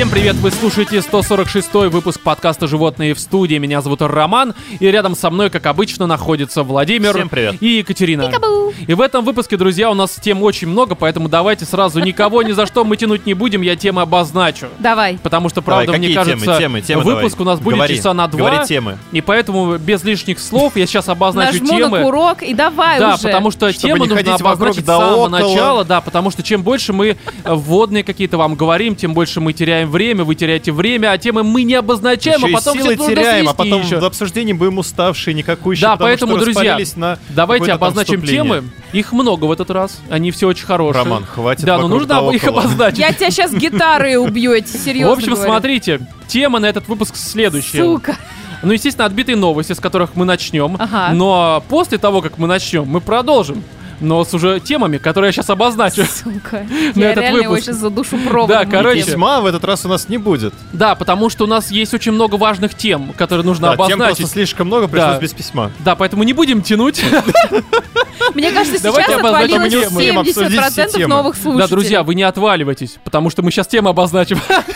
Всем привет, вы слушаете 146-й выпуск подкаста «Животные в студии». Меня зовут Роман, и рядом со мной, как обычно, находится Владимир. Всем привет. И Екатерина. Пикабу. И в этом выпуске, друзья, у нас тем очень много, поэтому давайте сразу никого ни за что мы тянуть не будем, я темы обозначу. Давай. Потому что, правда, Давай, мне кажется, темы выпуск давай. у нас будет Говори. часа на 2. Говори темы. И поэтому без лишних слов я сейчас обозначу Нажму темы. на курок и давай Да, уже. потому что Чтобы тему не нужно ходить вокруг обозначить с да самого около. начала, да, потому что чем больше мы вводные какие-то вам говорим, тем больше мы теряем время, вы теряете время, а темы мы не обозначаем, Еще а и потом силы всех нужно теряем, а свести потом еще. в обсуждении будем уставшие, никакущие, Да, потому поэтому, что друзья, распалились на давайте какое-то там обозначим вступление. темы. Их много в этот раз. Они все очень хорошие. Роман, хватит Да, но вокруг нужно да их около. обозначить. Я тебя сейчас гитарой убью, я тебе серьезно В общем, говорю. смотрите, тема на этот выпуск следующая. Сука. Ну, естественно, отбитые новости, с которых мы начнем. Ага. Но после того, как мы начнем, мы продолжим. Но с уже темами, которые я сейчас обозначу. Сука. На Я этот реально его выпуск. сейчас задушу проводом. Да, короче, Письма в этот раз у нас не будет. Да, потому что у нас есть очень много важных тем, которые нужно Да, тем обозначить. просто слишком много, пришлось Да. без письма. Да, поэтому не будем тянуть. Мне кажется, Давайте сейчас обозначим отвалилось темы. 70% Обсудить новых слушателей. Да, друзья, вы не отваливайтесь, потому что мы сейчас темы обозначим.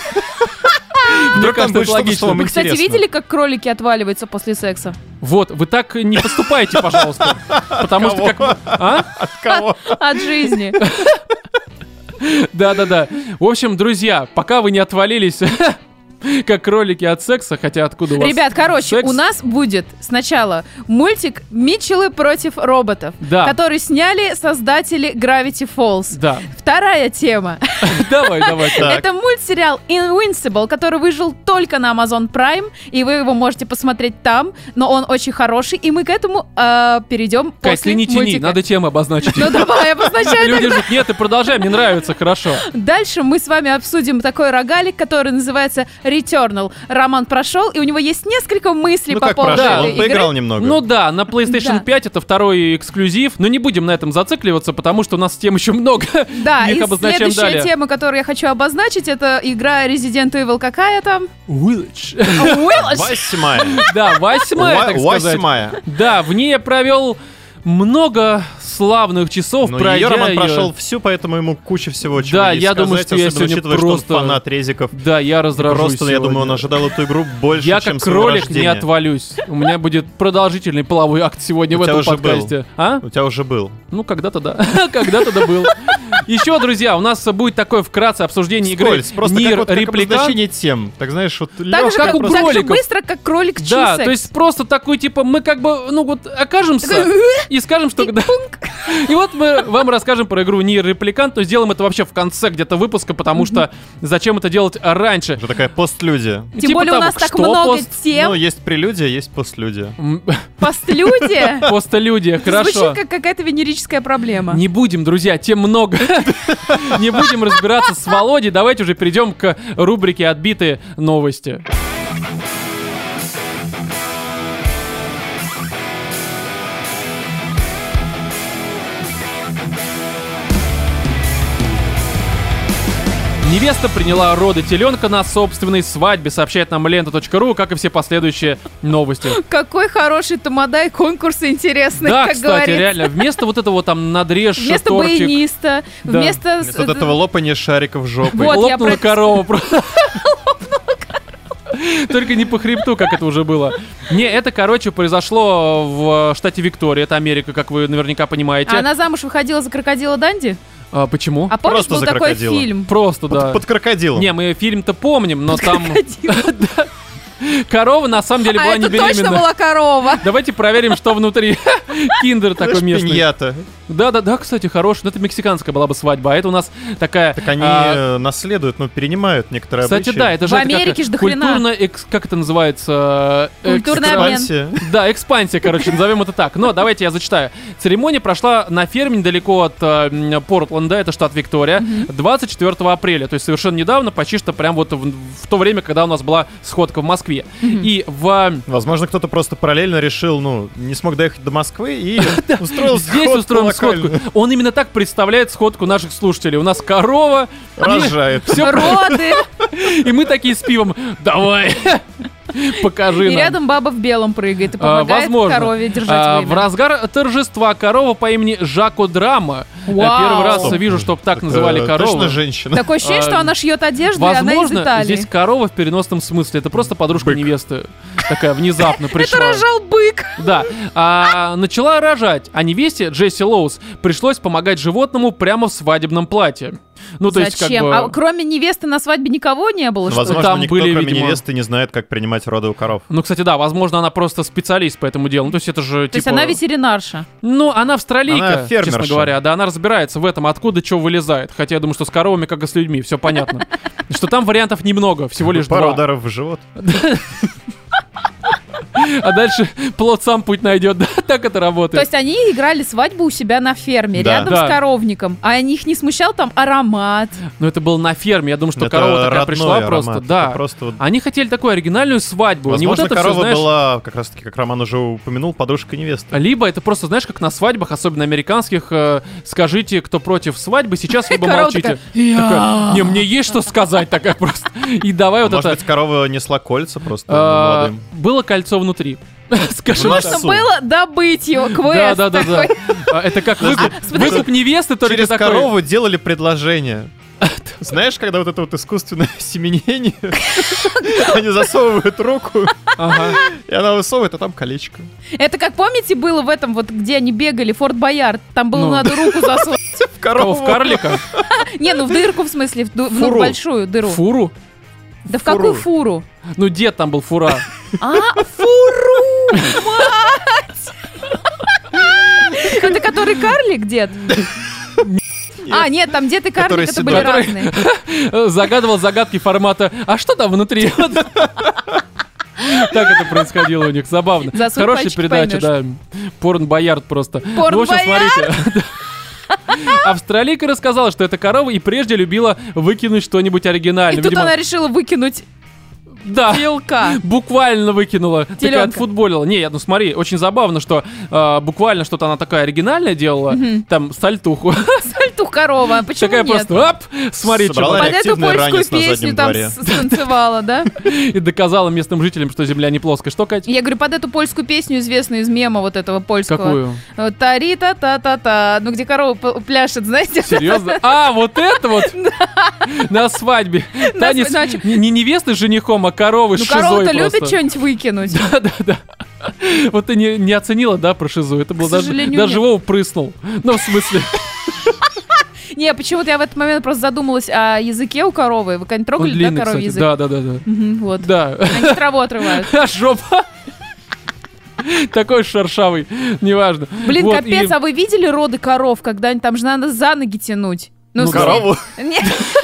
Мне Вдруг там кажется, будет это что-то, логично. что вам Вы, кстати, интересно. видели, как кролики отваливаются после секса? Вот, вы так не поступайте, пожалуйста. Потому что как... А? От кого? От жизни. Да-да-да. В общем, друзья, пока вы не отвалились... Как кролики от секса, хотя откуда у вас Ребят, короче, секс? у нас будет сначала мультик «Митчеллы против роботов», Да. который сняли создатели Gravity Falls. Да. Вторая тема. Давай. Так. Это мультсериал Invincible, который выжил только на Amazon Prime, и вы его можете посмотреть там, но он очень хороший, и мы к этому перейдем Кать, после ты не тяни, мультика. надо темы обозначить. Ну давай, обозначай Люди тогда. ждут. Нет, ты продолжай, мне нравится, хорошо. Дальше мы с вами обсудим такой рогалик, который называется Returnal. Роман прошел, и у него есть несколько мыслей Ну по как поводу прошел? этой Он поиграл игры. немного. Ну да, на PlayStation Да. 5 это второй эксклюзив, но не будем на этом зацикливаться, потому что у нас тем еще много. Да, Их и обозначаем следующая далее. тема, которую я хочу обозначить, это игра Resident Evil какая там? Village. Village. 8-я. Да, 8-я, так сказать. 8-я. Да, в ней я провел много славных часов, Ну, пройдя ее Роман её. прошел всю, поэтому ему куча всего чего Да, есть я думаю, сказать, что я особенно сегодня учитывая, что просто- он фанат резиков. Да, я разражусь Просто, я думаю, он сегодня. ожидал эту игру больше, Я чем как своего кролик не рождения. отвалюсь. У меня будет продолжительный половой акт сегодня У в тебя этом уже был. подкасте. А? У тебя уже был. Ну, когда-то да. Когда-то да был. Еще, друзья, у нас будет такое вкратце обсуждение игры Вскользь, просто Нир как, вот, как Репликант. обозначение тем. Так знаешь, вот Так лёгко же, как как, у так же кроликов. быстро, как кролик чью Да, секс. то есть просто такой, типа, мы как бы, ну вот, окажемся и скажем, что... да. И вот мы вам расскажем про игру Нир Репликант, но сделаем это вообще в конце где-то выпуска, потому что зачем это делать раньше? уже такая постлюдия. Тем Типа более у того, нас так что много пост? тем. Ну, есть прелюдия, есть постлюдия. Постлюдия. Постлюдия, хорошо. Звучит как какая-то венерическая проблема. Не будем, друзья, тем много. Не будем разбираться с Володей. Давайте уже перейдем к рубрике «Отбитые новости». Невеста приняла роды теленка на собственной свадьбе, сообщает нам лента.ру, как и все последующие новости. Какой хороший тамадай, конкурсы интересные, Да, как кстати, говорится. реально, вместо вот этого там надрежь Вместо тортик, баяниста, Да. вместо... Вместо вот этого лопания шариков жопы. Вот. я лопнула про- корова просто. Только не по хребту, как это уже было. Не, это, короче, произошло в штате Виктория, это Америка, как вы наверняка понимаете. А она замуж выходила за крокодила Данди? Почему? А помнишь, Просто был за такой крокодила. фильм? Просто, да. Под крокодилом. Не, мы фильм-то помним, но там Крокодил. корова на самом деле А была не это точно беременна. была корова. Давайте проверим, что внутри. Киндер такой Знаешь, местный. пиньята. Да, кстати, хороший. Но это мексиканская была бы свадьба, а это у нас такая... Так они наследуют, ну, перенимают некоторые Кстати, обычаи. да, это же В это как Америке ж до хрена. культурно... Как это называется? Культурный обмен. Экспансия. Да, экспансия, короче, назовем это так. Но давайте я зачитаю. Церемония прошла на ферме недалеко от Портленда, это штат Виктория, 24 апреля. То есть совершенно недавно, почти что прям вот в то время, когда у нас была сходка в Москве. И в... Возможно, кто-то просто параллельно решил, ну, не смог доехать до Москвы и устроил Здесь сходку устроим локальную. сходку. Он именно так представляет сходку наших слушателей. У нас корова, Рожает. все Роды. и мы такие с пивом. Давай. Покажи И нам. рядом баба в белом прыгает и помогает Возможно. корове держать В время. разгар торжества корова по имени Жако Драма. Вау. Первый раз вижу, что так называли корову. Точно женщина. Такое ощущение, что она шьет одежду, и она из Возможно, Италии. здесь корова в переносном смысле. Это просто подружка невесты. Такая внезапно пришла. Это рожал бык. Да. Начала рожать. А невесте Джесси Лоус пришлось помогать животному прямо в свадебном платье. Ну, то есть, как Зачем? бы... А кроме невесты на свадьбе никого не было, что ли? Возможно, там никто, были, кроме видимо- невесты, не знает, как принимать роды у коров. Ну, кстати, да, возможно, она просто специалист по этому делу. Ну, то есть это же, То есть типа... она ветеринарша. Ну, она австралийка, Она фермерша. честно говоря. Да, она разбирается в этом, откуда что вылезает. Хотя я думаю, что с коровами, как и с людьми, все понятно. Что там вариантов немного, всего лишь Пару 2. ударов в живот. А дальше плод сам путь найдет. Да, так это То работает. есть они играли свадьбу у себя на ферме, Да. рядом Да. с коровником. А их не смущал там аромат. Но это было на ферме. Я думаю, что Это корова такая родной пришла аромат. просто. Это Да. просто вот- Они хотели такую оригинальную свадьбу. Не вот Возможно, это корова все, знаешь... была, как раз таки, как Роман уже упомянул, подружка невесты. Либо это просто, знаешь, как на свадьбах, особенно американских, скажите, кто против свадьбы сейчас, либо Корова молчите. Такая, не, мне есть что сказать, такая просто. И давай вот Может это... быть, корова несла кольца просто молодым. Было кольцо внутри. Скажем У нас так. Нужно суд. было добыть его, Да, квест да, да, да. такой. Это как выкуп невесты, только Через такой. корову делали предложение. Знаешь, когда вот это вот искусственное семенение, они засовывают руку, Ага. и она высовывает, а там колечко. Это как, помните, было в этом, вот где они бегали, Форт Боярд? Там было Ну. надо руку засунуть. В Кого, корову. в карлика? Не, ну в дырку, в смысле, ну, Фуру. в большую дыру. Фуру? Да в какую фуру? Ну, дед там был фура. А, фуру! Мать! Это который карлик, дед? А, нет, там дед и Который карлик, это были седой. разные. Загадывал загадки формата «А что там внутри?» Так это происходило у них, забавно. Засунь Хорошая пальчик, передача, да. Порн-боярд просто. Порн-боярд? Ну, в общем, смотрите. Австралийка рассказала, что эта корова и прежде любила выкинуть что-нибудь И оригинальное. тут Видимо, она решила выкинуть да, телка. буквально выкинула. Такая Теленка. отфутболила. Не, ну смотри, очень забавно, что буквально что-то она такая оригинальная делала. Там сальтуху. Сальтух корова, почему Такая нет? просто, оп, смотри, Собрала что Под эту реактивный польскую ранец на песню заднем там дворе. станцевала, да? и доказала местным жителям, что земля не плоская. Что, Кать? Я говорю, под эту польскую песню, известную из мема вот этого польского. Какую? Тари-та-та-та-та. Ну, где корова пляшет, знаете? Серьезно? А, вот это вот? На свадьбе. Танец свадьбе. не невесты с женихом, а коровы с Ну, шизой корова-то любит просто. что-нибудь выкинуть. Да. Вот ты не оценила, да, про шизу? Это было К даже сожалению, нет. Вова прыснул. Ну, в смысле... Не, почему-то я в этот момент просто задумалась о языке у коровы. Вы когда-нибудь Он трогали, да, длинный, коровий кстати. язык? Да. Мгм, вот. Да. Они траву отрывают. А жопа. Такой шершавый, неважно. Блин, Вот, капец, и- а вы видели роды коров? Когда-нибудь там же надо за ноги тянуть. Ну, в смысле- Корову Не.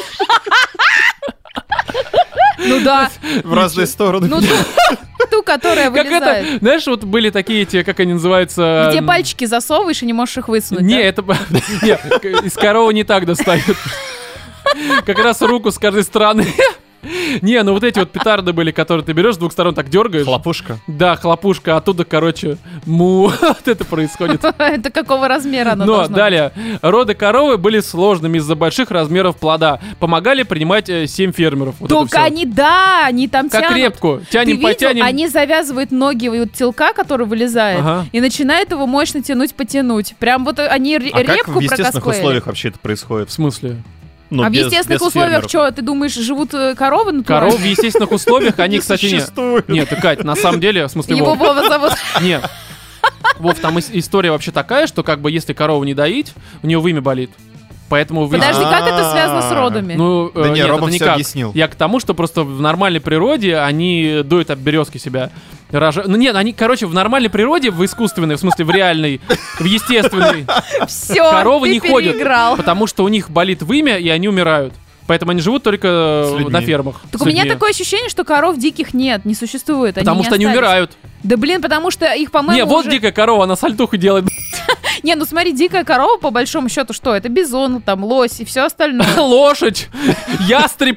Ну да. в разные стороны. Ну ту, которая Как это, вылезает. знаешь, вот были такие эти, как они называются... Где пальчики засовываешь и не можешь их высунуть. Не, да? это... Не, из коровы не так достают. Как раз руку с каждой стороны. Не, ну вот эти вот петарды были, которые ты берешь с двух сторон, так дергаешь. Хлопушка. Да, хлопушка, оттуда, короче, вот это происходит. Это какого размера оно Но должно далее, роды коровы были сложными из-за больших размеров плода. Помогали принимать 7 фермеров. Вот это Только всё. они, да, они там Как тянут. репку. Ты Тянем, видел? потянем. Они завязывают ноги вот телка, который вылезает, Ага. и начинают его мощно тянуть-потянуть. Прям вот они А как репку в естественных прокоскоили. условиях вообще это происходит? В смысле? Ну, А в без- естественных без условиях фермеров. что, ты думаешь, живут коровы натурально? Коровы в естественных условиях, они, кстати, нет. Существует. Нет, Кать, на самом деле, в смысле, Его Вов, Вова зовут. нет. Вов, там история вообще такая, что как бы если корову не доить, у нее вымя болит. Поэтому вы... Подожди, как это связано с А-а-а. родами? Ну, Да не, нет, Рома это всё никак. объяснил. Я к тому, что просто в нормальной природе они дуют об березки себя. Ну нет, они, короче, в нормальной природе, в искусственной, в смысле в реальной, в естественной, Все, коровы ты не ходят, переиграл. потому что у них болит вымя, и они умирают. Поэтому они живут только С людьми. на фермах. Так с у меня людьми. такое ощущение, что коров диких нет, не существует. Потому что они остались. умирают. Да блин, потому что их, по-моему, Не, вот уже- дикая корова, она сальтуху делает. Не, ну смотри, дикая корова, по большому счету, что? Это бизон, там, лось и все остальное. Лошадь, ястреб.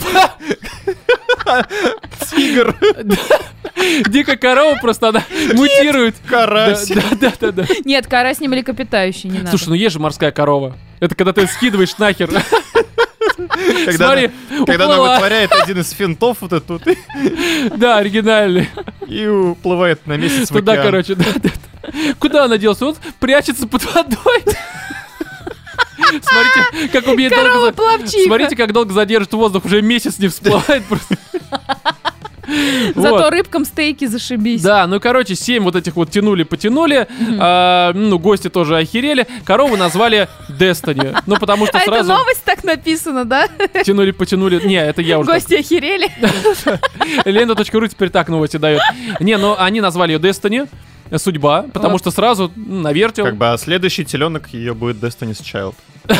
Тигр, Дикая корова просто, она мутирует. карась. Да. Нет, карась не млекопитающий, не надо. Слушай, ну есть же морская корова. Это когда ты скидываешь нахер. Смотри, Когда она уплыла. вытворяет один из финтов вот этот, Да, оригинальный. и уплывает на месяц в Туда, океан. короче, да. Куда она делась? Вот прячется под водой. Смотрите, как у меня Корова долго... плавчиха. Смотрите, как долго задержит воздух. Уже месяц не всплывает просто. Зато Вот. рыбкам стейки зашибись. Да, ну, короче, 7 вот этих вот тянули-потянули. Ну, гости тоже охерели. Корову назвали Destiny. Ну, потому что А это сразу новость так написана, да? тянули-потянули. Не, это я уже... Гости охерели. Лента.ру теперь так новости дает. Не, ну, они назвали ее Destiny. Судьба, потому Вот. что сразу навертел. Как бы, а следующий теленок ее будет Destiny's Child.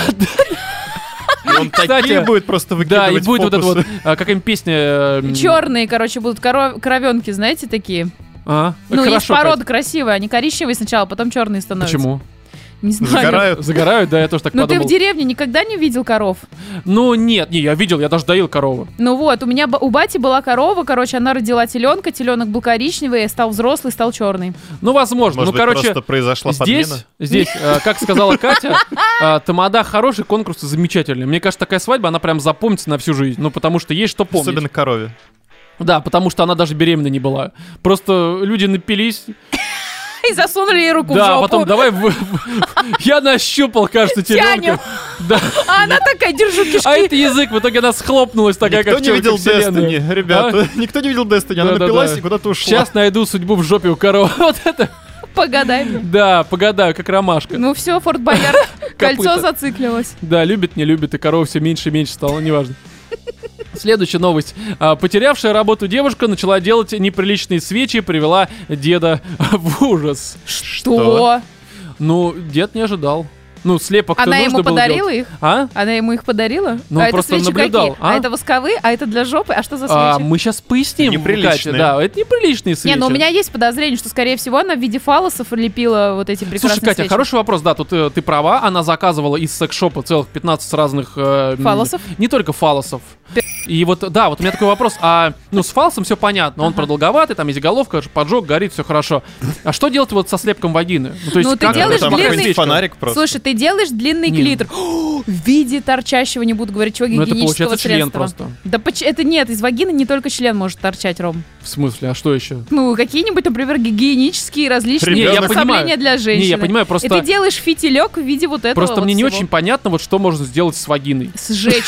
И он Кстати, такие будет просто Да, и выкидывать будет вот эта вот, фокусы. какая-нибудь песня... Черные, короче, будут коровенки, знаете, такие. А, Ну, есть хорошо, порода красивая, они коричневые сначала, потом черные Кать. становятся. Почему? Не знаю. Загорают. Загорают, да, я тоже так Ну ты подумал. в деревне никогда не видел коров? Ну, нет, не, я видел, я даже доил корову. Ну вот, у меня у бати была корова, короче, она родила теленка, теленок был коричневый, стал взрослый, стал черный. Ну, возможно. Может Ну, быть, короче, просто произошла подмена? здесь, как сказала Катя, тамада хороший, конкурсы замечательные. Мне кажется, такая свадьба, она прям запомнится на всю жизнь. Ну, потому что есть что помнить. Особенно корове. Да, потому что она даже беременна не была. Просто люди напились. И засунули ей руку в Да, жопу. потом давай... Я нащупал, кажется, Тянем. теленка. Да. А она такая, держу кишки. А это язык, в итоге она схлопнулась такая, Никто как не видел вселенная. Destiny, ребята. Никто не видел Destiny, она Да-да-да. напилась и куда-то ушла. Сейчас найду судьбу в жопе у коровы. Вот это. Погадай мне. Да, погадаю, как ромашка. Ну все, Форт Боярд, кольцо Копыта. зациклилось. Да, любит, не любит, и корова все меньше и меньше стала, неважно. Следующая новость. Потерявшая работу девушка начала делать неприличные свечи и привела деда в ужас. Что? Ну, дед не ожидал. Ну, слепок-то Она нужно ему было подарила делать. их? А? Она ему их подарила? Ну, а он это просто свечи наблюдал, какие? а? Это восковые? А это для жопы? А что за свечи? Мы сейчас поясним, Неприличные. Катя. Да, это неприличные свечи. Не, ну у меня есть подозрение, что, скорее всего, она в виде фаллосов лепила вот эти прекрасные Слушай, Катя, свечи. хороший вопрос, да, тут ты права, она заказывала из секс-шопа целых 15 разных... Фаллосов? Не только фаллосов. И вот, да, вот у меня такой вопрос, ну, с фаллосом все понятно, он продолговатый, там есть головка, поджог, горит, все хорошо. А что делать вот со слепком вагины? Ну, то есть, Ну, ты как делаешь это? Там длинный- какой-нибудь фонарик просто. Слушай, ты делаешь длинный Не. клитор. О, в виде торчащего, не буду говорить, чего, Ну, это гигиенического получается член средства. просто. Да это нет, из вагины не только член может торчать, Ром. В смысле, а что еще? Ну, какие-нибудь, например, гигиенические различные Не, я приспособления понимаю. для женщины. Не, я понимаю, И просто... ты делаешь фитилек в виде вот этого Просто вот мне не всего. очень понятно, вот что можно сделать с вагиной. Сжечь.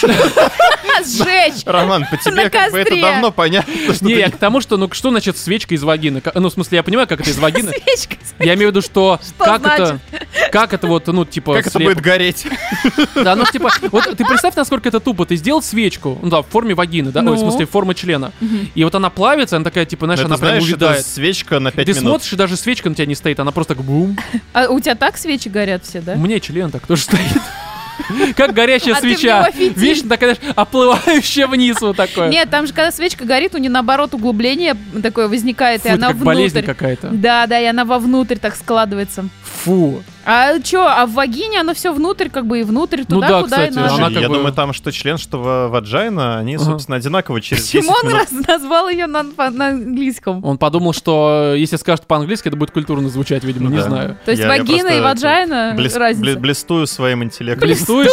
Сжечь. Роман, по тебе На как бы это костре. давно понятно, что Не, ты- я к тому, что, ну, что значит свечка из вагины? Ну, в смысле, я понимаю, как это из вагины. Свечка. Я имею в виду, что как значит? как это вот, ну, типа, Как это слепок. будет гореть? Да, ну, типа, вот ты представь, насколько это тупо. Ты сделал свечку, ну, да, в форме вагины, да, Ну. ой, в смысле, формы члена. И вот она плавится, она такая, типа, знаешь, Это, она прям знаешь, это увядает. свечка на И 5 ты минут. смотришь, и даже свечка на тебя не стоит, она просто так бум. А у тебя так свечи горят все, да? У меня и член так тоже стоит. Как горящая А ты в свеча. него фитиль. Вечно такая, знаешь, оплывающая вниз вот такое. Нет, там же, когда свечка горит, у нее наоборот углубление такое возникает, Фу, и это она как болезнь внутрь. какая-то. Да, да, и она вовнутрь так складывается. Фу. А чё, а в вагине оно все внутрь, как бы и внутрь, Ну туда, да, куда кстати, и надо. она как Я бы- думаю, там что член, что ваджайна, они, Ага. собственно, одинаково через 10 Почему он минут. назвал ее на английском? Он подумал, что если скажет по-английски, это будет культурно звучать, видимо, не Да. знаю. То есть Я вагина просто и ваджайна разница. Блестую своим интеллектом. Блестуешь?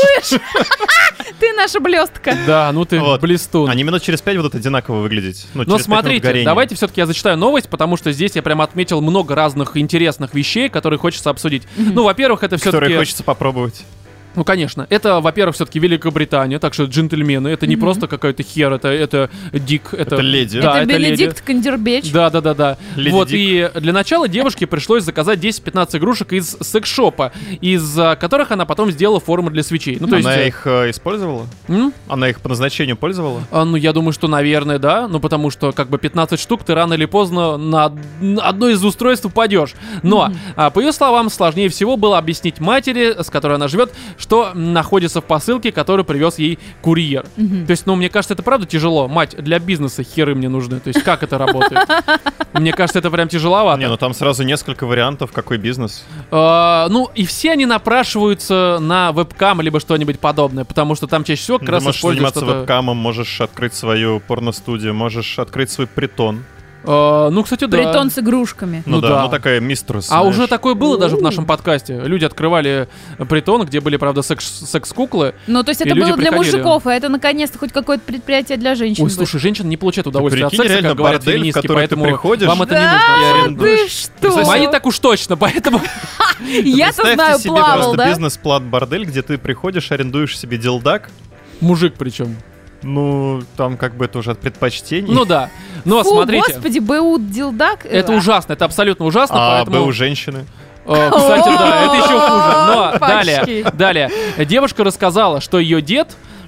Ты наша блестка. Да, ну ты Вот. блестун. Они минут через 5 будут одинаково выглядеть. Ну, Но через 5 минут смотрите, горения. давайте все-таки я зачитаю новость, потому что здесь я прям отметил много разных интересных вещей, которые хочется обсудить. Ну, во-первых, это Которые все-таки... хочется попробовать. Ну, конечно. Это, во-первых, все-таки Великобритания, так что джентльмены. Это не просто какой-то хер, это дик. Это леди. Да, Это это леди. Бенедикт Кандербеч. Да. Леди Вот, Дик. и для начала девушке пришлось заказать 10-15 игрушек из секс-шопа, из которых она потом сделала формы для свечей. Ну, то есть... Она их использовала? м? Она их по назначению пользовала? Ну, я думаю, что, наверное, да. Ну, потому что, как бы, 15 штук ты рано или поздно на одно из устройств упадешь. Но, по ее словам, сложнее всего было объяснить матери, с которой она живет, что находится в посылке, которую привез ей курьер. То есть, ну, мне кажется, это правда тяжело. Мать, для бизнеса херы мне нужны. То есть, как это работает? Мне кажется, это прям тяжеловато. Не, ну там сразу несколько вариантов, какой бизнес. Ну, и все они напрашиваются на вебкам, либо что-нибудь подобное, потому что там чаще всего как Ты раз можешь используют заниматься что-то... вебкамом, можешь открыть свою порностудию, можешь открыть свой притон. Ну, кстати, да. Притон с игрушками. Ну Ну да, да. ну такая мистерс. А уже такое было даже в нашем подкасте. Люди открывали притон, где были, правда, секс-куклы. Ну, то есть И это люди было для приходили. мужиков, а это наконец-то хоть какое-то предприятие для женщин. Ой, будет. слушай, женщины не получают удовольствие от прикинь, секса, реально как говорят бордель, в феминистки, который ты поэтому приходишь, вам это не Да, нужно. Я арендую. ты что? Мои так уж точно, поэтому... Я-то Представьте знаю, себе плавал, просто да? бизнес-плат-бордель, где ты приходишь, арендуешь себе дилдак. Мужик причем. Ну, там как бы это уже от предпочтений. Ну да. Но Фу, смотрите, господи, БУ Дилдак. это ужасно, это абсолютно ужасно, А поэтому... БУ женщины. Кстати, да, это еще хуже. Но Пачки. далее. Девушка рассказала, что ее дед...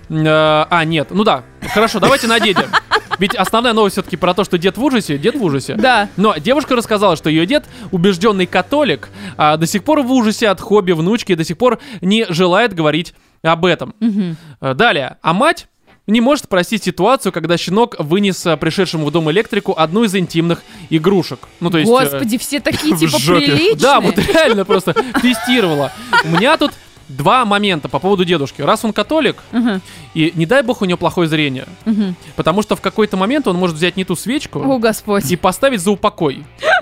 Нет, ну да, хорошо, давайте на деде. Ведь основная новость все-таки про то, что дед в ужасе. Да. Но девушка рассказала, что ее дед, убежденный католик, до сих пор в ужасе от хобби внучки и до сих пор не желает говорить об этом. Далее. А мать не может простить ситуацию, когда щенок вынес пришедшему в дом электрику одну из интимных игрушек. Ну, то есть... Господи, все такие в типа жопе. приличные. Да, вот реально просто тестировала. У меня тут два момента по поводу дедушки. Раз он католик, Мгм. и не дай бог у него плохое зрение. Мгм. Потому что в какой-то момент он может взять не ту свечку О, Господь. и поставить за упокой.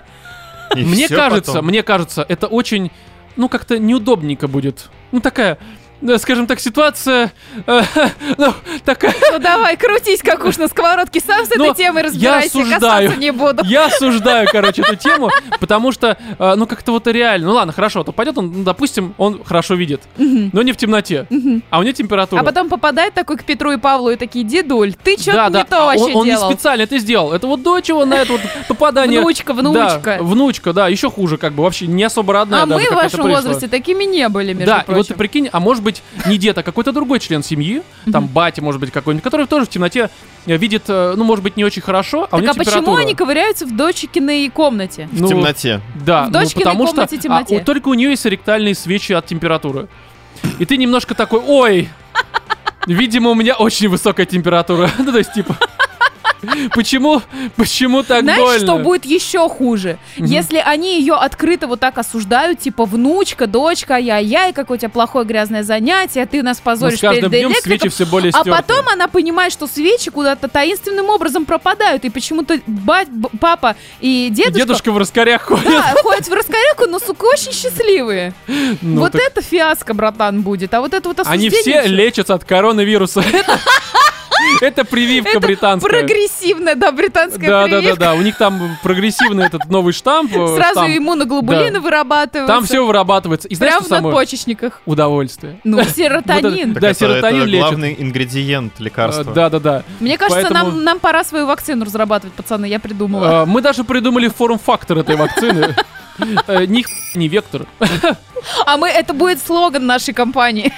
И Мне всё кажется, потом. это очень, ну, как-то неудобненько будет. Ну, такая, скажем так, ситуация, ну, такая... Ну давай, крутись, как уж на сковородке, сам с этой Но темой я разбирайся, осуждаю. касаться не буду. Я осуждаю, короче, эту тему, потому что, ну, как-то вот реально... Ну, ладно, хорошо, то пойдет он, ну, допустим, он хорошо видит, но не в темноте, а у него температура. А потом попадает такой к Петру и Павлу и такие: дедуль, ты Да, что-то да, не то вообще он не делал. специально это сделал. Это вот дочь его на это вот попадание. Внучка. Да, внучка, да, еще хуже, как бы, вообще не особо родная А даже мы в какая-то вашем пришла. возрасте такими не были, между Да, и вот ты прочим. прикинь, а может быть не дед, а какой-то другой член семьи, там батя, может быть, какой-нибудь, который тоже в темноте видит, ну, может быть, не очень хорошо, а у Так него а почему температура. они ковыряются в дочкиной комнате? В Ну, темноте. Да, В ну, дочкиной потому комнате что темноте. только у нее есть ректальные свечи от температуры. И ты немножко такой, ой, видимо, у меня очень высокая температура. Ну, то есть, типа... Почему так Знаешь, больно? что будет еще хуже? Если они ее открыто вот так осуждают, типа: внучка, дочка, ай-яй, какое у тебя плохое гразное занятие, ты нас Но позоришь с каждым перед днем электриком. свечи все более А стертые. потом она понимает, что свечи куда-то таинственным образом пропадают, и почему-то папа и И дедушка, дедушка в раскорях ходит. да, ходят в раскоряку, но, сука, очень счастливые. Ну, вот так это фиаско, братан, будет. А вот это вот они осуждение... все лечатся от коронавируса. Это прививка британская. Прогрессивная, да, британская Да, прививка. да. У них там прогрессивный этот новый штамп. Сразу штамм. иммуноглобулины Да. вырабатываются. Там все вырабатывается. И знаешь, Прямо что в самое? надпочечниках. Удовольствие. Ну, серотонин. Вот Так Да, серотонин это лечит. главный ингредиент лекарства. Да. Мне кажется, Поэтому- нам пора свою вакцину разрабатывать, пацаны, я придумала. Мы даже придумали форм-фактор этой вакцины. Не вектор. А это будет слоган нашей компании.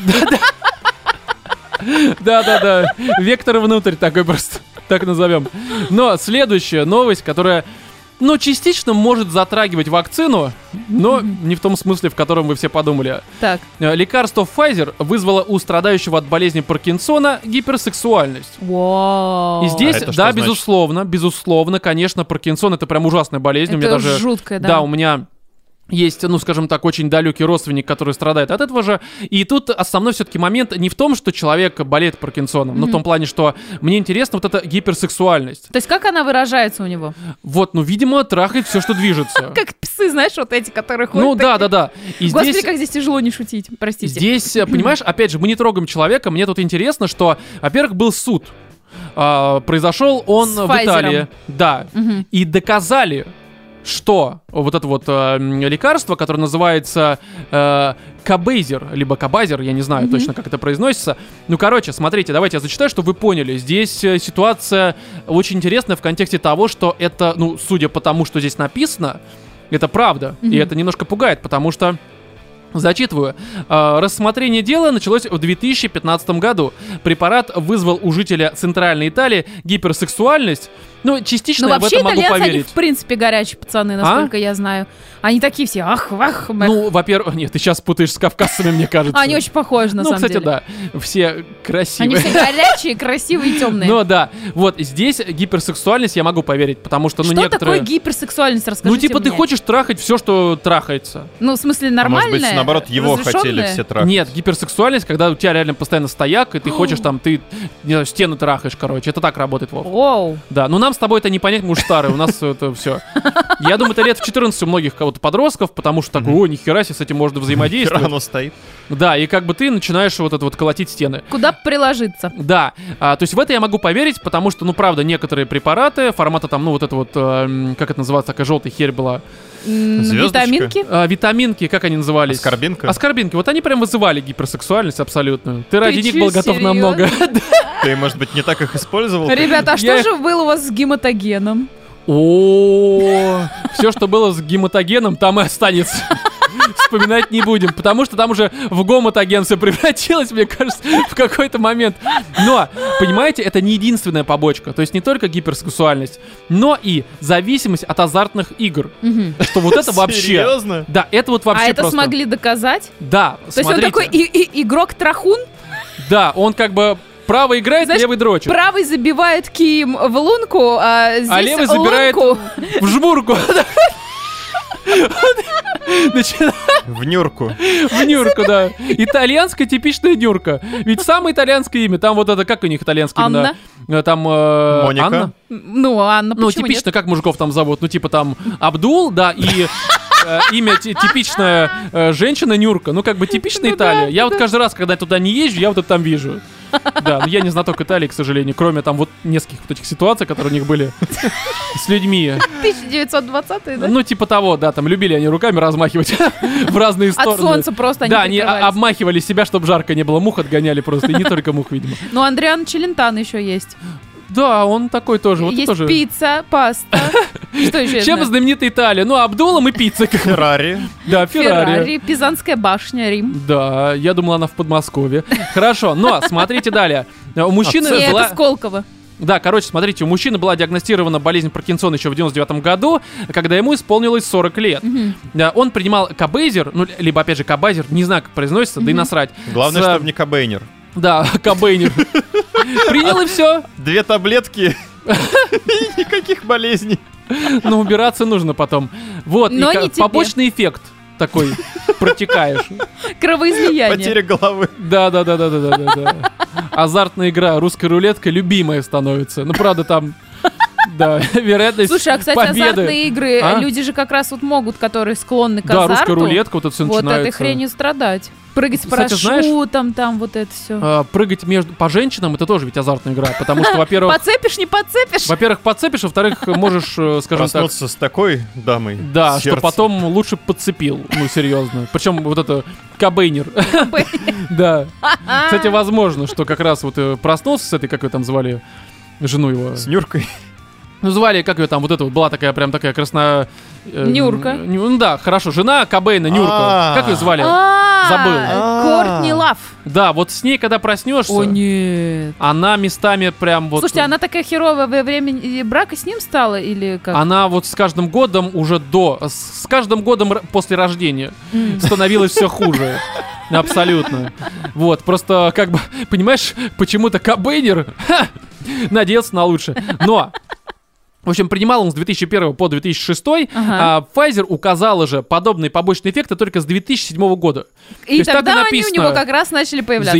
Да. Вектор внутрь такой просто. Так назовем. Но следующая новость, которая, ну, частично может затрагивать вакцину, но не в том смысле, в котором вы все подумали. Так, Лекарство Pfizer вызвало у страдающего от болезни Паркинсона гиперсексуальность. вау. И здесь, А это что да, значит? безусловно, конечно, Паркинсон — это прям ужасная болезнь. У меня Это даже, жуткое, да, да. у меня есть, ну, скажем так, очень далекий родственник, который страдает от этого же. И тут основной все-таки момент не в том, что человек болеет Паркинсоном, но в том плане, что мне интересна вот эта гиперсексуальность. То есть как она выражается у него? Вот, ну, видимо, трахает все, что движется. Как псы, знаешь, вот эти, которые ходят. Ну, такие. да. И Господи, здесь... как здесь тяжело не шутить, простите. Здесь, понимаешь, опять же, мы не трогаем человека. Мне тут интересно, что, во-первых, был суд. Произошел он С в Pfizer'ом. Италии. Да. Мгм. И доказали, что вот это вот лекарство, которое называется Кабейзер, либо Кабазер, я не знаю точно, как это произносится. Ну, короче, смотрите, давайте я зачитаю, чтобы вы поняли. Здесь ситуация очень интересная в контексте того, что это, ну, судя по тому, что здесь написано, это правда. И это немножко пугает, потому что... Зачитываю. Рассмотрение дела началось в 2015 году. Препарат вызвал у жителя Центральной Италии гиперсексуальность. Ну, частично Ну, я в вообще, это могу итальянцы, они, поверить. в принципе, горячие пацаны, насколько я знаю. Они такие все, ах, Ну, во-первых, нет, ты сейчас путаешь с кавказцами, мне кажется. Они очень похожи, на Ну, самом кстати, деле. да. Все Они красивые. все горячие, красивые и темные. Ну, да. Вот, здесь гиперсексуальность я могу поверить, потому что, ну, Что некоторые... такое гиперсексуальность, расскажите Ну, типа, ты мне. хочешь трахать все, что трахается. Ну, в смысле, А может быть, нормальное? наоборот, его хотели разрешенные? все трахать. Нет, гиперсексуальность, когда у тебя реально постоянно стояк, и ты хочешь там, ты, не знаю, стены трахаешь, короче. Это так работает, Вов. Оу. Да, но нам с тобой это не понять, мы уж старые, у нас это все. Я думаю, это лет в 14 у многих кого-то подростков, потому что такой, о, нихера себе, с этим можно Хера взаимодействовать. оно стоит. Да, и как бы ты начинаешь вот это вот колотить стены. Куда приложиться? Да, то есть в это я могу поверить, потому что, ну, правда, некоторые препараты формата там, ну, вот это вот, как это называется, такая желтая херь была, Звездочка? Витаминки? витаминки, как они назывались? Аскорбинка? Аскорбинки, вот они прям вызывали гиперсексуальность абсолютную. Ты ради них чё, был готов на серьёзно? много. Ты, может быть, не так их использовал? Ребята, а Я что же было у вас с гематогеном? О, все, что было с гематогеном, там и останется. Вспоминать не будем, потому что там уже в гоматоген все превратилось, мне кажется, в какой-то момент. Но, понимаете, это не единственная побочка. То есть не только гиперсексуальность, но и зависимость от азартных игр. Что вот это вообще... Серьезно? Да, это вот вообще А это просто... смогли доказать? Да, То есть он такой игрок-трахун, Да, он как бы право играет, Знаешь, левый дрочит. правый забивает кием в лунку, а здесь левый забирает лунку. в жмурку. Начинает В Нюрку. в Нюрку, да. Итальянская типичная Нюрка. Ведь самое итальянское имя, там вот это, как у них итальянские имена? Там Моника. Анна? Ну, Анна, Ну, почему типично, нет? как мужиков там зовут? Ну, типа там Абдул, да, и имя типичная женщина Нюрка. Ну, как бы типичная Италия. Я вот каждый раз, когда я туда не езжу, я вот это там вижу. Да, но я не знаток Италии, к сожалению, кроме там вот нескольких вот этих ситуаций, которые у них были с людьми. 1920-е, да? Ну, типа того, да, там любили они руками размахивать в разные От стороны. солнца просто Да, они они прикрывались. обмахивали себя, чтобы жарко не было. Мух отгоняли просто, и не только мух, видимо. Ну, Андриан Челентано еще есть. Да, он такой тоже. Вот Есть тоже. пицца, паста. Что еще? Чем знаменита Италия? Ну, Абдулом и пицца. Феррари. Да, Феррари. Феррари, Пизанская башня, Рим. Да, я думал, она в Подмосковье. Хорошо, но смотрите далее. У мужчины И была... это Сколково. Да, короче, смотрите, у мужчины была диагностирована болезнь Паркинсона еще в 99 году, когда ему исполнилось 40 лет. Да, он принимал Кабейзер, ну, либо, опять же, Кабайзер, не знаю, как произносится, да и насрать. Главное, С- чтобы не Кобейнер. Да, Кабейнер. Принял и все. 2 таблетки и никаких болезней. Но убираться нужно потом. Вот, Но и не тебе. побочный эффект такой протекаешь. Кровоизлияние. Потеря головы. Да. Азартная игра, русская рулетка любимая становится. Ну, правда, там, да, вероятность Слушай, а, кстати, победы. азартные игры, А? люди же как раз вот могут, которые склонны к Да, азарту, русская рулетка, вот это все вот начинается. этой хренью страдать. Прыгать с Кстати, знаешь, парашютом, там вот это все. Прыгать по женщинам, это тоже ведь азартная игра, потому что, во-первых, Подцепишь, не подцепишь? во-первых, подцепишь, во-вторых, можешь, скажем так, Проснуться с такой дамой. да, в что сердце. потом лучше подцепил, ну, серьезно. Причем вот это Кобейнер. Да. Кстати, возможно, что как раз вот проснулся с этой, как ее там звали, жену его. С Нюркой. Ну, звали, как ее там, вот эта вот была такая, прям такая красная... Нюрка. Ну да, хорошо, жена Кобейна, Нюрка. Как ее звали? Забыл. Кортни Лав. Да, вот с ней, когда проснешься, О, нет. она местами прям вот... Слушайте, она такая херовая во время брака с ним стала или как? Она вот с каждым годом уже с каждым годом после рождения становилась все хуже. Абсолютно. Вот, просто как бы, понимаешь, почему-то Кобейнер надеялся на лучшее. Но... В общем, принимал он с 2001 по 2006, а Pfizer указала же подобные побочные эффекты только с 2007 года. И есть так и тогда они у написано. него как раз начали появляться.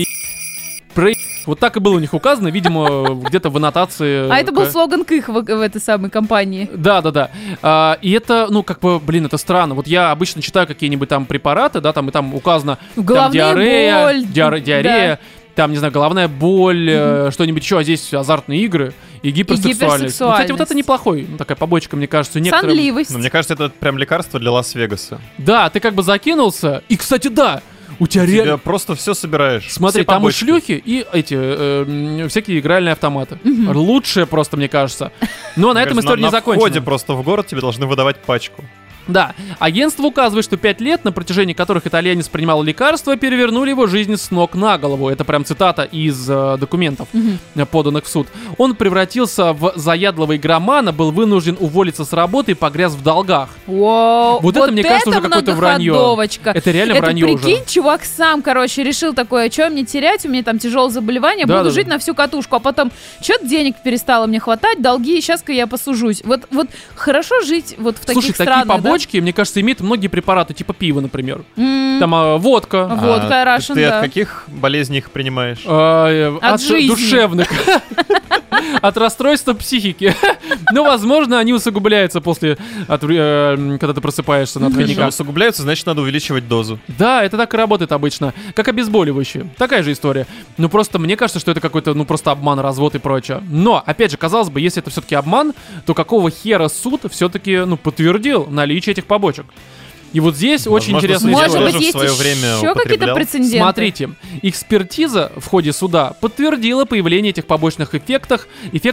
Вот так и было у них указано, видимо, где-то в аннотации. А это был слоган к их в этой самой компании. Да. И это, ну, как бы, блин, это странно. Вот я обычно читаю какие-нибудь там препараты, да, там и там указано там Головная боль. диарея, там, не знаю, головная боль, что-нибудь еще, а здесь азартные игры и гиперсексуальность. Ну, кстати, вот это неплохой, ну, такая побочка, мне кажется, некоторым. Сонливость. Ну, мне кажется, это прям лекарство для Лас-Вегаса. Да, ты как бы закинулся, и, кстати, да, у тебя Ты реально... просто все собираешь. Смотри, все там и побочки. шлюхи, и эти всякие игральные автоматы. Лучшее просто, мне кажется. Но на этом Мне история не кажется, закончена. На входе просто в город тебе должны выдавать пачку. Да, агентство указывает, что 5 лет, на протяжении которых итальянец принимал лекарства, перевернули его жизнь с ног на голову. Это прям цитата из документов, поданных в суд. Он превратился в заядлого игромана, был вынужден уволиться с работы и погряз в долгах. Воу, Вот это, мне кажется, уже какое-то вранье. многоходовочка. Это реально Это вранье прикинь, уже. чувак сам, короче, решил такое, что мне терять, у меня там тяжелое заболевание, Да, буду да, жить да. на всю катушку, а потом что-то денег перестало мне хватать, долги, сейчас-ка я посужусь. Вот хорошо жить вот в Слушай, таких такие странах, да? побочки, мне кажется, имеют многие препараты, типа пива, например. М, Там водка. Водка, Russian, Ты да. от каких болезней их принимаешь? От жизни. душевных. От расстройства психики. Но, возможно, они усугубляются после, когда ты просыпаешься на Если отходниках. усугубляются, значит, надо увеличивать дозу. Да, это так и работает обычно. Как обезболивающие. Такая же история. Ну, просто мне кажется, что это какой-то, ну, просто обман, развод и прочее. Но, опять же, казалось бы, если это все-таки обман, то какого хера суд все-таки, ну, подтвердил наличие этих побочек? И вот здесь очень Возможно, интересная судья Может история. быть, тоже в есть свое время еще какие-то употреблял. прецеденты? Смотрите, экспертиза в ходе суда подтвердила появление этих побочных эффектов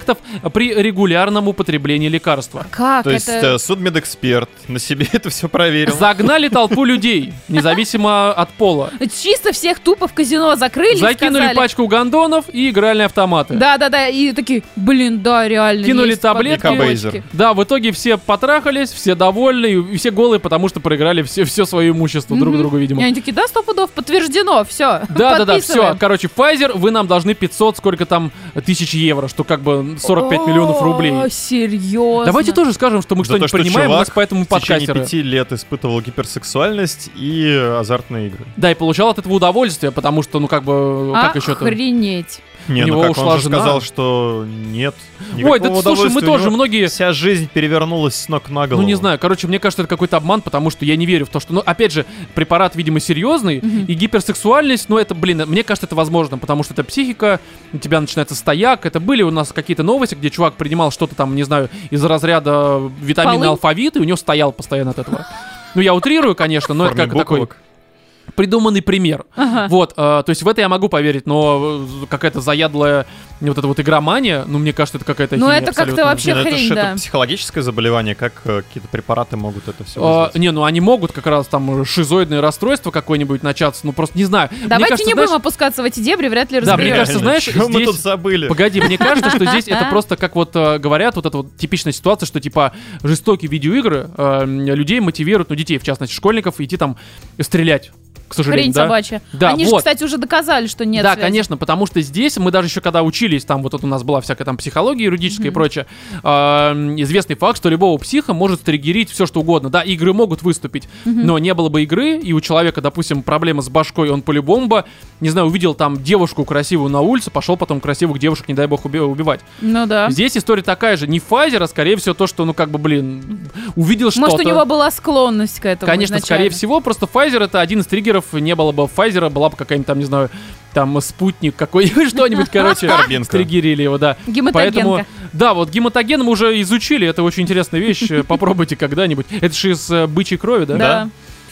при регулярном употреблении лекарства. Как То есть это? судмедэксперт на себе это все проверил. Загнали толпу людей, независимо от пола. Чисто всех тупо в казино закрыли и Закинули сказали... пачку гондонов и игральные автоматы. Да-да-да, и такие, блин, да, реально. Кинули есть таблетки. побочки. Да, в итоге все потрахались, все довольны, и все голые, потому что проиграли все свое имущество друг другу, И видимо. они такие, да, 100 пудов, подтверждено, все. Да, все. Короче, Pfizer, вы нам должны 500, сколько там, тысяч евро, что как бы 45 миллионов рублей. О, серьезно? Давайте тоже скажем, что мы За то, что-нибудь что принимаем, у нас чувак поэтому в течение подкастеры. 5 лет испытывал гиперсексуальность и азартные игры. Да, и получал от этого удовольствие, потому что, ну как бы, как еще-то... Охренеть. Не, У него ну как ушла он же жена. сказал, что нет. Ой, да никакого слушай, мы удовольствия. У тоже него многие... Вся жизнь перевернулась с ног на голову. Ну, не знаю, короче, мне кажется, это какой-то обман, потому что я не верю в то, что... Ну, опять же, препарат, видимо, серьезный, и гиперсексуальность, ну, это, блин, мне кажется, это возможно, потому что это психика, у тебя начинается стояк, это были у нас какие-то новости, где чувак принимал что-то там, не знаю, из разряда витамина Полынь? алфавит, и у него стоял постоянно от этого. Ну, я утрирую, конечно, но В это форме как такой буквок. придуманный пример. Ага. Вот, то есть в это я могу поверить, но какая-то заядлая вот эта вот игромания, ну, мне кажется, это какая-то Ну, химия это как-то абсолютно. вообще Не, ну это хрень, же да. психологическое заболевание, как какие-то препараты могут это все вызвать. Не, ну они могут как раз там шизоидное расстройство какое-нибудь начаться, ну просто не знаю. Мне Давайте кажется, не знаешь, будем опускаться в эти дебри, вряд ли Да, мне разберемся. кажется, знаешь, Чё мы здесь- тут забыли? Погоди, мне кажется, что здесь это просто как вот говорят, вот эта вот типичная ситуация, что типа жестокие видеоигры людей мотивируют, ну детей в частности, школьников, идти там стрелять. К сожалению, Хрень да? собачья. Да, Они же, вот. кстати, уже доказали, что нет Да, связи. конечно, потому что здесь мы даже еще когда учились, там вот это у нас была всякая там психология юридическая и прочее, известный факт, что любого психа может стригерить все что угодно. Да, игры могут выступить, но не было бы игры, и у человека, допустим, проблема с башкой, он по-любому бы, не знаю, увидел там девушку красивую на улице, пошел потом красивых девушек, не дай бог, убивать. Ну да. Здесь история такая же, не Pfizer, а скорее всего то, что, ну как бы, блин, увидел что-то. Может, у него была склонность к этому Конечно, изначально. скорее всего, просто Pfizer это один из триггеров, не было бы Pfizer, была бы какая-нибудь там, не знаю, там спутник какой-нибудь, что-нибудь, короче, Скорбинка. стригерили его, да. Гематогенка. Поэтому, да, вот гематоген мы уже изучили, это очень интересная вещь, попробуйте когда-нибудь. Это же из бычьей крови, да? Да.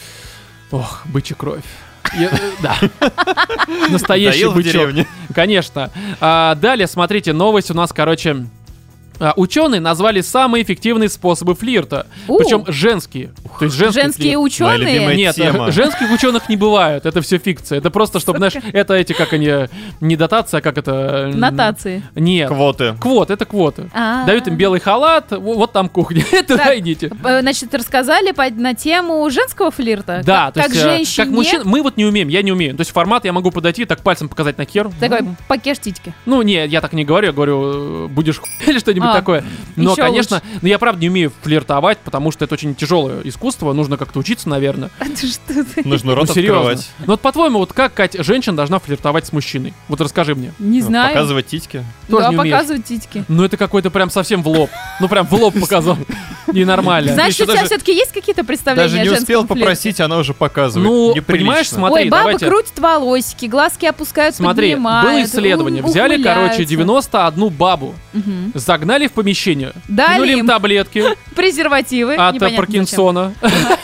Ох, бычья кровь. Да. Настоящий Доел в бычок. деревне. Конечно. Далее, смотрите, новость у нас, короче... Ученые назвали самые эффективные способы флирта. Причем женские. То есть женский Женские флирт. Моя любимая ученые. Нет, тема. женских ученых не бывает. Это все фикция. Это просто, чтобы, знаешь, это эти, как они, не дотация, а как это... Нотации. Нет. Квоты. Это квоты. А. Дают им белый халат, вот там кухня. Это Так, идите. Значит, рассказали на тему женского флирта. Да, то как есть, женщине. как мужчин, мы вот не умеем, я не умею. То есть формат я могу подойти, так пальцем показать на хер. Такой, покеш титьки. Ну, не, я так не говорю, я говорю, будешь или что-нибудь А, такое. Но, ещё конечно, лучше. но я правда не умею флиртовать, потому что это очень тяжелое искусство, нужно как-то учиться, наверное. Что ты? Нужно рот Ну, серьезно. открывать. Ну, вот по-твоему, вот как, Кать, женщина должна флиртовать с мужчиной? Вот расскажи мне. Не знаю. Показывать титьки. Тоже Да, не умеешь. показывать титьки. Ну, это какой-то прям совсем в лоб. Ну, прям в лоб показал. Ненормально. Значит, еще у тебя даже- все-таки есть какие-то представления Даже о не женском успел флирте? попросить, она уже показывает. Ну, Неприлично. понимаешь, смотри, Ой, бабы давайте. крутят волосики, глазки опускают, Смотри, поднимают. было исследование. Взяли, короче, 91 бабу, Мгм. загнали в помещение, Дали кинули им им таблетки презервативы. от непонятно Паркинсона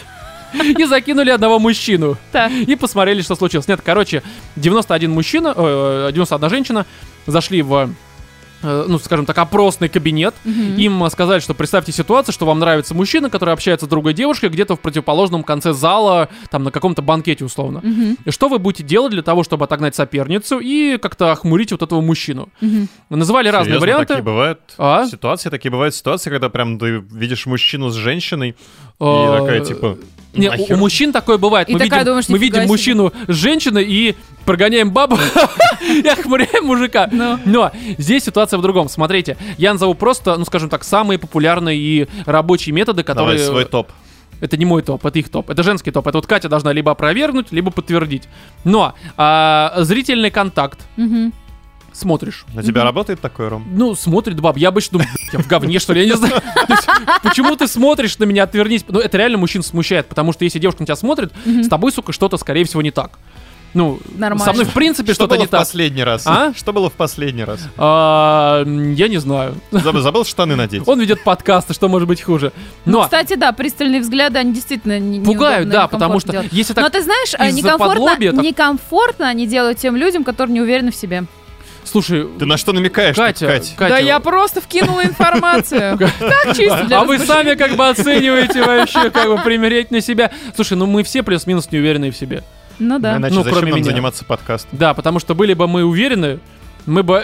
и закинули одного мужчину. зачем. Так. И посмотрели, что случилось. Нет, короче, 91 мужчина, 91 женщина зашли в, ну, скажем так, опросный кабинет. Им сказали, что представьте ситуацию, что вам нравится мужчина, который общается с другой девушкой где-то в противоположном конце зала, там, на каком-то банкете, условно. И что вы будете делать для того, чтобы отогнать соперницу и как-то охмурить вот этого мужчину? Называли разные Серьезно, варианты. такие бывают А? ситуации, когда прям ты видишь мужчину с женщиной, и А, такая, типа, Не, нахер? у мужчин такое бывает. И такая думаешь, мы нифига видим себе. мужчину с женщиной и прогоняем бабу и охмуряем мужика. Ну. Но здесь ситуация в другом. Смотрите, я назову просто, ну скажем так, самые популярные и рабочие методы, Давай которые... свой топ. Это не мой топ, это их топ. Это женский топ. Это вот Катя должна либо опровергнуть, либо подтвердить. Но зрительный контакт. Мгм. Смотришь. На тебя работает такой, Ром? Ну, смотрит баб. Я обычно думаю, я в говне, что ли, я не знаю. То есть, почему ты смотришь на меня, отвернись? Ну, это реально мужчин смущает, потому что если девушка на тебя смотрит, с тобой, сука, что-то, скорее всего, не так. Ну, Нормально. со мной, в принципе, Что что-то было не в так. последний раз? А? Что было в последний раз? Я не знаю. Забыл штаны надеть. Он ведет подкасты, что может быть хуже. Ну, Но кстати, да, пристальные взгляды, они действительно пугают, неудобно да, и потому что некомфортно делают. если Но так... ты знаешь, из-за подлобья так- некомфортно они делают тем людям, которые не уверены в себе. Слушай, Ты на что намекаешь, Катя, Кать? Катя, Да я просто вкинула информацию. Так, чисто для а вы размышлений. сами как бы оцениваете вообще, как бы примерять на себя. Слушай, ну мы все плюс-минус неуверенные в себе. Ну да. Иначе Ну, зачем кроме нам меня. заниматься подкастом? Да, потому что были бы мы уверены, мы бы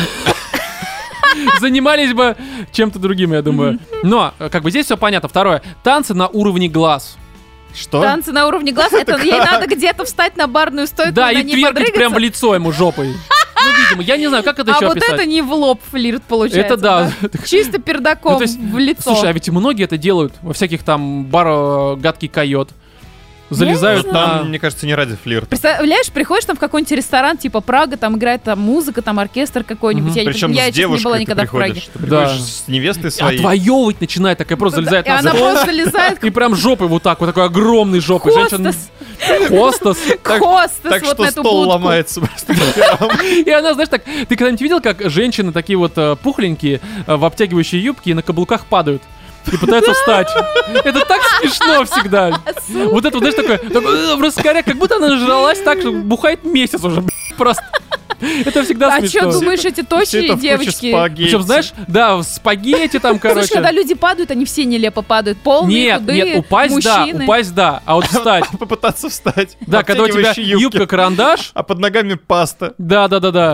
занимались бы чем-то другим, я думаю. Но, как бы здесь все понятно. Второе. Танцы на уровне глаз. Что? Танцы на уровне глаз, это ей надо где-то встать на барную стойку, Да, на и ней твергать прям в подрыгаться. лицо ему жопой. Ну, видимо, я не знаю, как это А еще вот описать. это не в лоб флирт получается. Это да. Чисто пердаком Ну, то есть, в лицо. Слушай, а ведь многие это делают во всяких там гадкий койот. Ну, Залезают на... там, мне кажется, не ради флирта. Представляешь, приходишь там в какой-нибудь ресторан, типа Прага, там играет там музыка, там оркестр какой-нибудь. Я, Причем я с честно, не была девушкой ты никогда в Праге. приходишь. Ты Да. приходишь с невестой своей. Отвоевывать начинает, такая просто залезает И на она стол. просто залезает. И прям жопой вот так, вот такой огромной жопой. Хостес, Хостес. хостес Так вот что на эту стол будку. ломается просто. вечером. И она, знаешь, так, ты когда-нибудь видел, как женщины такие вот пухленькие, в обтягивающей юбке и на каблуках падают? И пытаются встать. Это так смешно всегда. Вот это, вот, знаешь, такое раскоряк, как будто она нажралась так, что бухает месяц уже, просто. Это всегда А смешно. что, думаешь, эти Все тощие это в куче девочки? спагетти. Причем, знаешь, да, в спагетти там, короче. Слушай, когда люди падают, они все нелепо падают. Полные, Нет, худые, нет, упасть мужчины. да, а вот встать. Попытаться встать. Да, когда у тебя Обтягивающей юбке, юбка-карандаш, а под ногами паста. да.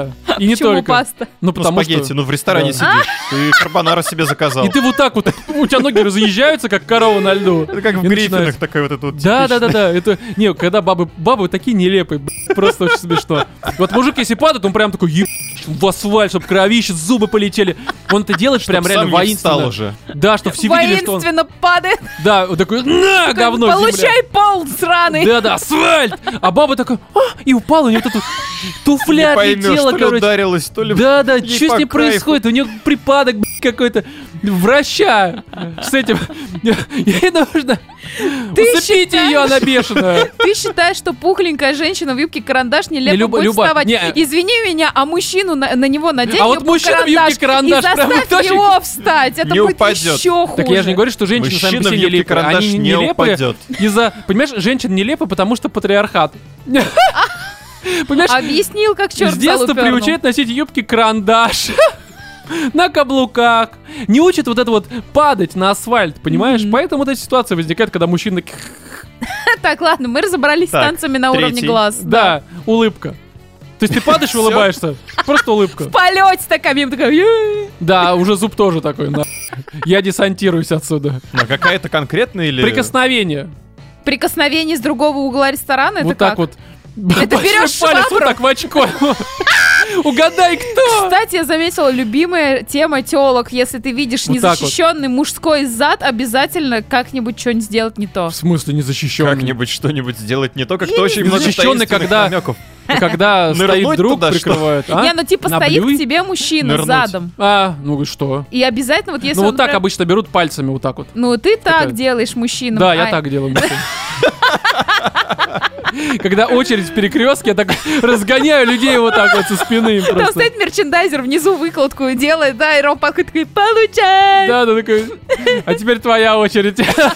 И не Почему только. паста? Ну, Ну, потому спагетти, что... ну в ресторане Да. сидишь. Ты карбонара себе заказал. И ты вот так вот, у тебя ноги разъезжаются, как корова на льду. Это как в И Гриффинах начинается. такой вот этот вот Да, типичный. это... Не, когда бабы такие нелепые, просто очень смешно. Вот мужик, если падает, он прям такой, в асфальт, чтобы кровище, зубы полетели. Он это делает прям Чтоб реально сам не встал воинственно. уже. Да, чтобы все видели, что он... Воинственно падает. Да, он такой, на, говно, земля. Получай пол сраный. Да, асфальт! А баба такая, и упала, у нее вот тут туфля Не поймешь, отлетела, то ли короче. ударилась, то ли... Да, ей что с по ней кайфу. происходит? У нее припадок какой-то. Врача с этим. Ей нужно усыпить считаешь? ее, она бешеная. Ты считаешь, что пухленькая женщина в юбке карандаш нелепо Не, будет Люба, вставать? не. Извини меня, а мужчину на него надень А вот юбку мужчина в юбке карандаш и прям заставь точно- его встать. Это Не будет упадет. еще хуже. Так я же не говорю, что женщины сами Мужчина по в себе юбке нелепые. карандаш Они не нелепые упадет. из-за... Понимаешь, женщины нелепы, потому что патриархат. Понимаешь, Объяснил, как черт с детства приучают носить юбки карандаш. На каблуках. Не учат вот это вот падать на асфальт, понимаешь? Поэтому вот эта ситуация возникает, когда мужчина... Так, ладно, мы разобрались с Так, танцами на уровне третий. глаз. Да, улыбка. То есть ты падаешь и Всё? улыбаешься. Просто улыбка. В полете такая, мимо такая. «Е-е-е». Да, уже зуб тоже такой. Я десантируюсь отсюда. А какая-то конкретная или... Прикосновение. Прикосновение с другого угла ресторана, это Вот как? так вот. Это берешь палец вот швабру? так в очко. Угадай, кто. Кстати, я заметила, любимая тема телок. Если ты видишь Вот так вот. незащищенный мужской зад, обязательно как-нибудь что-нибудь сделать не то. В смысле незащищенный? Как-нибудь что-нибудь сделать не то, как-то очень много Незащищенный, таинственных когда- намеков. Когда стоит Нырнуть друг, туда, что? прикрывает. а? Не, ну типа стоит Наблюй. к тебе мужчина Нырнуть. задом. Ну и что? И обязательно вот если Ну он, вот так например, обычно берут пальцами вот так вот. Ну ты Такая. так делаешь мужчинам. Да, я Ай. так делаю. Когда очередь в перекрестке, я так разгоняю людей вот так вот со спины им Там просто. стоит мерчендайзер внизу выкладку и делает, да, и Ром подходит такой, получай! Да, такой. А теперь твоя очередь.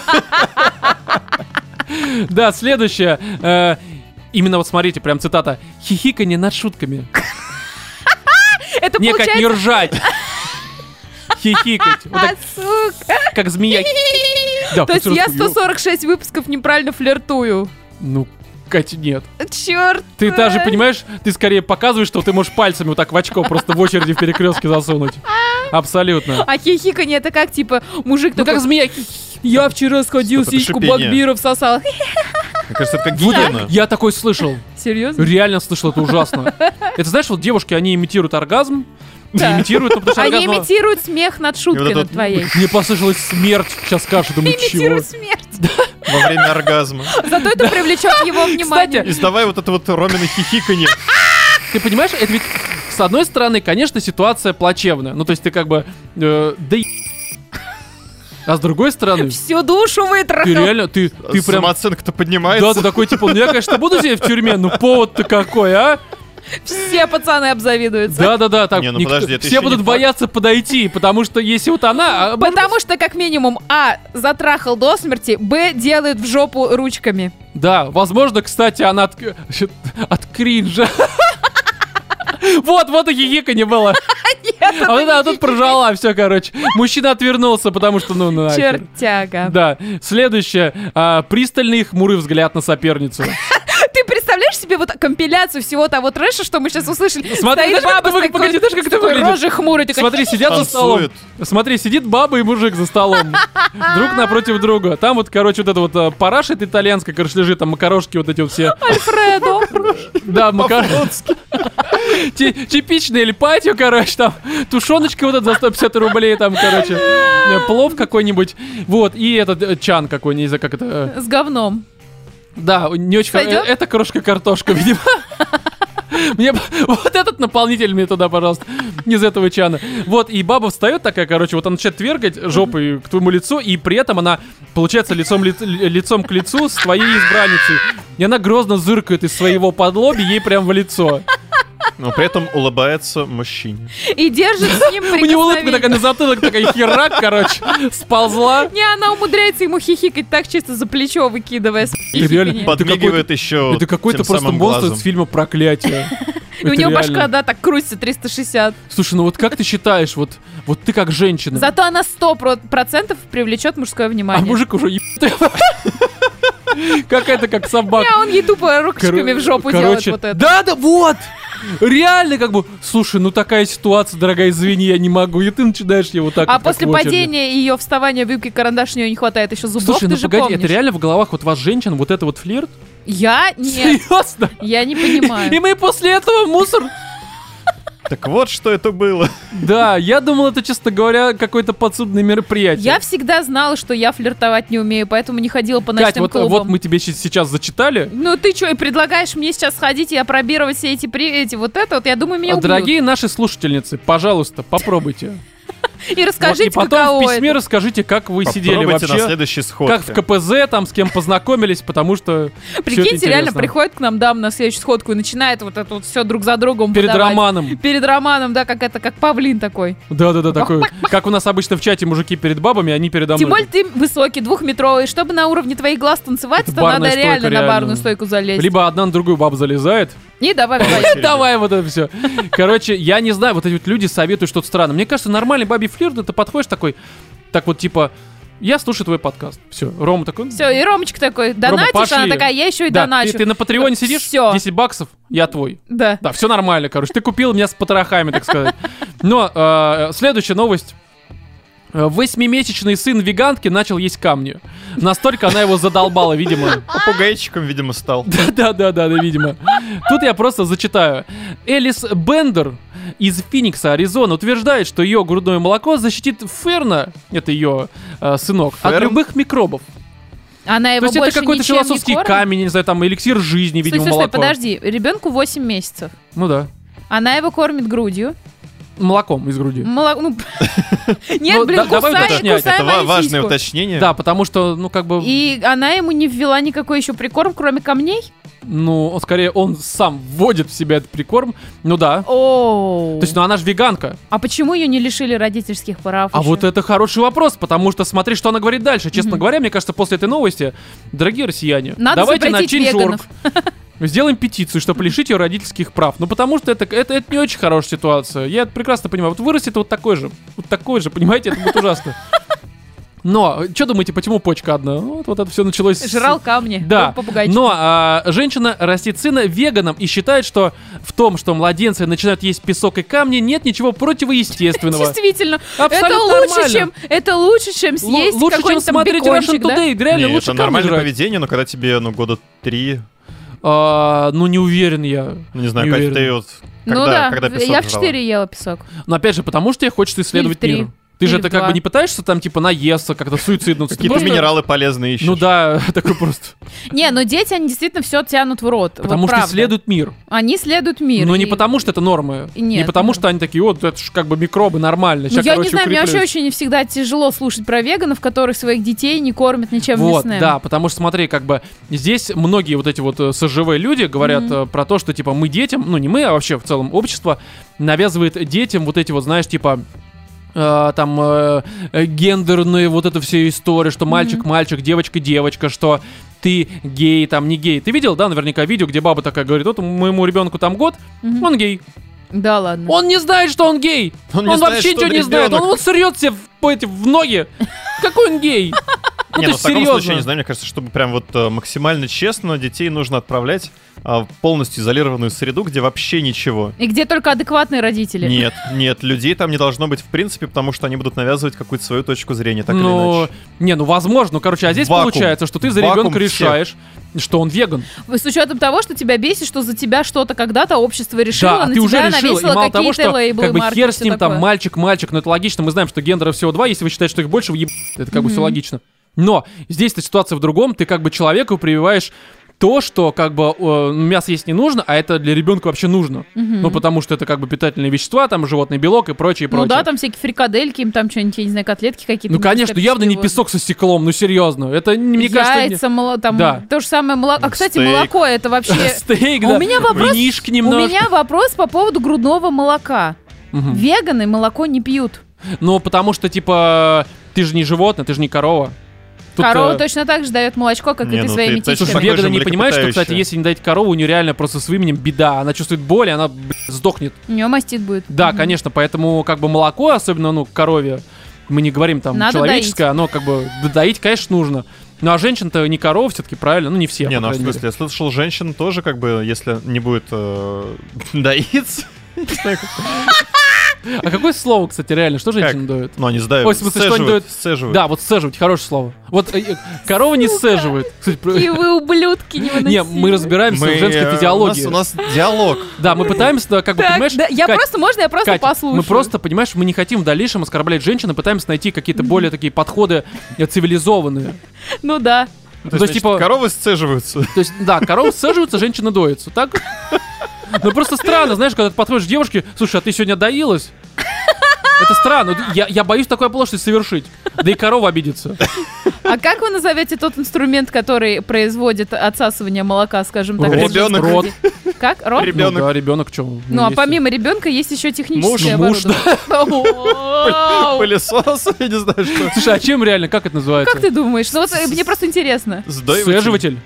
Да, следующее. Именно вот смотрите, прям цитата. Хихиканье над шутками. Это Не, как получается... не ржать. Хихикать. Вот так, сука! как змея. Да, То есть я просто, ёп. 146 выпусков неправильно флиртую. Ну, Катя, нет. Черт! Ты даже, понимаешь, ты скорее показываешь, что ты можешь пальцами вот так в очко просто в очереди в перекрестке засунуть. Абсолютно. А хихиканье это как, типа, мужик Ну, такой... как змея. Я вчера сходил, Стоп, это сиську шипение. Багбиров сосал. Мне кажется, это как Вот гиена. я такой слышал. Серьезно? Реально слышал, это ужасно. Это знаешь, вот девушки, они имитируют оргазм. Да. Не имитируют, ну, потому что Они оргазм... имитируют смех над шуткой вот это над вот- твоей. Мне послышалась смерть, сейчас скажешь, думаю, чего? Имитируют смерть. во время оргазма. Зато это привлечет его внимание. Издавай вот это вот Ромина хихиканье. Ты понимаешь, это ведь, с одной стороны, конечно, ситуация плачевная. Ну, то есть ты как бы... А с другой стороны... Всю душу Ты вытрахал. реально, ты прям... Самооценка-то Да, поднимается. ты такой, типа, ну я, конечно, буду сидеть в тюрьме, ну повод-то какой, а? Все пацаны обзавидуются. Да, так Не, ну подожди, это все еще не будут факт. бояться подойти, потому что если вот она... Потому что, как минимум, а, затрахал до смерти, б, делает в жопу ручками. Да, возможно, кстати, она от кринжа. Вот и хихиканье было. А тут прожала, все, короче. Мужчина отвернулся, потому что, ну, нахер. Чертяга. Да, следующее. Пристальный хмурый взгляд на соперницу. Ты представляешь себе вот компиляцию всего того трэша, что мы сейчас услышали? Смотри, Стоит знаешь, как баба это с такой- погоди, знаешь, как с это такой выглядит? рожей хмурой. такой, Смотри, сидят за столом. Танцует. Смотри, сидит баба и мужик за столом. Друг напротив друга. Там вот, короче, вот это вот параша это итальянская, короче, лежит, там макарошки вот эти вот все. Альфредо. Да, макарошки. Типичный эль патио, короче, там тушеночка вот эта за 150 рублей, там, короче, плов какой-нибудь. Вот, и этот чан какой, не знаю, как это... С говном. Да, не очень... Сойдёт? Это крошка-картошка, видимо. Мне вот этот наполнитель мне туда, пожалуйста, из этого чана. Вот, и баба встает такая, короче, вот она начинает твергать жопой к твоему лицу, и при этом она, получается, лицом к лицу с твоей избранницей. И она грозно зыркает из своего подлоби ей прям в лицо. Но при этом улыбается мужчине. И держит с ним У него улыбка такая прикосновение. на затылок, такая херак, короче, сползла. Не, она умудряется ему хихикать так чисто за плечо, выкидывая с И реально хихиканье. Подмигивает еще Это какой-то тем просто самым монстр глазом. из фильма «Проклятие». И у Это него реально. башка, да, так крутится 360. Слушай, ну вот как ты считаешь, вот ты как женщина, Зато она 100% привлечет мужское а внимание. мужик уже ебать. Какая-то как собака. А он ей тупо ручками в жопу делает вот это. Да, вот! Реально, как бы, слушай, ну такая ситуация, дорогая, извини, я не могу. И ты начинаешь его так А вот, как после в очереди. падения и ее вставания в юбке карандаш у нее не хватает еще зубов, Слушай, ты ну же погоди, помнишь. это реально в головах вот вас, женщин, вот это вот флирт? Я? Нет, Серьезно? я не И понимаю. мы после этого мусор... Так вот, что это было. Да, я думал, это, честно говоря, какое-то подсудное мероприятие. Я всегда знала, что я флиртовать не умею, поэтому не ходила по Кать, ночным вот клубам. мы тебе сейчас зачитали. Ну ты что, и предлагаешь мне сейчас сходить и опробировать все эти вот это вот? Я думаю, меня убьют. Дорогие наши слушательницы, пожалуйста, попробуйте. И расскажите, Вот, и потом каково в письме это. расскажите, как вы сидели Попробуйте на вообще. следующей Как сходке. в КПЗ, там, с кем познакомились, потому что... всё это Прикиньте, реально интересно. приходит к нам дама на следующую сходку и начинает вот это вот все друг за другом Перед подавать. романом. Перед романом, да, как павлин такой. Да, такой. Как у нас обычно в чате мужики перед бабами, они передо мной. Тем более ты высокий, двухметровый. Чтобы на уровне твоих глаз танцевать, Это то барная надо стойка, реально на реально. барную стойку залезть. Либо одна на другую баба залезает. И давай вдвоем. Давай вот это все. Короче, я не знаю, вот эти вот люди советуют что-то странное. Мне кажется, нормальный бабий флирт, ты подходишь такой, так вот типа, я слушаю твой подкаст. Все, Рома такой. Все, и Ромочка такой, донатишь, пошли. она такая, я еще и Да, доначу. ты на Патреоне сидишь, Всё. 10 баксов, я твой. Да. Да, все нормально, короче. Ты купил меня с потрохами, так сказать. Но следующая новость. 8-месячный сын веганки начал есть камни. Настолько она его задолбала, видимо. Попугайчиком, видимо, стал. Да, видимо. Тут я просто зачитаю. Элис Бендер из Финикса, Аризона, утверждает, что ее грудное молоко защитит Ферна, это ее сынок, от Ферн? любых микробов. Она То его есть это больше какой-то ничем не философский кормит? камень, не знаю, там эликсир жизни, видимо, Стой, молоко. подожди, ребенку 8 месяцев. Ну да. Она его кормит грудью. Молоком из груди. Ну, Ну, нет, блин, давай уточнять. кусай Это мою важное сиську. уточнение. Да, потому что, ну, как бы, И она ему не ввела никакой еще прикорм, кроме камней? ну, скорее, он сам вводит в себя этот прикорм. Ну да. О. То есть, ну, она же веганка. А почему ее не лишили родительских прав? А еще? вот это хороший вопрос, потому что смотри, что она говорит дальше. Честно говоря, мне кажется, после этой новости, дорогие россияне, Надо давайте на запретить Change.org веганов. сделаем петицию, чтобы лишить ее родительских прав. Ну, потому что это не очень хорошая ситуация. Я это прекрасно понимаю. Вот вырастет вот такой же, понимаете, это будет ужасно. Но, что думаете, почему почка одна? Вот это все началось... Жрал камни. Да, попугайчик. но женщина растит сына веганом и считает, что в том, что младенцы начинают есть песок и камни, нет ничего противоестественного. Действительно, Абсолютно это лучше, чем съесть Лучше, чем какой-нибудь там смотреть Russian бекончик, да? Today. Реально, Не, лучше это камни нормальное жрать. поведение, но когда тебе, года 3, Ну, не уверен я. ну, не знаю, Не Катя, уверен. ты вот... Ну да, когда песок я в жрала? 4 ела песок. Но опять же, потому что я хочется исследовать Или в 3. мир. Ты же Или это как два. бы не пытаешься там типа наесться, как-то суициднуться. Ты Какие-то просто- минералы полезные ищешь. Ну да, такой просто. Не, но дети, они действительно все тянут в рот. Потому вот что правда. исследуют мир. Они исследуют мир. Но не и- потому, что это нормы. И Не нет, потому, нет. что они такие, вот, это же как бы микробы, нормально. Ну, Сейчас, я короче, не знаю, мне вообще укреплюсь. очень всегда тяжело слушать про веганов, которых своих детей не кормят ничем Вот, мясным. да, потому что, смотри, как бы здесь многие вот эти вот СЖВ люди говорят про то, что, типа, мы детям, ну, не мы, а вообще в целом общество навязывает детям вот эти вот, знаешь, типа, гендерные вот эта вся история, что мальчик-мальчик, девочка-девочка, что ты гей, там, не гей. Ты видел, да, наверняка видео, где баба такая говорит, вот моему ребенку там год, он гей. Да ладно. Он не знает, что он гей. Он Он, не знает, вообще что ничего он не знает. Он ребенок. вот срет себе в ноги. Какой он гей? Ну, Не, то ну есть в таком серьезно. случае, не знаю, мне кажется, чтобы прям вот максимально честно детей нужно отправлять в полностью изолированную среду, где вообще ничего. И где только адекватные родители. Нет, людей там не должно быть в принципе, потому что они будут навязывать какую-то свою точку зрения, так или Ну, иначе. не, ну возможно, ну короче, а здесь Вакуум. получается, что ты за Вакуум ребенка всех. решаешь, что он веган. С учетом того, что тебя бесит, что за тебя что-то когда-то общество решило, Да, а на ты уже тебя решил, и навесило мало того, какие-то что лейблы, как бы марки, хер всё с ним там такое. мальчик, но это логично, мы знаем, что гендеров всего два, если вы считаете, что их больше, вы это как бы все логично. Но здесь-то ситуация в другом, ты как бы человеку прививаешь то, что как бы мясо есть не нужно, а это для ребенка вообще нужно. Ну, потому что это как бы питательные вещества, там животный белок и прочее, Ну прочее. да, там всякие фрикадельки, им там что-нибудь, я не знаю, котлетки какие-то. Ну, конечно, явно не песок со стеклом, ну, серьезно. Это, мне кажется... Яйца, там Да. то же самое молоко. А, кстати, Стейк. молоко это вообще... Стейк, А да. у меня вопрос- Винишко У немножко. меня вопрос по поводу грудного молока. Мгм. Веганы молоко не пьют. Ну, потому что, типа, ты же не животное, ты же не корова. Тут, Корова э, точно так же дает молочко, как Не, и ты ну своими ты точно Слушай, титьками. такой же веганы не понимают, что, кстати, млекопитающее. если не дать корову, у нее реально просто с временем беда. Она чувствует боль, и она, сдохнет. У нее мастит будет. Да, конечно, поэтому как бы молоко, особенно, ну, коровье, мы не говорим там Надо человеческое, оно как бы доить, конечно, нужно. Ну, а женщин-то не корова все-таки, правильно? Ну, не все, Не, по ну а в крайней мере. смысле, я слышал, женщин тоже как бы, если не будет доиться, не знаю, как- А какое слово, кстати, реально? Что женщины доют? ну они сдают, Ой, в смысле, что они сцеживают, дают? сцеживают. Да, вот сцеживать, хорошее слово. Вот корова не сцеживает. Кстати, И вы ублюдки невыносимые. не, мы разбираемся в женской физиологии. У нас диалог. Да, мы пытаемся, да, как бы, Так, понимаешь, да, я Кать, просто, можно я просто Кать, послушаю? мы просто, понимаешь, мы не хотим в дальнейшем оскорблять женщин, и пытаемся найти какие-то более такие подходы цивилизованные. Ну да. То есть, типа- коровы сцеживаются. То есть, да, коровы сцеживаются, женщины доятся, так? Ну просто странно, знаешь, когда ты подходишь к девушке, слушай, а ты сегодня доилась? Это странно. Я боюсь такой оплошность совершить. Да и корова обидится. А как вы назовете тот инструмент, который производит отсасывание молока, скажем так? Рот. в женском Ребенок. виде? Как? Рот? Ребенок. Ну да, ребенок что? Ну, а помимо ребенка есть еще техническое Муж, оборудование. Пылесос, я не знаю, что. Слушай, а чем реально, как это называется? Как ты думаешь? Ну вот мне просто интересно. Сдоиватель. Сцеживатель?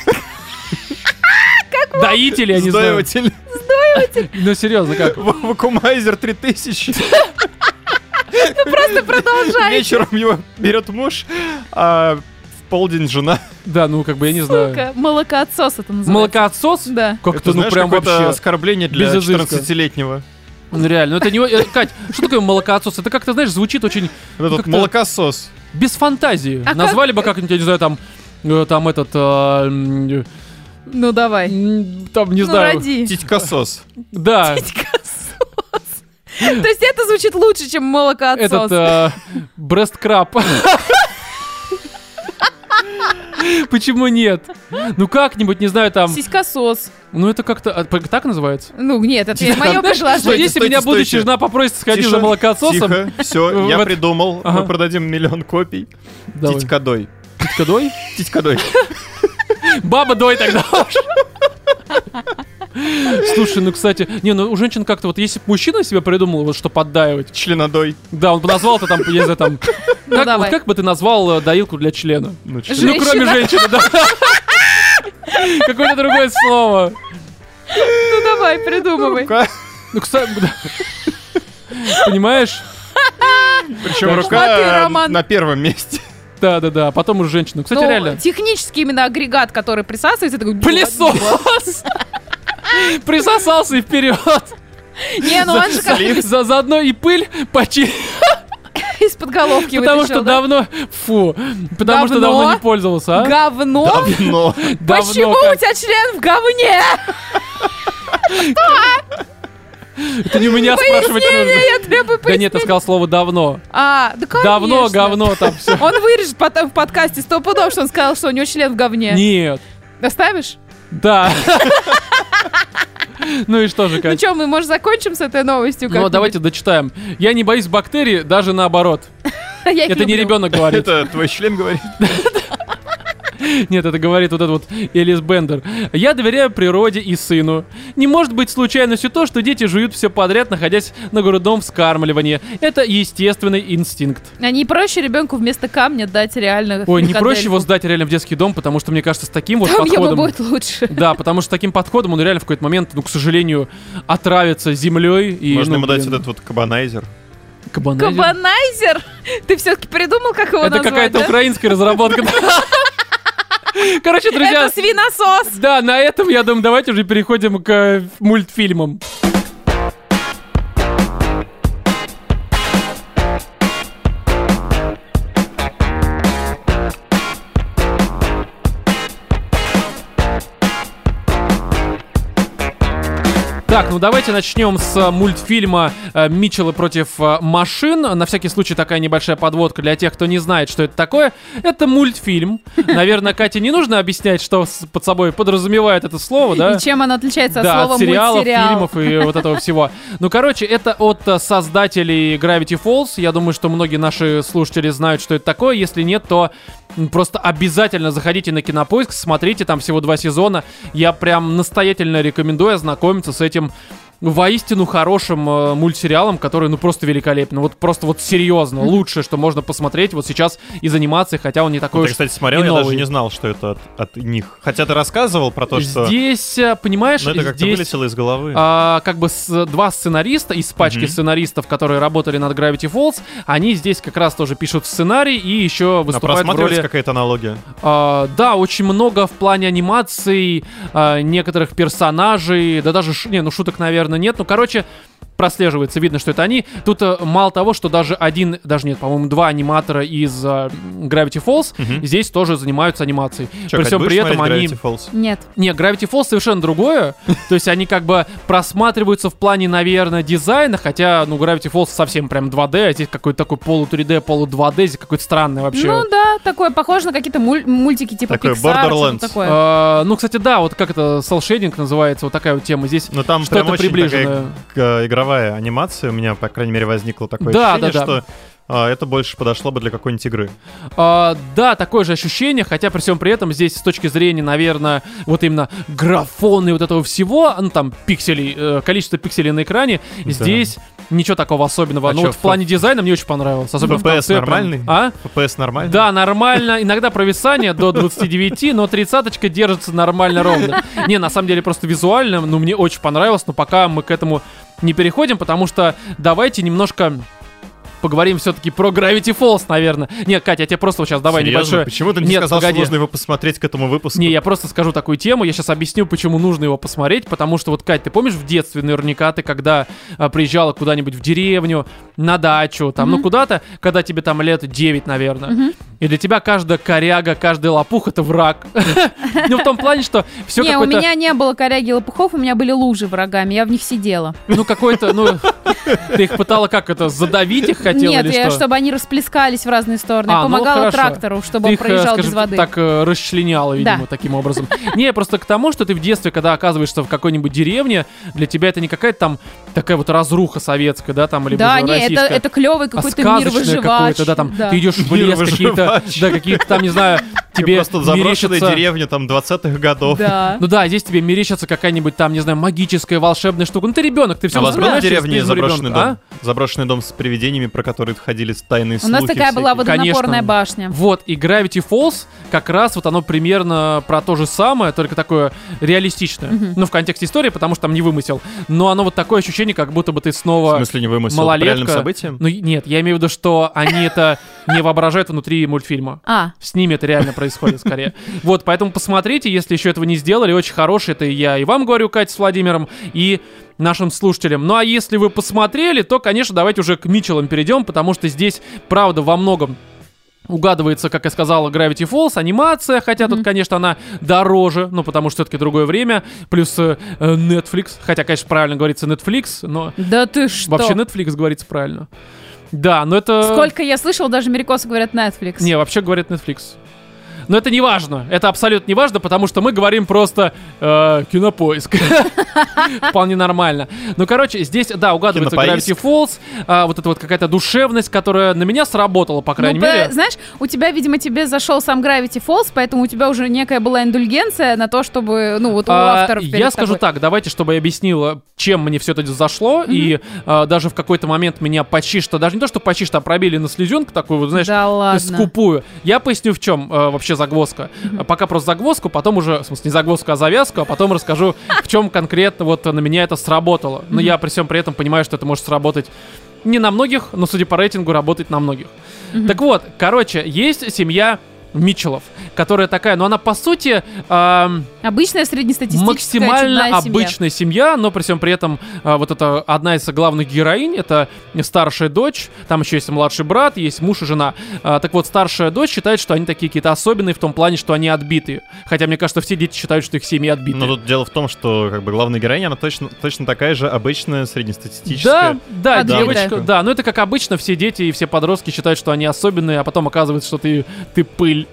Доитель, я не знаю. Сдоиватель. Ну серьезно, как? Вакуумайзер 3000. Просто продолжай. Вечером его берет муж, а в полдень жена. Да, ну как бы я не знаю. Сука, молокоотсос это называется. Молокоотсос? Да. Как-то, Это, ну знаешь, прям какое-то вообще. оскорбление для без изыска. 14-летнего. Ну реально, ну это не... Кать, что такое молокоотсос? Это как-то, знаешь, звучит очень Этот как-то молокосос. без фантазии. А Назвали бы как-нибудь, я не знаю, там этот... Ну давай. Там, не Ну знаю. роди. Титькосос. Да, То есть это звучит лучше, чем молокоотсос. этот брест-краб. Почему нет? Ну как-нибудь, не знаю, там... Сиськосос. Ну это как-то... так называется? Ну нет, это мое Что предложение. если стойте, меня будущая стойте. жена попросит сходить Тише, за молокоотсосом... Тихо, все, я Вот. придумал. Ага. Мы продадим 1 000 000 копий. Давай. Титькодой. Титькодой? Титькодой. Баба дой тогда уж. Слушай, ну, кстати, не, ну у женщин как-то вот, если бы мужчина себе придумал, вот что поддаивать, Членодой. да, он бы назвал это там, я не знаю, там, Ну, как, давай. вот как бы ты назвал доилку для члена? Ну, Ж- Ну, кроме женщины, да. Какое-то другое слово. Ну давай, придумывай. рука. Ну, кстати, да. Понимаешь? Причем Так, рука смотри, Роман. на первом месте. Да, потом уже женщину. Кстати, Ну, реально. технически именно агрегат, который присасывается, такой... Пылесос! Присосался и вперед. Не, ну он же как Заодно и пыль почистил. из-под головки Потому что вытащил, да? давно... Фу. Потому что Говно? давно не пользовался, а? Говно? Давно. Почему Давно, у тебя член в говне? Это не у меня спрашивать нужно. Я требую Да нет, ты сказал слово «давно». Да, конечно. Давно, говно там все. Он вырежет потом в подкасте 100 пудов, что он сказал, что у него член в говне. Нет. Доставишь? Да. Ну и что же, Ну Катя? что, мы, может, закончим с этой новостью? Ну, давайте дочитаем. Я не боюсь бактерий, даже наоборот. Это не ребенок говорит. Это твой член говорит? Нет, это говорит вот этот вот Элис Бендер. Я доверяю природе и сыну. Не может быть случайностью то, что дети жуют все подряд, находясь на грудном вскармливании. Это естественный инстинкт. А не проще ребенку вместо камня дать реально Ой, не фрикадельку? проще его сдать реально в детский дом, потому что, мне кажется, с таким вот Там ему подходом... будет лучше. Да, потому что с таким подходом он реально в какой-то момент, ну, к сожалению, отравится землей. И, Можно ну, ему дать блин, этот вот кабанайзер. кабанайзер. Кабанайзер? Ты все-таки придумал, как его Это назвать, какая-то да? украинская разработка. Короче, друзья, Это свиносос. да, на этом, я думаю, давайте уже переходим к мультфильмам. Так, ну давайте начнем с мультфильма «Митчеллы против машин». На всякий случай такая небольшая подводка для тех, кто не знает, что это такое. Это мультфильм. Наверное, Кате не нужно объяснять, что под собой подразумевает это слово, да? И чем оно отличается от Да, слова от сериалов, мультсериал? фильмов и вот этого всего. Ну, короче, это от создателей Gravity Falls. Я думаю, что многие наши слушатели знают, что это такое. Если нет, то просто обязательно заходите на Кинопоиск, смотрите, там всего 2 сезона. Я прям настоятельно рекомендую ознакомиться с этим воистину хорошим мультсериалом, который, ну, просто великолепный. Вот просто вот серьезно, лучшее, что можно посмотреть вот сейчас из анимации, хотя он не такой Ну, уж ты, кстати, смотрел, и я новый. даже не знал, что это от них. Хотя ты рассказывал про то, что... Здесь, понимаешь, Ну, это как-то здесь... вылетело из головы. как бы два сценариста из пачки сценаристов, которые работали над Gravity Falls, они здесь как раз тоже пишут сценарий и еще А выступают в просматривается роли... какая-то аналогия? Да, очень много в плане анимаций, некоторых персонажей, да даже, шуток, наверное, нет. Ну, короче, прослеживается, видно, что это они. Тут мало того, что даже по-моему, 2 аниматора из Gravity Falls здесь тоже занимаются анимацией. Чё, При Кать, всем будешь при этом смотреть они... Gravity Falls? Нет. Не, Gravity Falls совершенно другое. То есть они как бы просматриваются в плане, наверное, дизайна, хотя, ну, Gravity Falls совсем прям 2D, а здесь какой-то такой полу-3D, полу-2D, здесь какой-то странный вообще. Ну да, такое похоже на какие-то мультики типа Такое Pixar, Borderlands. что-то такое. Ну, кстати, да, вот как это, cel-shading называется, вот такая вот тема. Здесь Но там что-то прям очень приближенное. такая игровая анимация. У меня, по крайней мере, возникло такое Да, ощущение, да, да. что это больше подошло бы для какой-нибудь игры. Да, такое же ощущение, хотя при всем при этом здесь с точки зрения, наверное, вот именно графона и вот этого всего, ну там пикселей, количество пикселей на экране, Да. здесь ничего такого особенного. А Но чё, вот в плане дизайна мне очень понравилось, особенно в FPS конце. прям. нормальный? А? FPS нормально? Да, нормально. Иногда провисание до 29, но 30-очка держится нормально ровно. Не, на самом деле просто визуально, ну, мне очень понравилось, но пока мы к этому не переходим, потому что давайте немножко поговорим все-таки про Gravity Falls, наверное. Нет, Катя, я тебе просто вот сейчас давай Серьезно? небольшое... Почему ты не Нет, сказал, погоди. что нужно его посмотреть к этому выпуску? Не, я просто скажу такую тему, я сейчас объясню, почему нужно его посмотреть, потому что вот, Кать, ты помнишь в детстве наверняка ты, когда приезжала куда-нибудь в деревню, на дачу, там, ну куда-то, когда тебе там лет 9, наверное, и для тебя каждая коряга, каждый лопух — это враг. Ну, в том плане, что все Не, у какое-то... меня не было коряги и лопухов, у меня были лужи врагами, я в них сидела. Ну, какой-то, ну... Ты их пытала как это, задавить их хотела Нет, или я, что? чтобы они расплескались в разные стороны. Я Ну, помогала хорошо. трактору, чтобы Ты он их, проезжал скажем, без воды. так расчленяла, видимо, Да. таким образом. Не, просто к тому, что ты в детстве, когда оказываешься в какой-нибудь деревне, для тебя это не какая-то там такая вот разруха советская, да, там, либо Да, же не, российская, это клевый какой-то мир сказочное выживач. какое-то, да, там, ты идешь в лес, какие-то, выживач. да, какие-то там, не знаю, тебе Просто заброшенная мерещится... деревня там 20-х годов. Да. Ну да, здесь тебе мерещится какая-нибудь там, не знаю, магическая, волшебная штука. Ну ты ребенок, ты все А у вас был в воспринимаешь через деревне призму заброшенный ребенка, дом? Заброшенный дом с привидениями, про которые ходили тайные У слухи. нас такая была всякие. водонапорная Конечно. башня. Вот, и Gravity Falls как раз вот оно примерно про то же самое, только такое реалистичное. Ну, в контексте истории, потому что там не вымысел. Но оно вот такое ощущение, как будто бы ты В снова смысле не вымысел? По малолетка. реальным событиям? Ну, нет, я имею в виду, что они это не воображают внутри мультфильма. С ними это реально происходит скорее. Вот, поэтому посмотрите, если еще этого не сделали, очень хороший. Это я и вам говорю, Катя, с Владимиром, и нашим слушателям. Ну а если вы посмотрели, то, конечно, давайте уже к Митчеллам перейдем, потому что здесь, правда, во многом угадывается, как я сказал, Gravity Falls, анимация, хотя тут, конечно, она дороже, ну, потому что все-таки другое время, плюс Netflix, хотя, конечно, правильно говорится Netflix, но Да ты что? вообще Netflix говорится правильно. Да, но это... Сколько я слышал, даже америкосы говорят Netflix. Не, вообще говорят Netflix. Но это не важно, это абсолютно не важно, потому что мы говорим просто Кинопоиск. Вполне нормально. Ну, короче, здесь, да, угадывается Кинопоиск. Gravity Falls, вот эта вот какая-то душевность, которая на меня сработала, по крайней мере. Знаешь, у тебя, видимо, тебе зашел сам Gravity Falls, поэтому у тебя уже некая была индульгенция на то, чтобы, ну, вот у авторов перед Я скажу тобой. так, давайте, чтобы я объяснил, чем мне все это зашло, и даже в какой-то момент меня почти что, даже не то, что почти что, а пробили на слезенку такую, вот, знаешь, Да ладно. скупую. Я поясню, в чем вообще загвоздка. Пока просто загвоздку, потом уже, в смысле, не загвоздку, а завязку, а потом расскажу, в чем конкретно вот на меня это сработало. Но я при всем при этом понимаю, что это может сработать не на многих, но, судя по рейтингу, работает на многих. Так вот, короче, есть семья Митчеллов, которая такая, но она по сути Обычная среднестатистическая максимально чудная семья. обычная семья, но при всем при этом вот это одна из главных героинь, это старшая дочь, там еще есть младший брат, есть муж и жена. Так вот, старшая дочь считает, что они такие какие-то особенные в том плане, что они отбитые. Хотя мне кажется, все дети считают, что их семьи отбитые. Но тут дело в том, что как бы главная героиня, она точно такая же обычная среднестатистическая. Да, Отбитая. девочка, да, но это как обычно, все дети и все подростки считают, что они особенные, а потом оказывается, что ты пыль.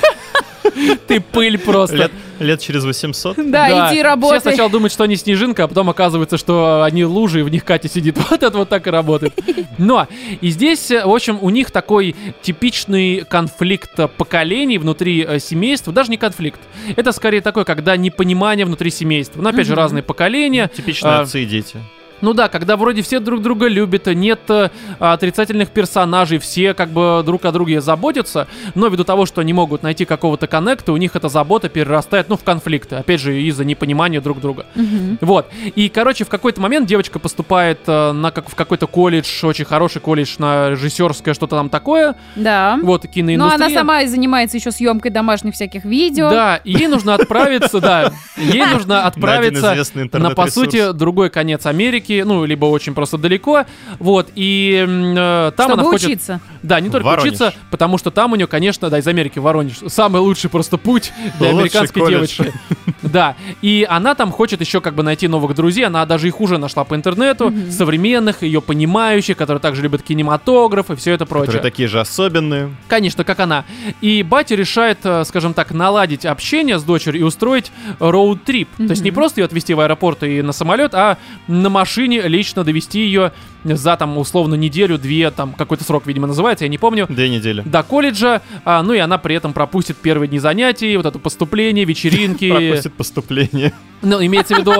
Ты пыль просто. Лет через 800. Да, иди работай. Все сначала думают, что они снежинка, а потом оказывается, что они лужи, и в них Катя сидит. Вот это вот так и работает. Но, и здесь, в общем, у них такой типичный конфликт поколений внутри семейства. Даже не конфликт. Это скорее такое, когда непонимание внутри семейства. Но, опять же, разные поколения. Типичные отцы и дети. Ну да, когда вроде все друг друга любят, нет отрицательных персонажей, все как бы друг о друге заботятся, но ввиду того, что не могут найти какого-то коннекта, у них эта забота перерастает, ну, в конфликты, опять же, из-за непонимания друг друга. Вот. И, короче, в какой-то момент девочка поступает в какой-то колледж, очень хороший колледж на режиссерское, что-то там такое. Да. Вот, киноиндустрия. Но она сама и занимается еще съемкой домашних всяких видео. Да, и ей нужно отправиться, ей нужно отправиться на, по сути, другой конец Америки, ну, либо очень просто далеко, вот, и там чтобы она хочет... учиться. Да, не только Воронеж. учиться, потому что там у нее, конечно, да, из Америки в Воронеж, самый лучший просто путь для Лучший американской колледж. девочки. Да, и она там хочет еще как бы найти новых друзей, она даже их уже нашла по интернету, современных, ее понимающих, которые также любят кинематограф и все это прочее. Которые такие же особенные. Конечно, как она. И батя решает, скажем так, наладить общение с дочерью и устроить роуд-трип. То есть не просто ее отвезти в аэропорт и на самолет, а на машине лично довести ее за там условно неделю-две, там какой-то срок, видимо, называется, я не помню. 2 недели. До колледжа, ну и она при этом пропустит первые дни занятий, вот это поступление, вечеринки. Пропустит поступление. Ну, имеется в виду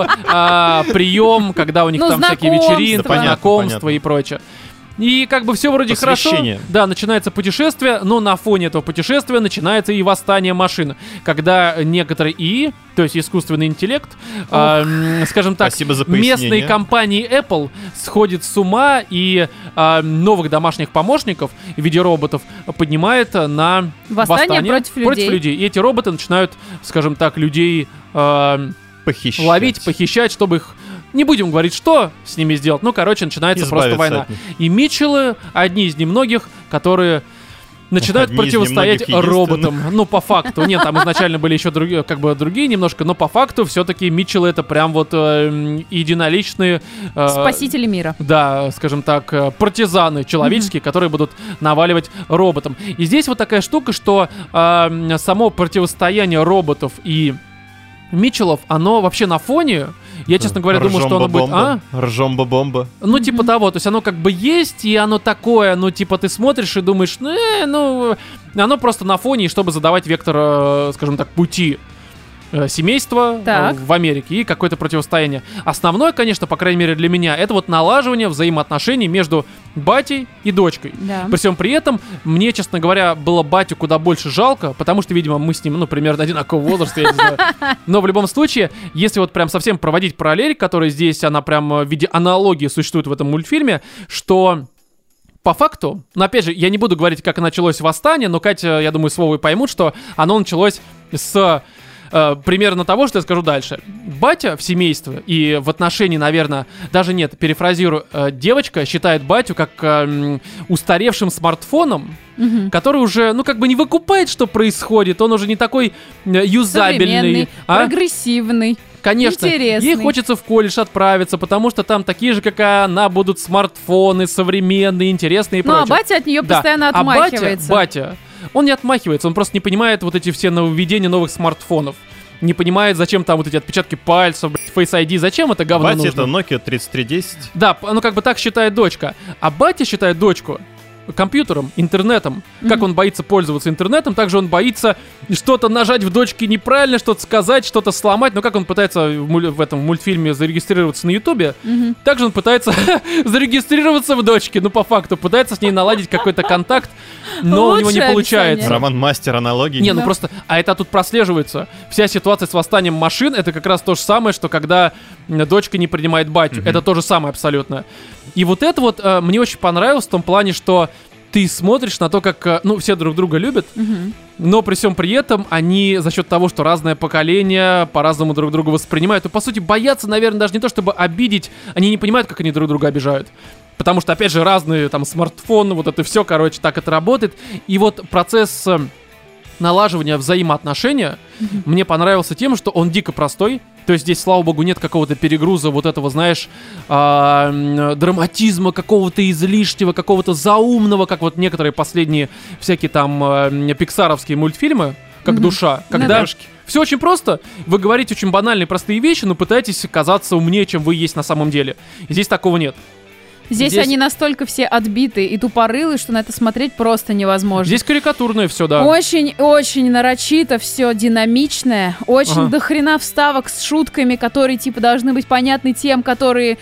прием, когда у них Ну, там всякие знакомства. вечеринки, Да, понятно, знакомства понятно. и прочее. И как бы все вроде хорошо. Посвящение. Да, начинается путешествие, но на фоне этого путешествия начинается и восстание машин. Когда некоторые ИИ, то есть искусственный интеллект, скажем так, Спасибо за пояснение. местные компании Apple сходит с ума и новых домашних помощников в виде роботов поднимает на Восстание против людей. И эти роботы начинают, скажем так, людей Похищать. ловить, похищать, чтобы их... Не будем говорить, что с ними сделать. Ну, короче, начинается просто Избавиться война. от них. И Митчеллы одни из немногих, которые начинают Одни из противостоять немногих роботам. Ну, по факту. Нет, там изначально были еще другие немножко, но по факту все-таки Митчеллы это прям вот единоличные... Спасители мира. Да, скажем так, партизаны человеческие, которые будут наваливать роботам. И здесь вот такая штука, что само противостояние роботов и Митчеллов, оно вообще на фоне... Я, честно говоря, думаю, что оно будет... Ржомба-бомба. Ну, типа того, то есть оно как бы есть, и оно такое, ну, типа ты смотришь и думаешь, оно просто на фоне, чтобы задавать вектор, скажем так, пути семейства Так. в Америке и какое-то противостояние. Основное, конечно, по крайней мере для меня, это вот налаживание взаимоотношений между батей и дочкой. Да. При всем при этом, мне, честно говоря, было батю куда больше жалко, потому что, видимо, мы с ним, ну, примерно одинакового возраста, я не знаю. Но в любом случае, если вот прям совсем проводить параллель, которая здесь, она прям в виде аналогии существует в этом мультфильме, что... По факту, но опять же, я не буду говорить, как началось восстание, но Катя, я думаю, с Вовой поймут, что оно началось с примерно того, что я скажу дальше. Батя в семействе и в отношении, наверное, даже нет, перефразирую, девочка считает батю как устаревшим смартфоном, который уже, ну, как бы не выкупает, что происходит, он уже не такой юзабельный. Современный, прогрессивный. Конечно, интересный. ей хочется в колледж отправиться, потому что там такие же, как и она, будут смартфоны современные, интересные и Ну, прочее. а батя от нее постоянно А отмахивается. батя, он не отмахивается, он просто не понимает вот эти все нововведения новых смартфонов. Не понимает, зачем там вот эти отпечатки пальцев, Face ID, зачем это говно Батя нужно. это Nokia 3310. Да, ну как бы так считает дочка. А батя считает дочку компьютером, интернетом. Как он боится пользоваться интернетом, также он боится что-то нажать в дочке неправильно, что-то сказать, что-то сломать. Но как он пытается в этом мультфильме зарегистрироваться на Ютубе, также он пытается зарегистрироваться в дочке. Ну, по факту, пытается с ней наладить какой-то контакт, но у него не Лучшее получается. описание. Роман мастер аналогий. Не, ну Да. просто, а это тут прослеживается. Вся ситуация с восстанием машин, это как раз то же самое, что когда дочка не принимает батю. Это то же самое абсолютно. И вот это вот мне очень понравилось в том плане, что ты смотришь на то, как, ну, все друг друга любят, но при всем при этом они за счет того, что разное поколение по-разному друг друга воспринимают, и, по сути, боятся, наверное, даже не то, чтобы обидеть, они не понимают, как они друг друга обижают. Потому что, опять же, разные там смартфоны, вот это все, короче, так это работает. И вот процесс налаживания взаимоотношения мне понравился тем, что он дико простой. То есть здесь, слава богу, нет какого-то перегруза вот этого, знаешь, драматизма, какого-то излишнего, какого-то заумного, как вот некоторые последние всякие там пиксаровские мультфильмы, как «Душа», когда все очень просто, вы говорите очень банальные, простые вещи, но пытаетесь казаться умнее, чем вы есть на самом деле. И здесь такого нет. Здесь они настолько все отбиты и тупорылые, что на это смотреть просто невозможно. Здесь карикатурное все, да. Очень-очень нарочито, все динамичное, очень дохрена вставок с шутками, которые типа должны быть понятны тем, которые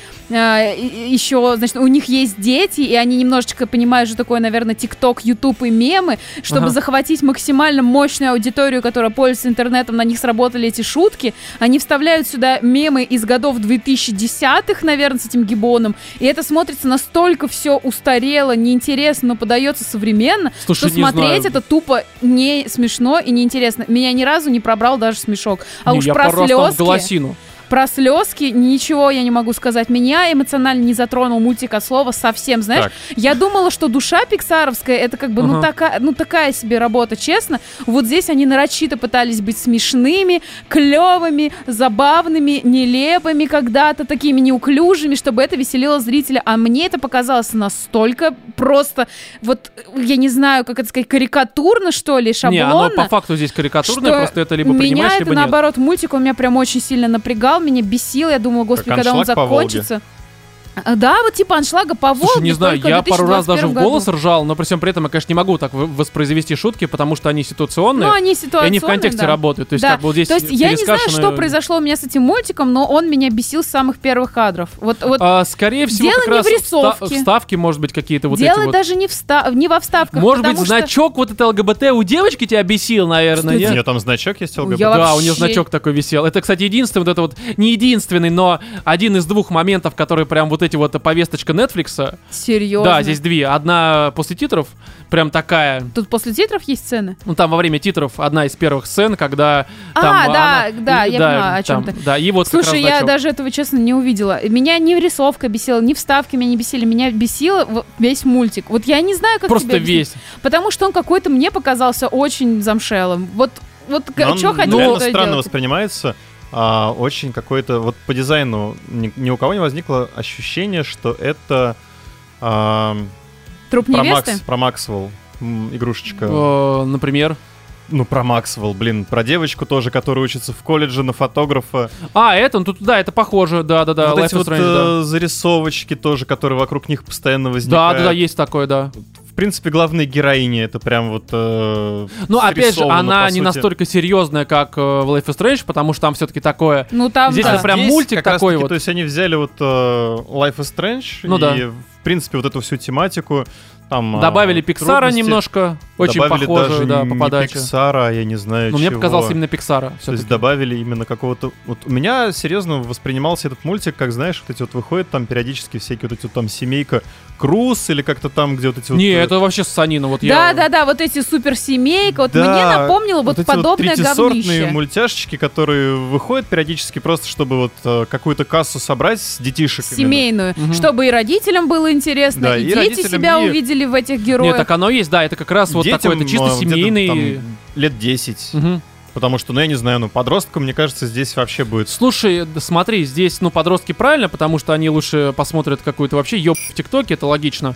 еще, значит, у них есть дети, и они немножечко понимают, что такое, наверное, ТикТок, Ютуб и мемы, чтобы захватить максимально мощную аудиторию, которая пользуется интернетом, на них сработали эти шутки. Они вставляют сюда мемы из годов 2010-х, наверное, с этим гибоном, и это смотрится настолько все устарело, неинтересно, но подается современно, Слушай, что не смотреть знаю. это тупо не смешно и неинтересно. Меня ни разу не пробрал даже смешок. А Не, уж я про пару раз там в слезки... голосину. Про слезки ничего я не могу сказать. Меня эмоционально не затронул мультик от слова совсем, знаешь. Так. Я думала, что «Душа» пиксаровская, это как бы, такая себе работа, честно. Вот здесь они нарочито пытались быть смешными, клевыми, забавными, нелепыми когда-то, такими неуклюжими, чтобы это веселило зрителя. А мне это показалось настолько просто, вот, я не знаю, как это сказать, карикатурно, что ли, шаблонно. Не, оно по факту здесь карикатурное, что просто это либо принимаешь, меня это, либо нет. наоборот, мультик, он меня прям очень сильно напрягал, меня бесил, я думала, господи, Как когда он «Аншлаг по Волге». закончится. Да, вот типа «Аншлага по Волге». Слушай, не знаю, только я в пару раз даже в 2021 голос году. ржал, но при всем при этом я, конечно, не могу так воспроизвести шутки, потому что они ситуационные, Ну, они и ситуационные, они в контексте да. работают. То есть, Да. как бы вот здесь То есть я не знаю, перескашено- что произошло у меня с этим мультиком, но он меня бесил с самых первых кадров. Вот скорее всего, дело как не раз в рисовке. вставки, может быть, какие-то вот дело эти вот. даже не во вставках. Может быть, потому что- значок вот это ЛГБТ у девочки тебя бесил, наверное, У нет? нее там значок есть ЛГБТ. Я Да, у вообще- нее значок такой висел. Это, кстати, единственный, вот это вот, не единственный, но один из двух моментов, которые прям вот эти вот повесточка Netflix. Серьезно? Да, здесь две. Одна после титров, прям такая. Тут после титров есть сцены? Ну, там во время титров одна из первых сцен, когда там да, я понимаю, о чем там, ты. Да, и вот как Слушай, раз я значок. даже этого, честно, не увидела. Меня ни рисовка бесила, ни вставки меня не бесили. Меня бесило весь мультик. Вот я не знаю, как Просто тебе объяснить. весь. Потому что он какой-то мне показался очень замшелым. Вот Но он что хотел, реально то и странно делать. воспринимается. Очень какой-то... Вот по дизайну ни у кого не возникло ощущение, что это Труп невесты? про Максвелл игрушечка. Например. Ну, про Максвелл, блин, про девочку тоже, которая учится в колледже на фотографа. Это, ну тут, да, это похоже, да-да-да. Вот Life эти is вот Strange, да. зарисовочки тоже, которые вокруг них постоянно возникают. Да, есть такое, да. В принципе, главная героиня это прям вот Ну, опять же, срисовано, она по не сути. настолько серьезная, как в Life is Strange, потому что там все-таки такое... Ну там, Здесь да. это прям Здесь мультик как раз такой таки, вот. То есть они взяли вот Life is Strange Ну и да. принципе, вот эту всю тематику. Там, Добавили Пиксара трудности. очень Добавили похоже, даже да, по не подаче. Пиксара, я не знаю Но чего. мне показалось именно Пиксара. То есть всё-таки. добавили именно какого-то... Вот у меня серьезно воспринимался этот мультик, как, знаешь, вот эти вот выходят там периодически всякие вот эти вот там семейка Круз или как-то там, где вот эти Не, вот... это вообще ссанина. Вот я... Да, вот эти суперсемейка. Вот Да, мне напомнило вот эти подобное вот третьесортные говнище. мультяшечки, которые выходят периодически просто, чтобы вот какую-то кассу собрать с детишек. именно. Семейную. Чтобы и родителям было интересно, Да, и и дети родителям, себя и- увидели в этих Нет, героях. так оно есть, да, это как раз вот Детям, такой, это чисто где-то семейный... там лет 10. Мгм. Потому что, я не знаю, подросткам, мне кажется, здесь вообще будет... Слушай, да смотри, здесь, подростки правильно, потому что они лучше посмотрят какую-то вообще ёб в ТикТоке, это логично.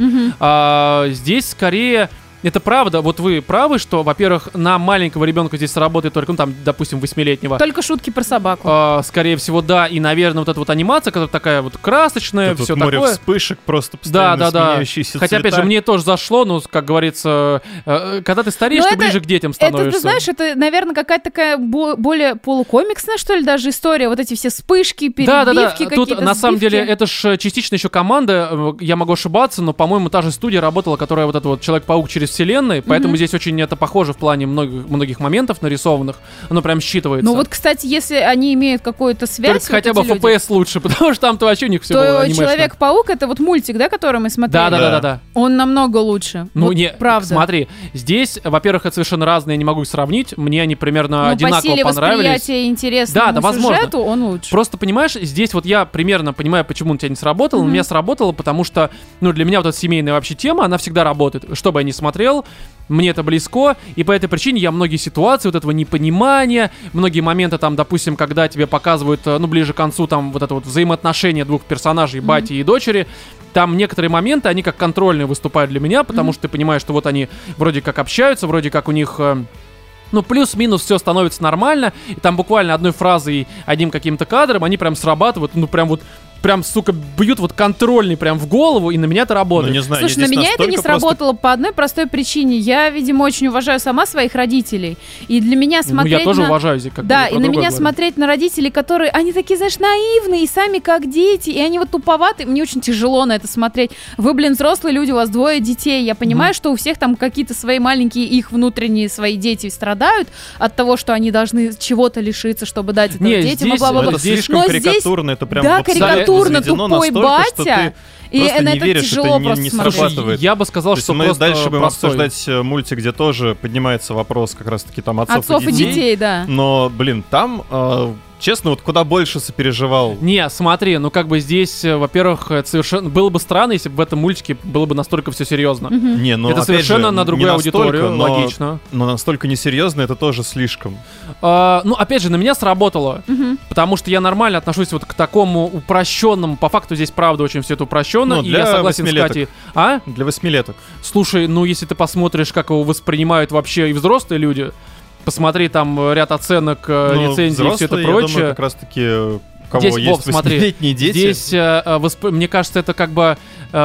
А здесь скорее... Это правда, вот вы правы, что, во-первых, на маленького ребенка здесь сработает только, допустим, 8-летнего. Только шутки про собаку. Скорее всего, да, и, наверное, вот эта вот анимация, которая такая вот красочная, Тут все море такое. вспышек, просто Да, постоянно да. сменяющиеся Хотя, опять цвета. же, мне тоже зашло, как говорится, когда ты стареешь, Но ты это- ближе к детям Это, становишься. ты знаешь, это, наверное, какая-то такая более полукомиксная, что ли, даже история. Вот эти все вспышки, Да. перебивки, Тут, какие-то на самом сбивки. деле, это ж частично еще команда, я могу ошибаться, но, по-моему, та же студия работала, которая вот это вот Человек-паук через вселенные, поэтому здесь очень это похоже в плане многих моментов нарисованных, оно прям считывается. Ну вот, кстати, если они имеют какую-то связь, Только вот хотя бы эти люди, FPS лучше, потому что там-то вообще у них все было то анимешно. Человек-паук — это вот мультик, да, который мы смотрели? Да. Он намного лучше. Ну, Вот не, правда. смотри, здесь, во-первых, это совершенно разные, я не могу их сравнить, мне они примерно Ну, по одинаково силе понравились. восприятия интересному Да, возможно. сюжету он лучше. Просто, понимаешь, здесь вот я примерно понимаю, почему у тебя не сработало. У меня сработало, потому что, для меня вот эта семейная вообще тема, она всегда работает. Что бы я ни смотрел, мне это близко, и по этой причине я многие ситуации вот этого непонимания, многие моменты там, допустим, когда тебе показывают, ближе к концу там вот это вот взаимоотношения двух персонажей, бати и дочери, там некоторые моменты, они как контрольные выступают для меня, потому что ты понимаешь, что вот они вроде как общаются, вроде как у них... плюс-минус все становится нормально, и там буквально одной фразой и одним каким-то кадром они прям срабатывают, прям, сука, бьют вот контрольный прям в голову, и на меня это работает. не знаю, Слушай, на меня это не сработало по одной простой причине. Я, видимо, очень уважаю сама своих родителей. И для меня смотреть я тоже на... уважаю здесь как Да, бы и про на другое меня говорю. смотреть на родителей, которые, они такие, знаешь, наивные, и сами как дети, и они вот туповаты, мне очень тяжело на это смотреть. Вы, взрослые люди, у вас 2 детей, я понимаю, что у всех там какие-то свои маленькие, их внутренние свои дети страдают от того, что они должны чего-то лишиться, чтобы дать это Не, детям, и здесь бла-бла-бла. Это Здесь- слишком Но здесь- карикатурно, это прям Да, в абсолютно карикатурно, возведено тупой настолько, что батя, ты и просто на не это веришь, тяжело это не просто смотреть. срабатывает. Я бы сказал, То есть что мы просто дальше будем простой. обсуждать мультик, где тоже поднимается вопрос как раз-таки там отцов Отцов и детей, да. Но, там, честно, вот куда больше сопереживал. Не, смотри, здесь, во-первых, это совершенно было бы странно, если бы в этом мультике было бы настолько все серьезно. Не, Это опять совершенно же, на не другую настолько, аудиторию, но- логично. Но настолько несерьезно, это тоже слишком. Опять же, на меня сработало, потому что я нормально отношусь вот к такому упрощенному, по факту здесь правда очень все это упрощенно, Ну, и для я согласен с 8-леток. Катей. А? Для 8-леток. Слушай, если ты посмотришь, как его воспринимают вообще и взрослые люди, посмотри там ряд оценок, лицензий и все это взрослые, я думаю, прочее. как раз-таки... У кого Здесь, есть Вов, смотри, 8-летние дети. Здесь, мне кажется, это как бы...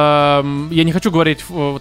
я не хочу говорить,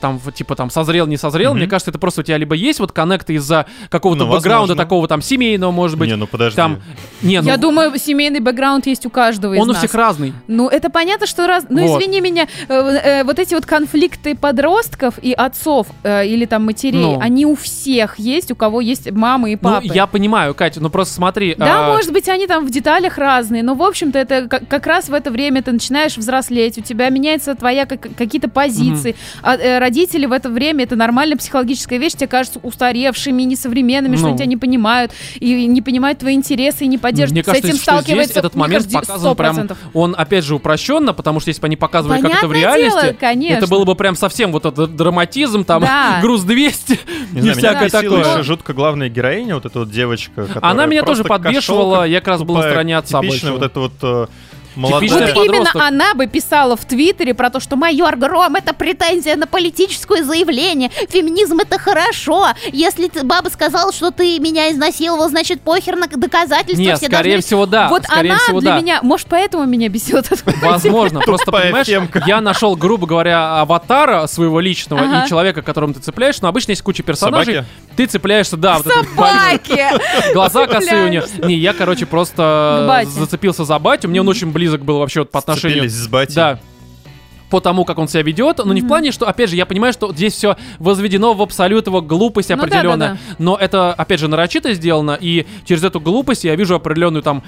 созрел, не созрел. Мне кажется, это просто у тебя либо есть вот коннект из-за какого-то Ну, бэкграунда возможно. такого там семейного, может быть. подожди. Там... Я думаю, семейный бэкграунд есть у каждого из он у нас. всех разный. Ну, это понятно, что раз... Ну, Вот. извини меня, вот эти вот конфликты подростков и отцов или там матерей, Ну. они у всех есть, у кого есть мамы и папы. Ну, я понимаю, Катя, просто смотри. Да, может быть, они там в деталях разные, но, в общем-то, это как раз в это время ты начинаешь взрослеть, у тебя меняется твоя какие-то позиции. Родители в это время, это нормальная психологическая вещь, тебе кажутся устаревшими, несовременными, что Ну. они тебя не понимают, и не понимают твои интересы, и не поддерживают. Мне С кажется, этим что здесь сталкивается, этот мне момент кажется, показан прям, 100%. он опять же упрощенно, потому что если бы они показывали, как это в Понятное реальности, дело, конечно. это было бы прям совсем вот этот драматизм, там, Да. груз 200 Не и знаю, меня всякое бесила такое. еще жутко главная героиня, вот эта вот девочка, которая Она меня тоже просто подбешивала, кошелка, я как раз был на тупая, стороне отца типичная больше. вот эта вот молодая... Типичная Вот подросток. именно она бы писала в Твиттере про то, что майор Гром — это претензия на политическое заявление, феминизм — это хорошо, если баба сказала, что ты меня изнасиловал, значит похер на доказательства. Нет, все скорее должны... всего, да. Вот скорее она всего, для да. меня, может, поэтому меня бесил этот Возможно, просто Тупая понимаешь, темка. я нашел, грубо говоря, аватара своего личного Ага. и человека, которым ты цепляешь, но обычно есть куча персонажей, Собаки? ты цепляешься, да, вот этот собаки. глаза косые у нее. Не, я, короче, К просто бате. зацепился за батю, мне он очень близок был вообще вот по отношению... Сцепились с батей. Да. по тому, как он себя ведет, но не в плане, что, опять же, я понимаю, что здесь все возведено в абсолют, его глупость определенная, но это, опять же, нарочито сделано, и через эту глупость я вижу определенную там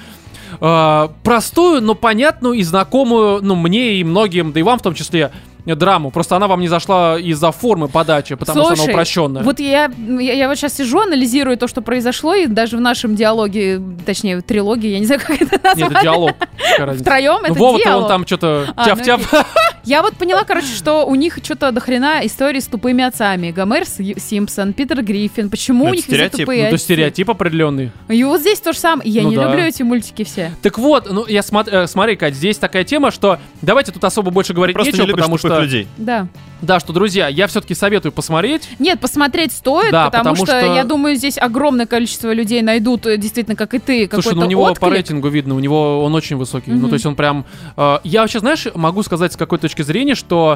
простую, но понятную и знакомую, ну, мне и многим, да и вам в том числе, драму. Просто она вам не зашла из-за формы подачи, потому что она упрощенная. Вот я вот сейчас сижу, анализирую то, что произошло, и даже в нашем диалоге, точнее, трилогии, я не знаю, как это назвать. Нет, это диалог. Втроем это Вова-то диалог. он там что-то тяп-тяп. Я вот поняла, короче, что у них что-то дохрена истории с тупыми отцами. Гомер Симпсон, Питер Гриффин. Почему у них везде тупые отцы? Это стереотип определенный. И вот здесь то же самое. Я не люблю эти мультики все. Так вот, ну я смотри, Кать, здесь такая тема, что давайте тут особо больше говорить нечего, потому что... людей. Да, что, друзья, я все-таки советую посмотреть. Нет, посмотреть стоит, да, потому что, я думаю, здесь огромное количество людей найдут, действительно, как и ты, какой-то Слушай, ну у него отклик. по рейтингу видно, у него он очень высокий. Ну, то есть он прям... я вообще, знаешь, могу сказать с какой точки зрения, что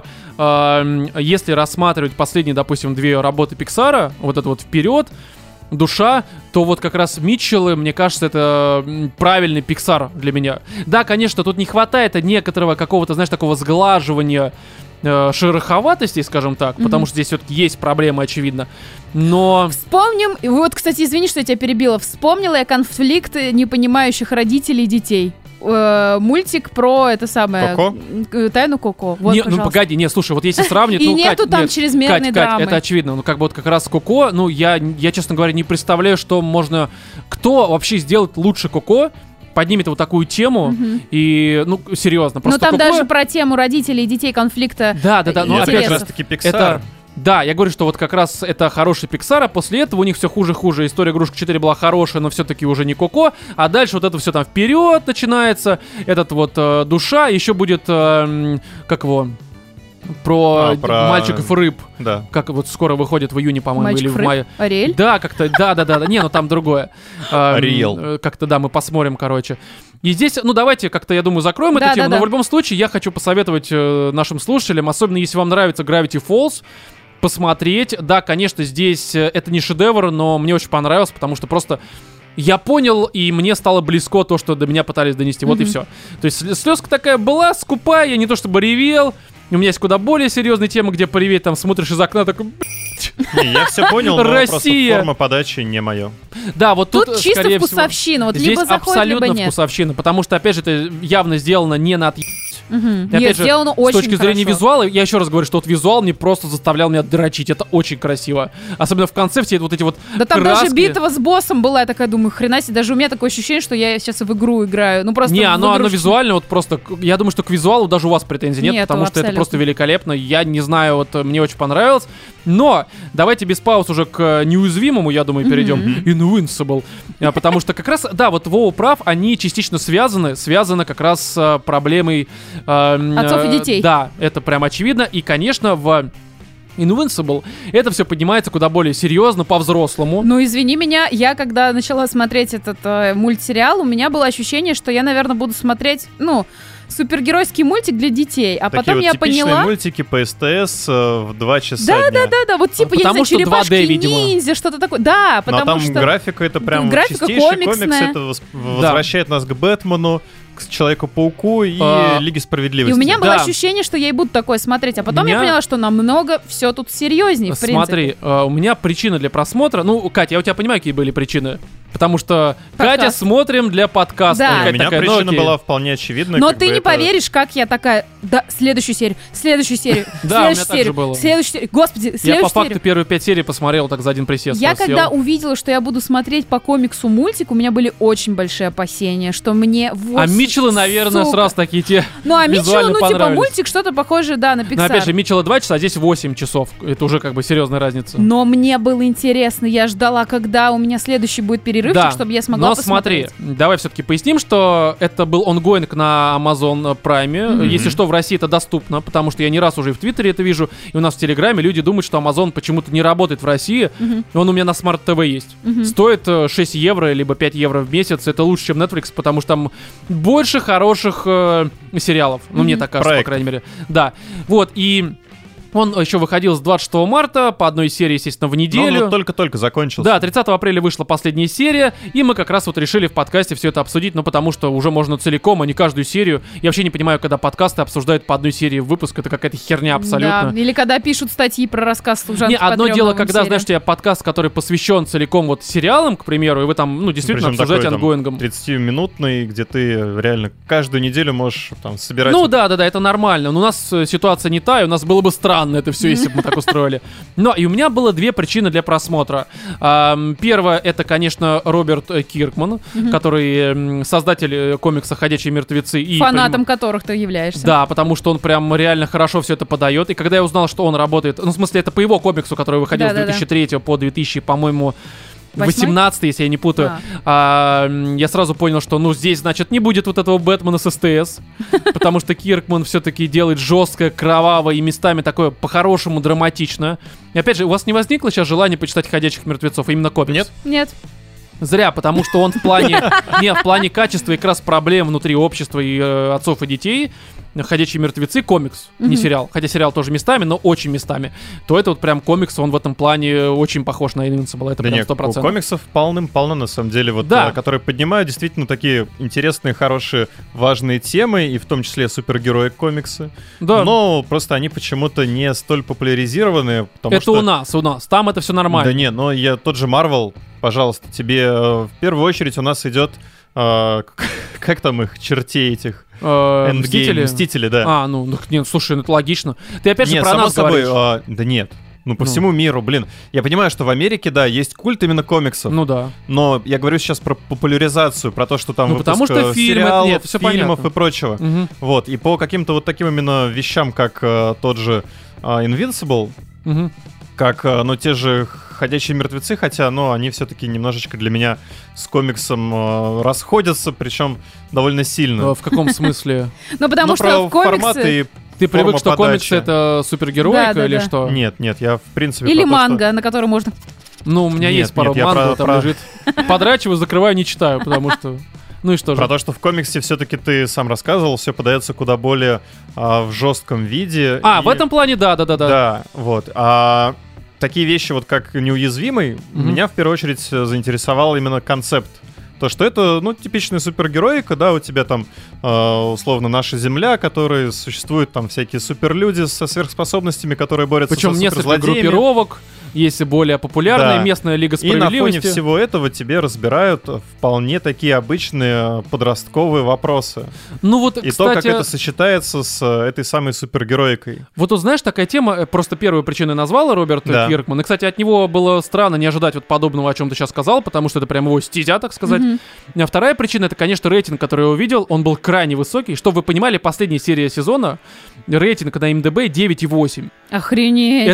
если рассматривать последние, допустим, 2 работы Пиксара, вот это вот «Вперед», «Душа», то вот как раз Митчеллы, мне кажется, это правильный Пиксар для меня. Да, конечно, тут не хватает некоторого какого-то, знаешь, такого сглаживания шероховатостей, скажем так, потому что здесь все-таки есть проблемы, очевидно. Но... Вспомним, вот, кстати, извини, что я тебя перебила, вспомнила я конфликт непонимающих родителей и детей. Мультик про это самое... Коко? Тайну Коко. Вот, ну погоди, слушай, вот если сравнить... И нету там чрезмерной драмы. Кать, это очевидно. Ну, как бы вот как раз Коко, ну, я, честно говоря, не представляю, что можно... Кто вообще сделает лучше Коко, поднимет вот такую тему, и, ну, серьезно, просто там Коко... даже про тему родителей и детей конфликта. Да, ну, опять же, как раз таки Pixar. Да, я говорю, что вот как раз это хороший Pixar, а после этого у них все хуже. История игрушек 4 была хорошая, но все-таки уже не Коко. А дальше вот это все там вперед начинается. Этот вот «Душа». Еще будет, как его... Про мальчиков и рыб. Да. Как вот скоро выходит в июне, по-моему, Мальчик или в мае. Ариэль? Да, как-то, да. Не, ну там другое. Ариэл. Как-то, да, мы посмотрим, короче. И здесь, ну давайте как-то, я думаю, закроем эту тему. Но в любом случае я хочу посоветовать нашим слушателям, особенно если вам нравится Gravity Falls, посмотреть. Да, конечно, здесь это не шедевр, но мне очень понравилось, потому что просто... Я понял, и мне стало близко то, что до меня пытались донести. Вот и все. То есть слезка такая была, скупая, я не то чтобы ревел. У меня есть куда более серьезные темы, где пореветь, там смотришь из окна, такой... Не, я все понял, но Россия. просто форма подачи не моя. Да, вот тут чисто скорее вкусовщина, всего, вот здесь либо заходит, абсолютно либо нет. вкусовщина, потому что, опять же, это явно сделано не на отъебать. И Нет, опять же, сделано с очень точки зрения хорошо. визуала, я еще раз говорю, что вот визуал мне просто заставлял меня дрочить. Это очень красиво. Особенно в конце все вот эти вот Да там краски. даже битва с боссом была, я такая думаю, хрена себе, даже у меня такое ощущение, что я сейчас в игру играю. Ну просто Не, оно игрушечную. визуально вот просто... Я думаю, что к визуалу даже у вас претензий нет, Нету, потому что это абсолютно. просто великолепно. Я не знаю, вот мне очень понравилось. Но давайте без пауз уже к неуязвимому, я думаю, перейдем. Invincible. Потому что как раз, да, вот Вова прав, они частично связаны как раз с проблемой... Отцов и детей. Да, это прям очевидно. И, конечно, в Invincible это все поднимается куда более серьезно, по-взрослому. Ну, извини меня, я когда начала смотреть этот мультсериал, у меня было ощущение, что я, наверное, буду смотреть, ну, супергеройский мультик для детей. А Такие потом вот я типичные поняла... мультики по СТС в 2 часа дня. Да, вот типа, я не Потому знаю, что 2D, черепашки-ниндзя, что-то такое. Да, Ну, а потому там что... графика это прям графика чистейший комиксная. комикс, это возвращает нас к Бэтмену, к Человеку-пауку и Лиге И Справедливости. у меня было Да. ощущение, что я и буду такое смотреть. А потом я Меня- поняла, что намного все тут серьезнее, в принципе. Смотри, у меня причина для просмотра. Ну, Катя, я у тебя понимаю, какие были причины. Потому что, Подкаст. Катя, смотрим для подкаста. Да. И У Катя меня такая, ну, причина окей. была вполне очевидна. Но как ты бы не это- поверишь, как я такая... Да, следующую серию, следующую серию, Да, у меня следующую так же серию, было. следующую серию. Господи, Я по следующую факту серию. первые 5 серий посмотрел так за один присест. Я сел. когда увидела, что я буду смотреть по комиксу мультик, у меня были очень большие опасения, что мне... Вот, А Митчеллы, наверное, сука. сразу такие те Ну, а Митчеллы, визуально ну, типа, понравились. мультик что-то похожее, да, на Но Pixar. опять же, Митчелла 2 часа, а здесь 8 часов. Это уже как бы серьезная разница. Но мне было интересно, я ждала, когда у меня следующий будет перерывчик, чтобы я смогла но посмотреть. смотри, давай все-таки поясним, что это был онгоинг на Amazon Prime. Если что, в России это доступно, потому что я не раз уже и в Твиттере это вижу, и у нас в Телеграме люди думают, что Amazon почему-то не работает в России, и он у меня на Smart TV есть. Стоит 6 евро, либо 5 евро в месяц, это лучше, чем Netflix, потому что там больше хороших сериалов. Ну, мне так кажется, Проектов. по крайней мере. Да, вот, и... Он еще выходил с 26 марта, по одной серии, естественно, в неделю. Но он вот только-только закончился. Да, 30 апреля вышла последняя серия, и мы как раз вот решили в подкасте все это обсудить, ну, потому что уже можно целиком, а не каждую серию. Я вообще не понимаю, когда подкасты обсуждают по одной серии в выпуск, это какая-то херня абсолютно. Да, или когда пишут статьи про рассказ служанки. Не, одно по дело, новым когда, сериям. знаешь, у тебя подкаст, который посвящен целиком вот сериалам, к примеру, и вы там, ну, действительно Причем обсуждаете такой, ангоингом. 30-минутный, где ты реально каждую неделю можешь там собирать... Ну да, это нормально. Но у нас ситуация не та, и у нас было бы странно это все, если бы мы так устроили. Но и у меня было две причины для просмотра. Первое, это, конечно, Роберт Киркман, который создатель комикса «Ходячие мертвецы». И Фанатом которых ты являешься. Да, потому что он прям реально хорошо все это подает. И когда я узнал, что он работает... Ну, в смысле, это по его комиксу, который выходил с 2003 по 2000, по-моему... 18, если я не путаю. Я сразу понял, что, ну, здесь, значит, не будет вот этого Бэтмена с СТС, потому что Киркман все-таки делает жесткое, кровавое и местами такое по-хорошему драматичное. И опять же, у вас не возникло сейчас желание почитать «Ходячих мертвецов», именно комикс? Нет. Зря, потому что он в плане качества и как раз проблем внутри общества и отцов и детей. «Ходячие мертвецы» комикс, не сериал, хотя сериал тоже местами, но очень местами, то это вот прям комикс, он в этом плане очень похож на Invincible, это да прям нет, 100%. у комиксов полным-полно, на самом деле, вот, да. Которые поднимают действительно такие интересные, хорошие, важные темы, и в том числе супергерои комиксы. Да. Но просто они почему-то не столь популяризированы, потому это что... у нас, там это все нормально. Да не, но тот же Marvel, пожалуйста, тебе в первую очередь у нас идет... как там их, чертей этих? Мстители, да. Нет, слушай, это логично. Ты опять же про само нас собой, говоришь. да нет. По всему миру, блин. Я понимаю, что в Америке, да, есть культ именно комиксов. Ну да. Но я говорю сейчас про популяризацию, про то, что там выпуск потому что сериалов, нет, все фильмов понятно. и прочего. Вот, и по каким-то вот таким именно вещам, как тот же Invincible, как, те же «Ходячие мертвецы», хотя, они все-таки немножечко для меня с комиксом расходятся, причем довольно сильно. В каком смысле? Ну, потому что в комиксы... Ты привык, что комиксы — это супергероика или что? Нет, я в принципе... Или манга, на которую можно... Ну, у меня есть пару манго, там лежит. Подрачиваю, закрываю, не читаю, потому что... Ну и что же? Про то, что в комиксе все-таки ты сам рассказывал, все подается куда более в жестком виде. В этом плане да. Да, вот. Такие вещи, вот как «Неуязвимый», меня в первую очередь заинтересовал именно концепт. То, что это, типичная супергероика, да, у тебя там, условно, наша Земля, которые существуют там всякие суперлюди со сверхспособностями, которые борются причем со несколько суперзлодеями. группировок, есть и более популярная местная Лига Справедливости. И на фоне всего этого тебе разбирают вполне такие обычные подростковые вопросы. Ну вот, и кстати, то, как это сочетается с этой самой супергероикой. Вот тут, знаешь, такая тема, просто первую причину назвала Роберт Киркман. И, кстати, от него было странно не ожидать вот подобного, о чем ты сейчас сказал, потому что это прям его стезя, так сказать. А вторая причина — это, конечно, рейтинг, который я увидел. Он был крайне высокий. Чтобы вы понимали, последняя серия сезона, рейтинг на МДБ 9,8. Охренеть.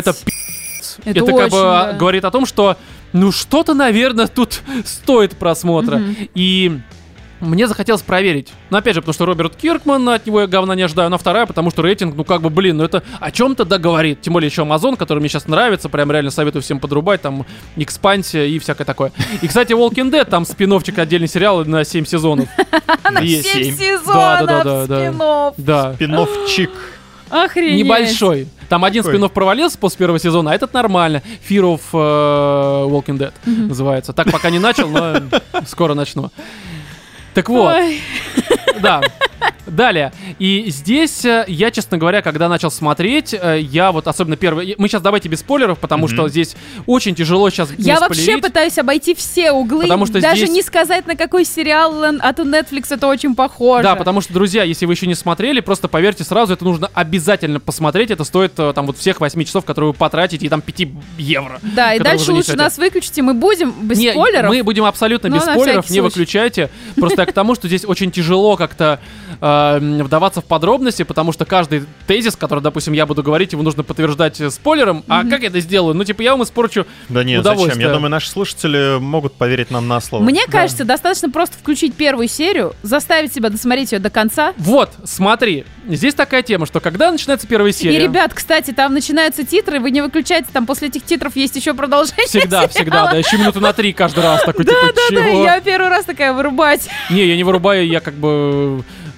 Это как бы говорит о том, что что-то, наверное, тут стоит просмотра. И мне захотелось проверить. Но опять же, потому что Роберт Киркман, от него я говна не ожидаю. Но вторая, потому что рейтинг, это о чем-то договорит. Тем более еще Amazon, который мне сейчас нравится. Прям реально советую всем подрубать. Там экспансия и всякое такое. И, кстати, Walking Dead, там спин-оффчик, отдельный сериал на 7 сезонов. На 7 сезонов спин-офф. Да. Спин-оффчик. Охренеть. Небольшой. Там один спин-офф провалился после первого сезона, а этот нормально. Fear of Walking Dead называется. Так пока не начал, но скоро начну. Так вот. Да. Далее. И здесь я, честно говоря, когда начал смотреть, я вот особенно первый... Мы сейчас давайте без спойлеров, потому что здесь очень тяжело сейчас Я вообще пытаюсь обойти все углы, потому что даже здесь... не сказать, на какой сериал от Netflix это очень похоже. Да, потому что, друзья, если вы еще не смотрели, просто поверьте сразу, это нужно обязательно посмотреть. Это стоит там вот всех 8 часов, которые вы потратите, и там 5 евро. Да, и дальше лучше нас выключите, мы будем без спойлеров. Мы будем абсолютно без спойлеров, не выключайте. Просто я к тому, что здесь очень тяжело как-то вдаваться в подробности, потому что каждый тезис, который, допустим, я буду говорить, его нужно подтверждать спойлером. А как я это сделаю? Я вам испорчу удовольствие. Зачем? Я думаю, наши слушатели могут поверить нам на слово. Мне кажется, достаточно просто включить первую серию, заставить себя досмотреть ее до конца. Вот, смотри. Здесь такая тема, что когда начинается первая серия... И, ребят, кстати, там начинаются титры, вы не выключаете, там после этих титров есть еще продолжение Всегда, да, еще минуты на 3 каждый раз. Такой, да, я первый раз такая вырубать. Не, я не вырубаю, я как бы...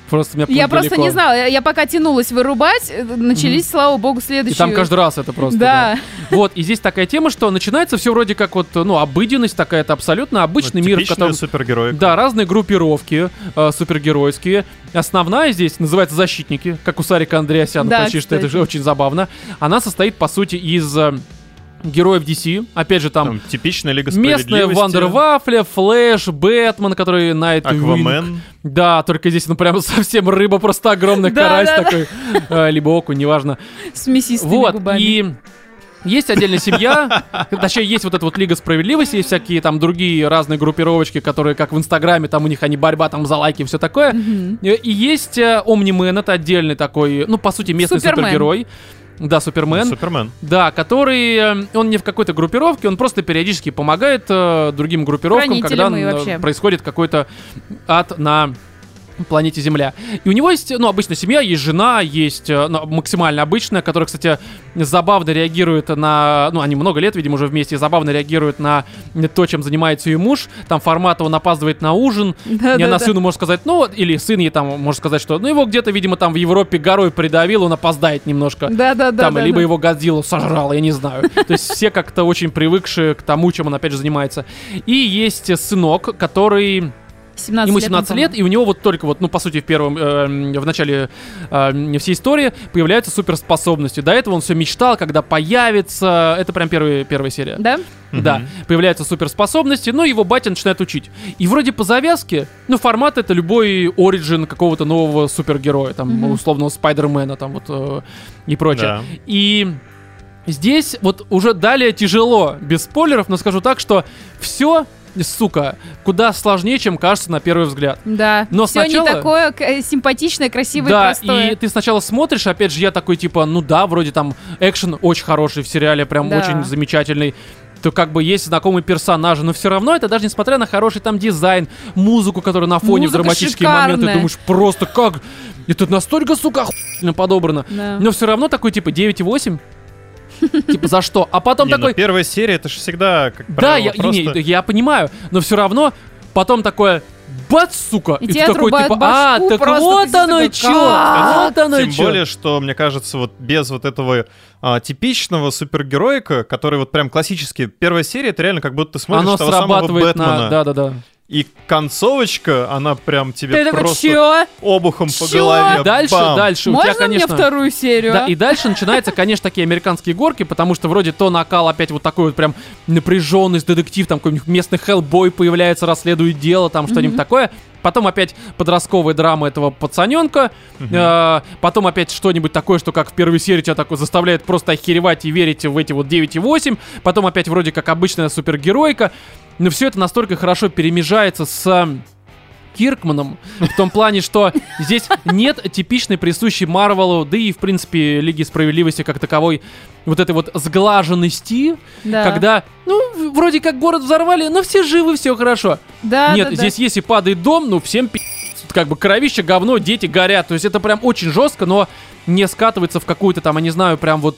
Просто меня Я путь просто далеко. не знала, я пока тянулась вырубать, начались, слава богу, И следующие. там каждый раз это просто. Да. Вот, и здесь такая тема, что начинается все вроде как вот, ну, обыденность такая, это абсолютно обычный мир, в Типичная котором... супергероика. Да, разные группировки супергеройские. Основная здесь называется «Защитники», как у Сарика Андреасяна, Да, почти что это кстати. же очень забавно. Она состоит, по сути, из героев DC. Опять же, там Типичная Лига местная Справедливости. Вандервафля, Флэш, Бэтмен, который Найтвинг. Аквамен. Да, только здесь, ну, прям совсем рыба, просто огромный Да, карась да, да. такой. Либо окунь, неважно. С мясистыми Вот, губами. и есть отдельная семья, точнее, есть вот эта вот Лига Справедливости, есть всякие там другие разные группировочки, которые, как в Инстаграме, там у них они борьба там за лайки и все такое. И есть Омнимен, это отдельный такой, ну, по сути, местный Супермен. супергерой. Да, Супермен. Супермен. Да, который, он не в какой-то группировке, он просто периодически помогает другим группировкам, когда Хранителям и вообще. происходит какой-то ад на планете Земля. И у него есть, ну, обычная семья, есть жена, есть, ну, максимально обычная, которая, кстати, забавно реагирует на... Ну, они много лет, видимо, уже вместе, забавно реагирует на то, чем занимается ее муж. Там формат он опаздывает на ужин, Да, и да, она да. сыну может сказать, ну, вот, или сын ей там может сказать, что, ну, его где-то, видимо, там в Европе горой придавил, он опоздает немножко. Да-да-да. Там, да, либо да. его Годзилла сожрал, я не знаю. То есть все как-то очень привыкшие к тому, чем он опять же занимается. И есть сынок, который... 17 Ему лет, 17 он, лет, и у него вот только вот, ну, по сути, в начале всей истории появляются суперспособности. До этого он все мечтал, когда появится... Это прям первая серия. Да? Да, появляются суперспособности, но его батя начинает учить. И вроде по завязке, ну, формат это любой оригин какого-то нового супергероя, там, условного Спайдермена, там, вот, и прочее. Да. И здесь вот уже далее тяжело, без спойлеров, но скажу так, что все, сука, куда сложнее, чем кажется на первый взгляд. Да. Но Все сначала- не такое симпатичное, красивое, Да, простое. и ты сначала смотришь, опять же, я такой, типа, ну да, вроде там экшен очень хороший в сериале, прям Да. очень замечательный. То как бы есть знакомые персонажи, но все равно это даже несмотря на хороший там дизайн, музыку, которая на фоне в Музыка драматические моменты, шикарная. думаешь, просто как? Это настолько, сука, охуенно подобрано. Да. Но все равно такой, типа, 9,8. Типа, за что? А потом Не, ну, такой... первая серия, это же всегда, как Да, правило, я, просто... не, я понимаю, но все равно потом такое... Бац, сука! И ты тебе такой, отрубают типа, башку так просто, вот ты оно и такой, чё! «Как?» Вот оно и Тем чё! более, что, мне кажется, вот без вот этого типичного супергероика, который вот прям классический, первая серия, это реально как будто ты смотришь Оно того самого срабатывает Бэтмена. на... Да-да-да. И концовочка, она прям тебе Ты такой, просто чё? обухом по Чё? голове. Дальше, бам. дальше. У Можно тебя, конечно... мне вторую серию? Да, а? и дальше начинаются, конечно, такие американские горки, потому что вроде то накал опять вот такой вот прям напряженность, детектив, там какой-нибудь местный Хеллбой появляется, расследует дело, там что-нибудь такое. Потом опять подростковая драма этого пацаненка. Потом опять что-нибудь такое, что как в первой серии тебя такое заставляет просто охеревать и верить в эти вот 9,8. Потом опять вроде как обычная супергеройка. Но все это настолько хорошо перемежается с Киркманом, в том плане, что здесь нет типичной присущей Марвелу, да и, в принципе, Лиги Справедливости как таковой, вот этой вот сглаженности, Да. когда, ну, вроде как город взорвали, но все живы, все хорошо. Да, Нет, да, да. здесь если падает дом, ну, всем как бы кровище, говно, дети горят. То есть это прям очень жестко, но не скатывается в какую-то там, я не знаю, прям вот...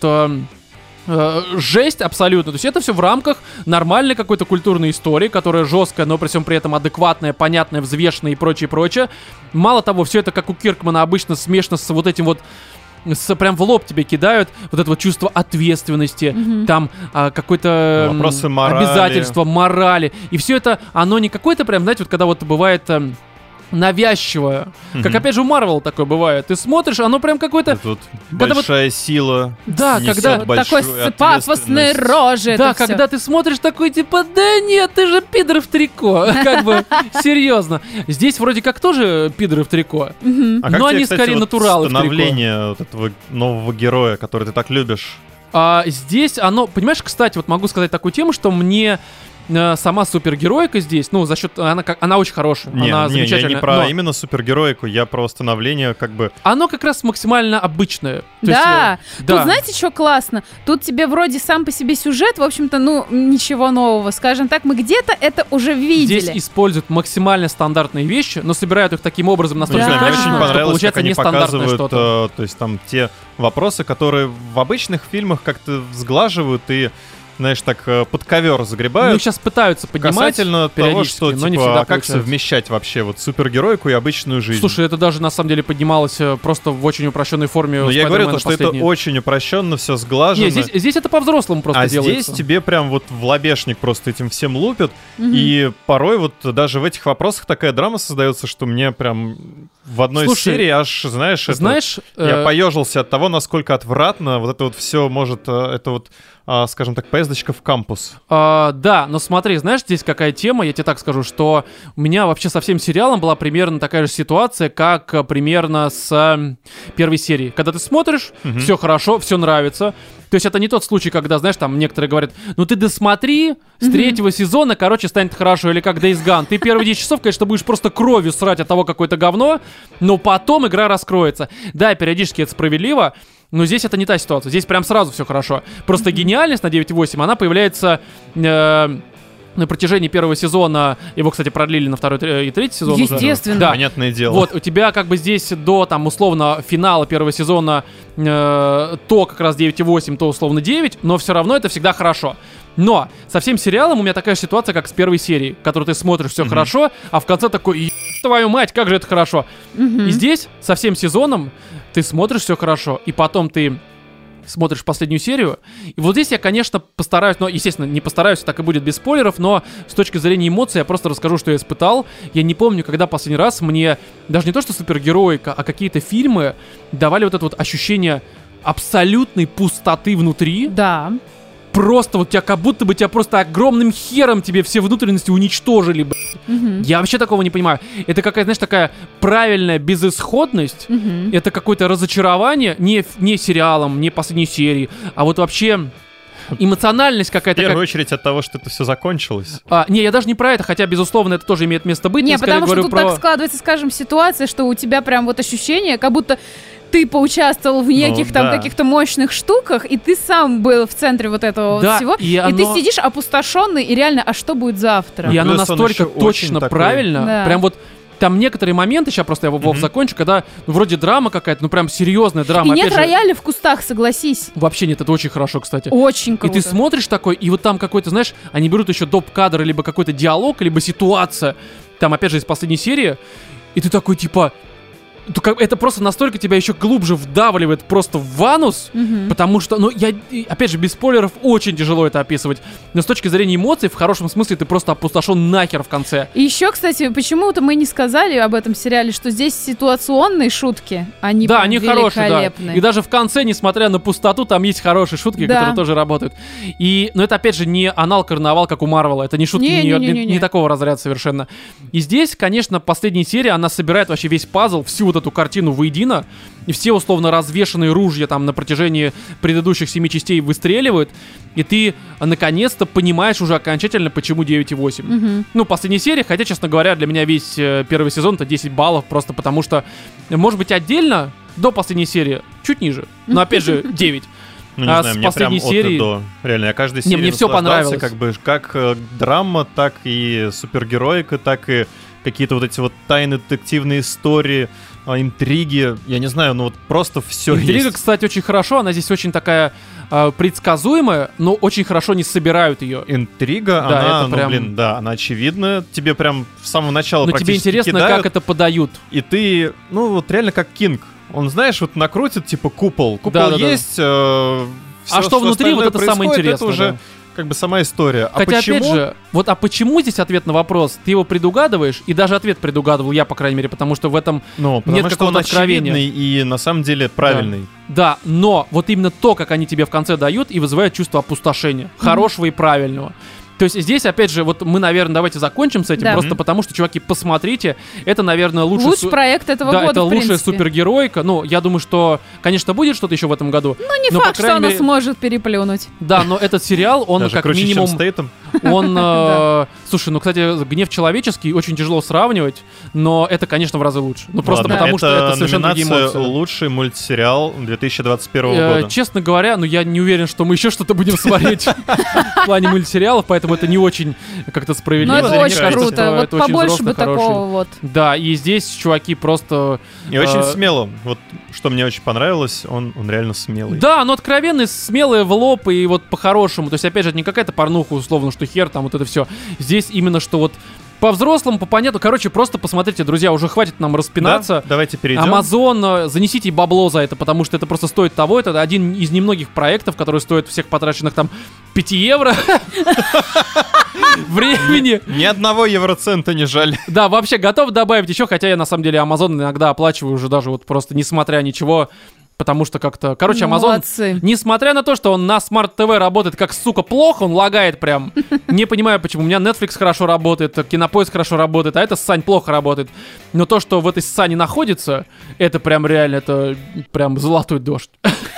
жесть абсолютно. То есть это все в рамках нормальной какой-то культурной истории, которая жесткая, но при всем при этом адекватная, понятная, взвешенная и прочее. Мало того, все это, как у Киркмана, обычно смешно с вот этим вот прям в лоб тебе кидают вот это вот чувство ответственности, там какое-то Вопросы морали. обязательства, морали. И все это, оно не какое-то прям, знаете, вот когда вот бывает... навязчивое. Как опять же у Марвел такое бывает. Ты смотришь, оно прям какое-то... Это вот Когда большая сила. Да, несет когда- Вот большую такой с пафосной ответственность. рожей. Да, это всё. когда ты смотришь такой, типа, да нет, ты же пидор в трико. Как бы, серьезно. Здесь вроде как тоже пидоры в трико. А как Но тебе, они кстати, скорее вот натуралы в трико. становление вот этого нового героя, который ты так любишь? А здесь оно, понимаешь, кстати, вот могу сказать такую тему, что мне сама супергероика здесь, ну, за счет... Она очень хорошая, она Я замечательная. не про но именно супергероику, я про становление как бы... оно как раз максимально обычное. То Да, есть, тут знаете, что классно? Тут тебе вроде сам по себе сюжет, в общем-то, ну, ничего нового. Скажем так, мы где-то это уже видели. Здесь используют максимально стандартные вещи, но собирают их таким образом настолько Не знаю, мне качественно, очень что понравилось, получается как они нестандартное показывают, что-то. то есть там те вопросы, которые в обычных фильмах как-то сглаживают и знаешь, так под ковер загребают. Ну, сейчас пытаются поднимать Касательно того, что, но не типа, всегда как получается. совмещать вообще вот супергеройку и обычную жизнь. Слушай, это даже на самом деле поднималось просто в очень упрощенной форме. Но у я говорю, Спайдермена что это последней. очень упрощенно, все сглажено. Не, здесь это по-взрослому просто А делается. здесь тебе прям вот в лобешник просто этим всем лупят. Мгм. И порой вот даже в этих вопросах такая драма создается, что мне прям в одной из Слушай, серий аж, знаешь, Знаешь, я поежился от того, насколько отвратно вот это вот все может, это вот, скажем так, поездочка в кампус. да, но смотри, знаешь, здесь какая тема, я тебе так скажу, что у меня вообще со всем сериалом была примерно такая же ситуация, как примерно с первой серии. Когда ты смотришь, все хорошо, все нравится. То есть это не тот случай, когда, знаешь, там некоторые говорят, ну ты досмотри, с третьего сезона, короче, станет хорошо. Или как Days Gone. Ты первые 10 часов, конечно, будешь просто кровью срать от того, какое-то говно, но потом игра раскроется. Да, периодически это справедливо, но здесь это не та ситуация. Здесь прям сразу все хорошо. Просто гениальность на 9.8, она появляется... на протяжении первого сезона, его, кстати, продлили на второй и третий сезон уже. Естественно. Да. Понятное дело. Вот, у тебя как бы здесь до, там, условно, финала первого сезона то как раз 9.8, то условно 9, но все равно это всегда хорошо. Но со всем сериалом у меня такая же ситуация, как с первой серии, которую ты смотришь, все хорошо, а в конце такой, твою мать, как же это хорошо. И здесь со всем сезоном ты смотришь все хорошо, и потом ты смотришь последнюю серию. И вот здесь я, конечно, постараюсь, но, естественно, не постараюсь, так и будет без спойлеров, но с точки зрения эмоций я просто расскажу, что я испытал. Я не помню, когда последний раз мне даже не то, что супергероика, а какие-то фильмы давали вот это вот ощущение абсолютной пустоты внутри. Да. Просто вот тебя, как будто бы тебя просто огромным хером тебе все внутренности уничтожили, блядь. Я вообще такого не понимаю. Это какая-то, знаешь, такая правильная безысходность. Это какое-то разочарование не сериалом, не последней серии, а вот вообще эмоциональность В какая-то. первую очередь от того, что это все закончилось. Не, я даже не про это, хотя, безусловно, это тоже имеет место быть. Не, Я скорее потому что говорю тут про... так складывается, скажем, ситуация, что у тебя прям вот ощущение, как будто ты поучаствовал в неких там да. каких-то мощных штуках, и ты сам был в центре вот этого Да, вот всего, и и ты оно- сидишь опустошенный, и реально, а что будет завтра? И оно Плюс он настолько еще очень точно такой- правильно. Да. Прям вот там некоторые моменты, сейчас просто я Вов закончу, когда ну, вроде драма какая-то, ну прям серьезная И драма. нет Опять же, рояля в кустах, согласись. вообще нет, это очень хорошо, кстати. Очень И круто. ты смотришь такой, и вот там какой-то, знаешь, они берут еще доп-кадр, либо какой-то диалог, либо ситуация, там, опять же, из последней серии, и ты такой, типа, это просто настолько тебя еще глубже вдавливает просто в анус, потому что, ну, опять же, без спойлеров очень тяжело это описывать, но с точки зрения эмоций, в хорошем смысле, ты просто опустошен нахер в конце. И еще, кстати, почему-то мы не сказали об этом сериале, что здесь ситуационные шутки, они Да, прям они хорошие, да. великолепные. И даже в конце, несмотря на пустоту, там есть хорошие шутки, Да. которые тоже работают. Но это, опять же, не анал-карнавал, как у Марвела. Это не шутки Не-не-не-не-не. не такого разряда совершенно. И здесь, конечно, последняя серия, она собирает вообще весь пазл, всю вот эту картину воедино. И все условно развешанные ружья там на протяжении предыдущих 7 частей выстреливают. И ты, наконец-то, понимаешь уже окончательно, почему 9.8. Ну, последняя серия, хотя, честно говоря, для меня весь первый сезон это 10 баллов, просто потому что, может быть, отдельно до последней серии чуть ниже. Но, опять же, 9. Ну, не А знаю, с мне прям последней от и серии- до. Реально, я каждой Не, серии мне всё наслаждался, понравилось. как бы, как драма, так и супергероика, так и какие-то вот эти вот тайны, детективные истории, интриги. Я не знаю, ну вот просто все Интрига, есть. кстати, очень хорошо, она здесь очень такая предсказуемая, но очень хорошо не собирают ее. Интрига, Да, она, это ну, прям- блин, да, она очевидна. Тебе прям с самого начала Но тебе практически интересно, кидают, как это подают. и ты, ну, вот реально как Кинг. Он, знаешь, вот накрутит, типа, купол. Купол Да-да-да. есть, А что внутри, вот это самое интересное, Это уже да. как бы сама история. А Хотя, почему? опять же, вот а почему здесь ответ на вопрос? Ты его предугадываешь, и даже ответ предугадывал я, по крайней мере, потому что в этом... Ну, потому нет что он какого-то откровения. очевидный и на самом деле правильный. Да, но вот именно то, как они тебе в конце дают, и вызывает чувство опустошения. Хорошего и правильного. То есть здесь, опять же, вот мы, наверное, давайте закончим с этим, Да. просто потому что, чуваки, посмотрите, это, наверное, лучший проект этого да, года, это в лучшая принципе. супергеройка. Ну, я думаю, что, конечно, будет что-то еще в этом году. Ну, не но, по факт, что крайней она мере- сможет переплюнуть. Да, но этот сериал, он Даже как круче, минимум... чем Стейтем. Он, слушай, ну, кстати, «Гнев человеческий» очень тяжело сравнивать, но это, конечно, в разы лучше. Ну, просто Ладно, потому что это совершенно другие номинация эмоции. «Лучший мультсериал 2021 года». Честно говоря, ну, я не уверен, что мы еще что-то будем смотреть в плане мультсериалов, поэтому это не очень как-то справедливо. Ну, это Мне очень кажется, круто. что Вот это очень побольше взрослый, бы такого хороший. вот. Да, и здесь чуваки просто... И очень смело. Вот что мне очень понравилось, он реально смелый. Да, но откровенный, смелый, в лоб и вот по-хорошему. То есть, опять же, это не какая-то порнуха, условно, что хер, там вот это все. Здесь именно что вот по-взрослому, по-понятному. Короче, просто посмотрите, друзья, уже хватит нам распинаться. Да? Давайте перейдем. Амазон, занесите бабло за это, потому что это просто стоит того. Это один из немногих проектов, который стоит всех потраченных там 5 евро времени. Ни одного евроцента не жаль. Да, вообще готов добавить еще, хотя я на самом деле Amazon иногда оплачиваю уже даже вот просто несмотря ничего, потому что как-то... Короче, Ну, Amazon, молодцы. несмотря на то, что он на Smart TV работает как, сука, плохо, он лагает прям. Не понимаю, почему. У меня Netflix хорошо работает, Кинопоиск хорошо работает, а это ссань плохо работает. Но то, что в этой ссане находится, это прям реально, это прям золотой дождь.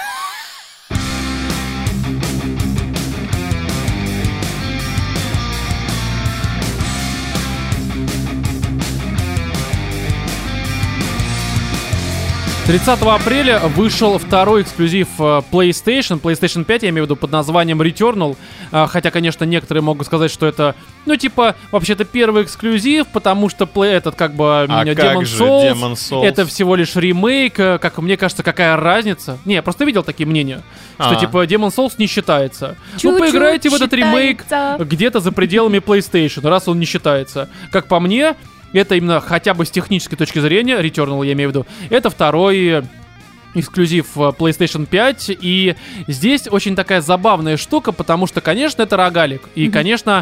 30 апреля вышел второй эксклюзив PlayStation 5, я имею в виду, под названием Returnal. Хотя, конечно, некоторые могут сказать, что это, ну, типа, вообще-то первый эксклюзив, потому что этот, как бы, Demon's Souls, это всего лишь ремейк. Как мне кажется, какая разница? Не, я просто видел такие мнения, что, типа, Demon's Souls не считается. Ну, поиграйте в этот ремейк где-то за пределами PlayStation, раз он не считается. Как по мне... Это именно хотя бы с технической точки зрения, Returnal я имею в виду, это второй эксклюзив PlayStation 5, и здесь очень такая забавная штука, потому что, конечно, это рогалик, и, конечно,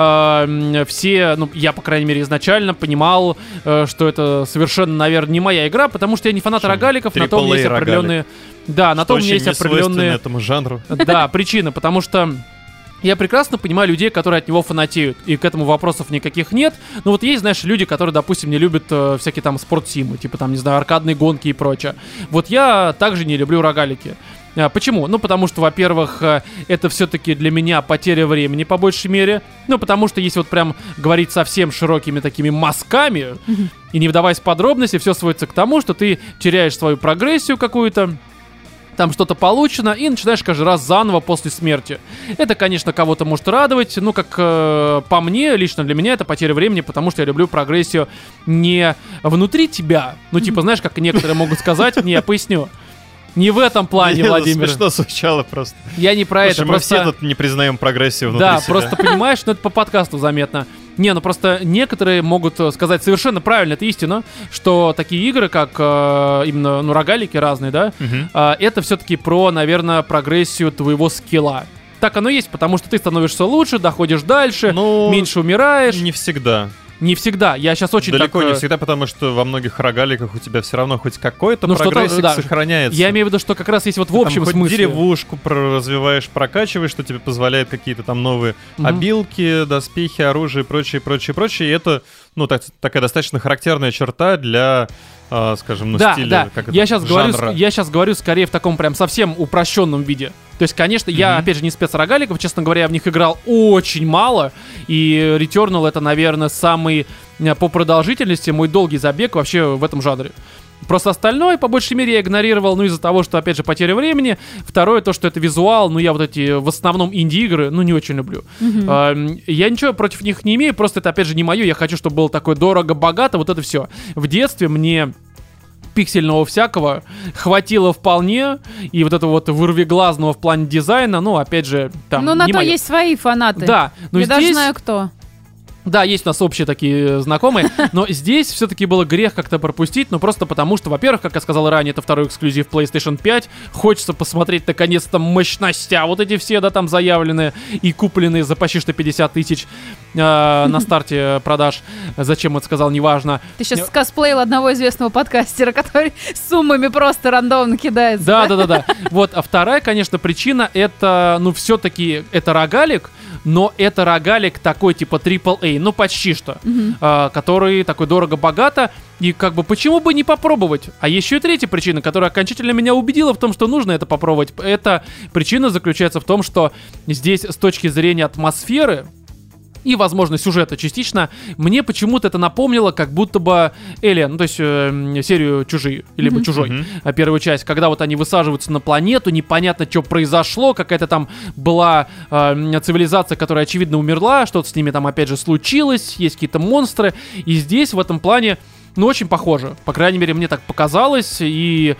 все, ну, я, по крайней мере, изначально понимал, что это совершенно, наверное, не моя игра, потому что я не фанат рогаликов, на то у меня есть определенные... Да, на то у меня есть определенные... этому жанру. Да, причины, потому что... Я прекрасно понимаю людей, которые от него фанатеют, и к этому вопросов никаких нет. Но вот есть, знаешь, люди, которые, допустим, не любят всякие там спортсимы, типа там, не знаю, аркадные гонки и прочее. Вот я также не люблю рогалики. Почему? Ну, потому что, во-первых, это все-таки для меня потеря времени, по большей мере. Ну, потому что если вот прям говорить совсем широкими такими мазками, и не вдаваясь в подробности, все сводится к тому, что ты теряешь свою прогрессию какую-то, там что-то получено, и начинаешь каждый раз заново после смерти. Это, конечно, кого-то может радовать, ну, как по мне, лично для меня это потеря времени, потому что я люблю прогрессию не внутри тебя, ну, типа, знаешь, как некоторые могут сказать, не, я поясню. Не в этом плане, Владимир. Смешно звучало просто. Я не про это. Мы просто... все тут не признаем прогрессию внутри себя. Да, себя. просто понимаешь, что это по подкасту заметно. Не, ну просто некоторые могут сказать совершенно правильно, это истина, что такие игры, как именно, ну, рогалики разные, да, это все-таки про, наверное, прогрессию твоего скилла. Так оно есть, потому что ты становишься лучше, доходишь дальше, меньше умираешь. Не всегда. Не всегда. Я сейчас очень далеко не всегда, потому что во многих рогаликах у тебя все равно хоть какой-то прогрессик да, сохраняется. Я имею в виду, что как раз есть вот в общем там смысле. Хоть деревушку развиваешь, прокачиваешь, что тебе позволяет какие-то там новые обилки, доспехи, оружие и прочее, прочее, прочее. И это, ну, такая достаточно характерная черта для... скажем, ну, да, стиля, да. как это, я сейчас жанра. говорю скорее в таком прям совсем упрощенном виде. То есть, конечно, я, опять же, не спец рогаликов, честно говоря, я в них играл очень мало, и Returnal это, наверное, самый по продолжительности мой долгий забег вообще в этом жанре. Просто остальное, по большей мере, я игнорировал, ну, из-за того, что, опять же, потеря времени. Второе, то, что это визуал, ну, я вот эти, в основном, инди-игры, ну, не очень люблю. Я ничего против них не имею, просто это, опять же, не мое. Я хочу, чтобы было такое дорого-богато, вот это все. В детстве мне... пиксельного всякого хватило вполне, и вот этого вот вырвиглазного в плане дизайна, ну, опять же, там... Ну, на не то моё. есть свои фанаты. Да, но я здесь... даже знаю, кто. Да, есть у нас общие такие знакомые, но здесь все-таки было грех как-то пропустить, ну просто потому что, во-первых, как я сказал ранее, это второй эксклюзив PlayStation 5, хочется посмотреть наконец-то мощностя, вот эти все, да, там заявленные и купленные за почти что 50 тысяч на старте продаж. Зачем это сказал, неважно. Ты сейчас скосплеил одного известного подкастера, который с суммами просто рандомно кидается. Да. Вот, а вторая, конечно, причина, это, ну, все-таки, это рогалик, но это рогалик такой, типа, AAA, ну, почти что, который такой дорого-богато, и как бы почему бы не попробовать? А еще и третья причина, которая окончательно меня убедила в том, что нужно это попробовать, эта причина заключается в том, что здесь с точки зрения атмосферы, и, возможно, сюжета частично, мне почему-то это напомнило, как будто бы Alien, ну, то есть серию «Чужие», либо «Чужой», первую часть, когда вот они высаживаются на планету, непонятно, что произошло, какая-то там была цивилизация, которая, очевидно, умерла, что-то с ними там, опять же, случилось, есть какие-то монстры, и здесь, в этом плане, ну, очень похоже. По крайней мере, мне так показалось, и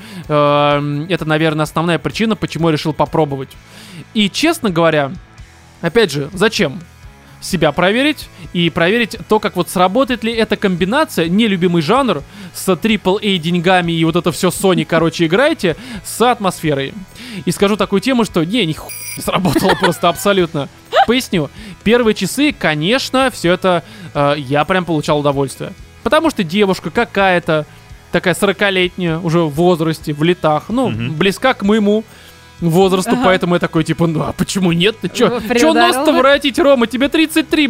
это, наверное, основная причина, почему я решил попробовать. И, честно говоря, опять же, зачем? Себя проверить и проверить то, как вот сработает ли эта комбинация, нелюбимый жанр, с AAA деньгами и вот это все Sony, короче, играйте, с атмосферой. И скажу такую тему, что не сработало просто абсолютно. Поясню. Первые часы, конечно, все это я прям получал удовольствие. Потому что девушка какая-то, такая 40-летняя, уже в возрасте, в летах, ну, близка к моему возрасту, поэтому я такой, типа, ну, а почему нет? Ты чё нос-то воротить, Рома? Тебе 33,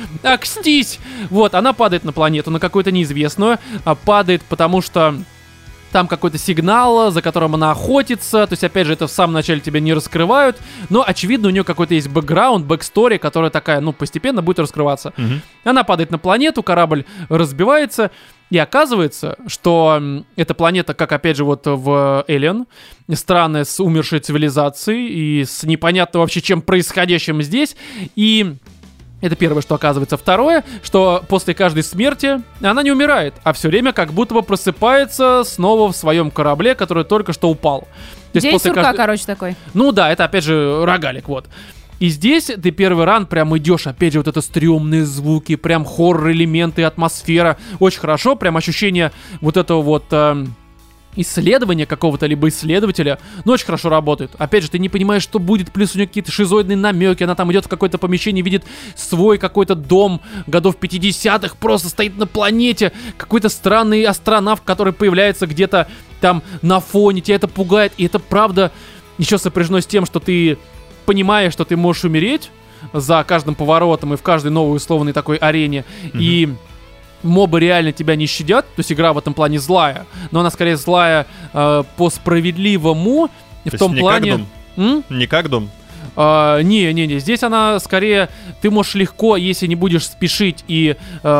акстись! Вот, она падает на планету, на какую-то неизвестную, падает, потому что там какой-то сигнал, за которым она охотится, то есть, опять же, это в самом начале тебя не раскрывают, но, очевидно, у нее какой-то есть бэкграунд, бэкстори, которая такая, ну, постепенно будет раскрываться. Она падает на планету, корабль разбивается, и оказывается, что эта планета, как, опять же, вот в Alien, страны с умершей цивилизацией и с непонятно вообще чем происходящим здесь, и... Это первое, что оказывается. Второе, что после каждой смерти она не умирает, а все время как будто бы просыпается снова в своем корабле, который только что упал. То День сурка, короче, такой. Ну да, это опять же рогалик, вот. И здесь ты первый ран прям идешь, опять же, вот это стрёмные звуки, прям хоррор-элементы, атмосфера. Очень хорошо, прям ощущение вот этого вот... исследования какого-то, либо исследователя, но очень хорошо работает. Опять же, ты не понимаешь, что будет, плюс у нее какие-то шизоидные намеки, она там идет в какое-то помещение, видит свой какой-то дом годов 50-х, просто стоит на планете, какой-то странный астронавт, который появляется где-то там на фоне, тебя это пугает, и это правда еще сопряжено с тем, что ты понимаешь, что ты можешь умереть за каждым поворотом и в каждой новой условной такой арене, и мобы реально тебя не щадят, то есть игра в этом плане злая, но она скорее злая по справедливому, в том плане... Не как Дом? Не, здесь она скорее, ты можешь легко, если не будешь спешить и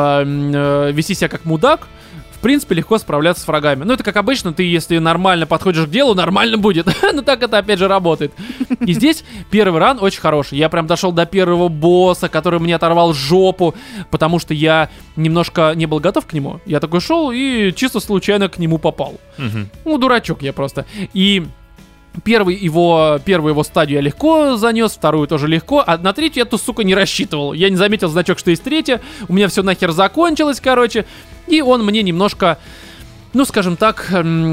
вести себя как мудак, в принципе, легко справляться с врагами. Ну, это как обычно, ты, если нормально подходишь к делу, нормально будет. Но так это, опять же, работает. И здесь первый ран очень хороший. Я прям дошел до первого босса, который мне оторвал жопу, потому что я немножко не был готов к нему. Я такой шел и чисто случайно к нему попал. Ну, дурачок я просто. И... Первую его стадию я легко занес, вторую тоже легко, а на третью я тут, сука, не рассчитывал. Я не заметил значок, что есть третья, у меня все нахер закончилось, короче, и он мне немножко, ну, скажем так,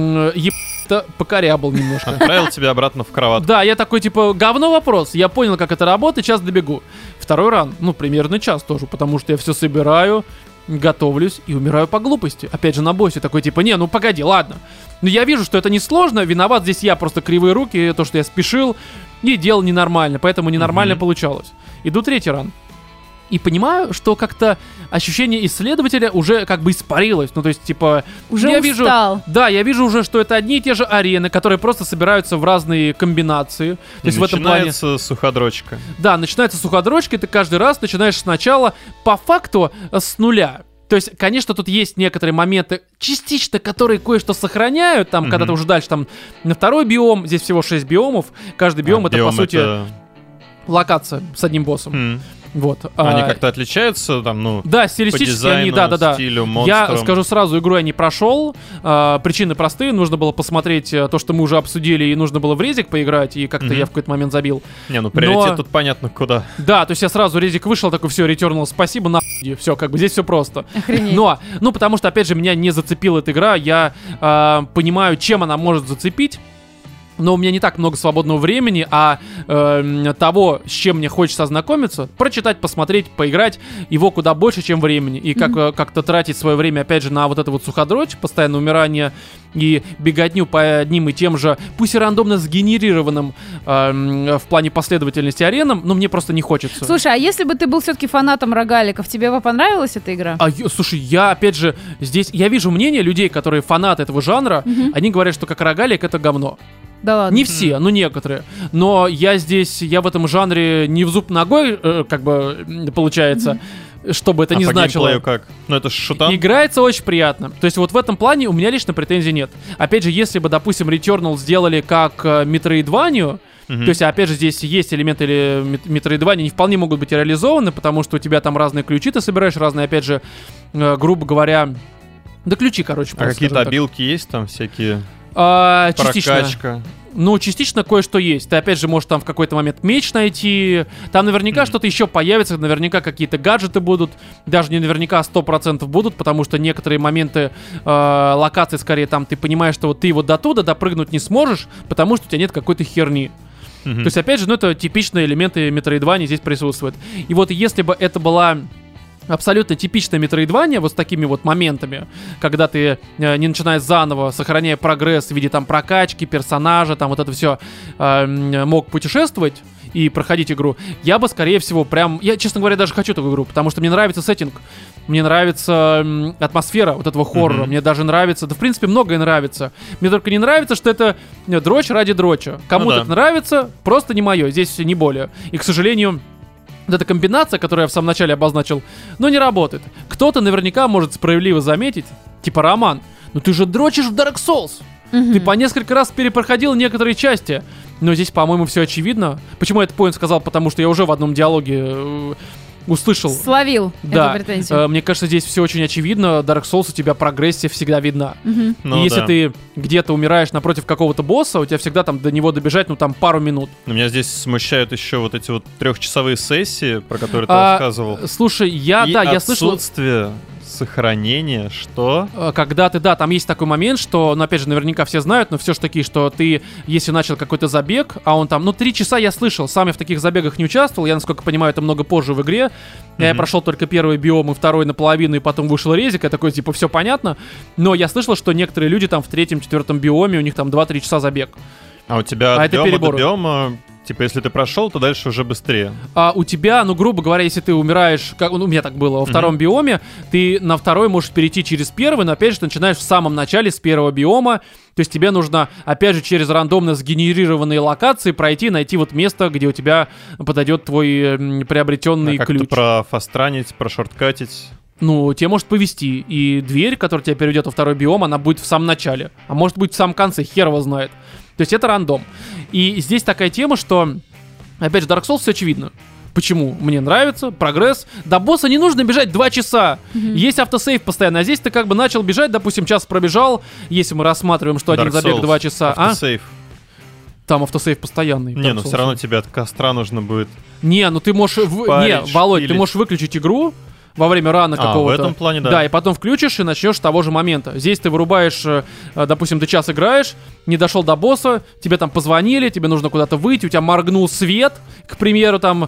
покорябал немножко. Отправил тебя обратно в кроватку. Да, я такой, типа, говно вопрос, я понял, как это работает, сейчас добегу. Второй ран, ну, примерно час тоже, потому что я все собираю, готовлюсь и умираю по глупости. Опять же, на боссе такой, типа, не, ну, погоди, ладно. Но я вижу, что это несложно, виноват здесь я, просто кривые руки, то, что я спешил, и делал ненормально, поэтому ненормально получалось. Иду третий ран. И понимаю, что как-то ощущение исследователя уже как бы испарилось. Ну, то есть, типа... Уже я устал. Да, я вижу уже, что это одни и те же арены, которые просто собираются в разные комбинации. То есть в этом плане... Начинается суходрочка. Да, начинается суходрочка, и ты каждый раз начинаешь сначала, по факту, с нуля. То есть, конечно, тут есть некоторые моменты, частично, которые кое-что сохраняют, там, когда ты уже дальше, там, на второй биом, здесь всего 6 биомов, каждый биом это, по сути, локация с одним боссом. Вот. Они как-то отличаются, там, ну, да, стилистически по дизайну, они, да. стилю, монстрам. Я скажу сразу, игру я не прошел. Причины простые, нужно было посмотреть то, что мы уже обсудили, и нужно было в резик поиграть, и как-то я в какой-то момент забил. Не, ну приоритет тут понятно куда. Да, то есть я сразу резик вышел, такой, все, Returnal, спасибо, нахуй, все, как бы здесь все просто. Охренеть. Но, ну, потому что, опять же, меня не зацепила эта игра, я понимаю, чем она может зацепить. Но у меня не так много свободного времени, а того, с чем мне хочется ознакомиться, прочитать, посмотреть, поиграть, его куда больше, чем времени. И как-то тратить свое время, опять же, на вот это вот суходрочь, постоянное умирание и беготню по одним и тем же, пусть и рандомно сгенерированным в плане последовательности аренам, но мне просто не хочется. Слушай, а если бы ты был все-таки фанатом рогаликов, тебе бы понравилась эта игра? Слушай, я, опять же, здесь... Я вижу мнение людей, которые фанаты этого жанра, они говорят, что как рогалик это говно. Я не Да ладно. Не все, но некоторые. Но я в этом жанре не в зуб ногой, как бы, получается, что бы это ни по значило. геймплею как? Ну это ж шутан. Играется очень приятно. То есть вот в этом плане у меня лично претензий нет. Опять же, если бы, допустим, Returnal сделали как Metroidvania, то есть, опять же, здесь есть элементы Metroidvania, не вполне могут быть реализованы, потому что у тебя там разные ключи ты собираешь, разные, опять же, грубо говоря, да ключи, короче. А какие-то обилки есть там всякие? Частично. Прокачка. Ну, частично кое-что есть. Ты, опять же, можешь там в какой-то момент меч найти. Там наверняка что-то еще появится, наверняка какие-то гаджеты будут. Даже не наверняка 100% будут, потому что некоторые моменты локации, скорее, там ты понимаешь, что вот ты вот до туда допрыгнуть не сможешь, потому что у тебя нет какой-то херни. То есть, опять же, ну, это типичные элементы Metroidvania здесь присутствуют. И вот если бы это была абсолютно типичная Metroidvania вот с такими вот моментами, когда ты не начинаешь заново, сохраняя прогресс в виде там прокачки персонажа, там вот это все мог путешествовать и проходить игру, я бы, скорее всего, я, честно говоря, даже хочу такую игру, потому что мне нравится сеттинг, мне нравится атмосфера вот этого хоррора, мне даже нравится, да, в принципе, многое нравится. Мне только не нравится, что это дрочь ради дроча. Кому-то это нравится, просто не мое, здесь не более. И, к сожалению, вот эта комбинация, которую я в самом начале обозначил, ну, не работает. Кто-то наверняка может справедливо заметить, типа, Роман, ну ты же дрочишь в Dark Souls. Ты по несколько раз перепроходил некоторые части. Но здесь, по-моему, все очевидно. Почему я этот поинт сказал? Потому что я уже в одном диалоге услышал. Словил эту претензию. Мне кажется, здесь все очень очевидно. Dark Souls, у тебя прогрессия всегда видна. И если ты где-то умираешь напротив какого-то босса, у тебя всегда там до него добежать, ну там пару минут. Но меня здесь смущают еще вот эти вот 3-часовые сессии, про которые ты рассказывал. Слушай, я слышал... отсутствие сохранение, что? Когда ты, там есть такой момент, что, ну, опять же, наверняка все знают, но все же таки, что ты, если начал какой-то забег, а он там, 3 часа я слышал, сам я в таких забегах не участвовал, я, насколько понимаю, это много позже в игре, я прошел только первый биом и второй наполовину, и потом вышел резик, я такой, типа, все понятно, но я слышал, что некоторые люди там в 3-4 биоме, у них там 2-3 часа забег. А у тебя от биома до биома... Типа, если ты прошел, то дальше уже быстрее. А у тебя, грубо говоря, если ты умираешь, как у меня так было, во втором биоме, ты на второй можешь перейти через первый, но опять же ты начинаешь в самом начале с первого биома. То есть тебе нужно, опять же, через рандомно сгенерированные локации пройти, найти вот место, где у тебя подойдет твой приобретенный ключ. Как-то профастранить, прошорткатить. Тебе может повезти. И дверь, которая тебя переведет во второй биом, она будет в самом начале. А может быть в самом конце, хер его знает. То есть это рандом. И здесь такая тема, что, опять же, Dark Souls все очевидно. Почему? Мне нравится, прогресс. До босса не нужно бежать 2 часа. Есть автосейв постоянно. А здесь ты как бы начал бежать, допустим, час пробежал, если мы рассматриваем, что один забег 2 часа. Автосейв. Там автосейв постоянный. Не, все равно тебе от костра нужно будет. Не, ты можешь... Володь, ты можешь выключить игру во время рана какого-то. В этом плане, да. Да, и потом включишь и начнешь с того же момента. Здесь ты вырубаешь, допустим, ты час играешь, не дошел до босса, тебе там позвонили, тебе нужно куда-то выйти, у тебя моргнул свет, к примеру, там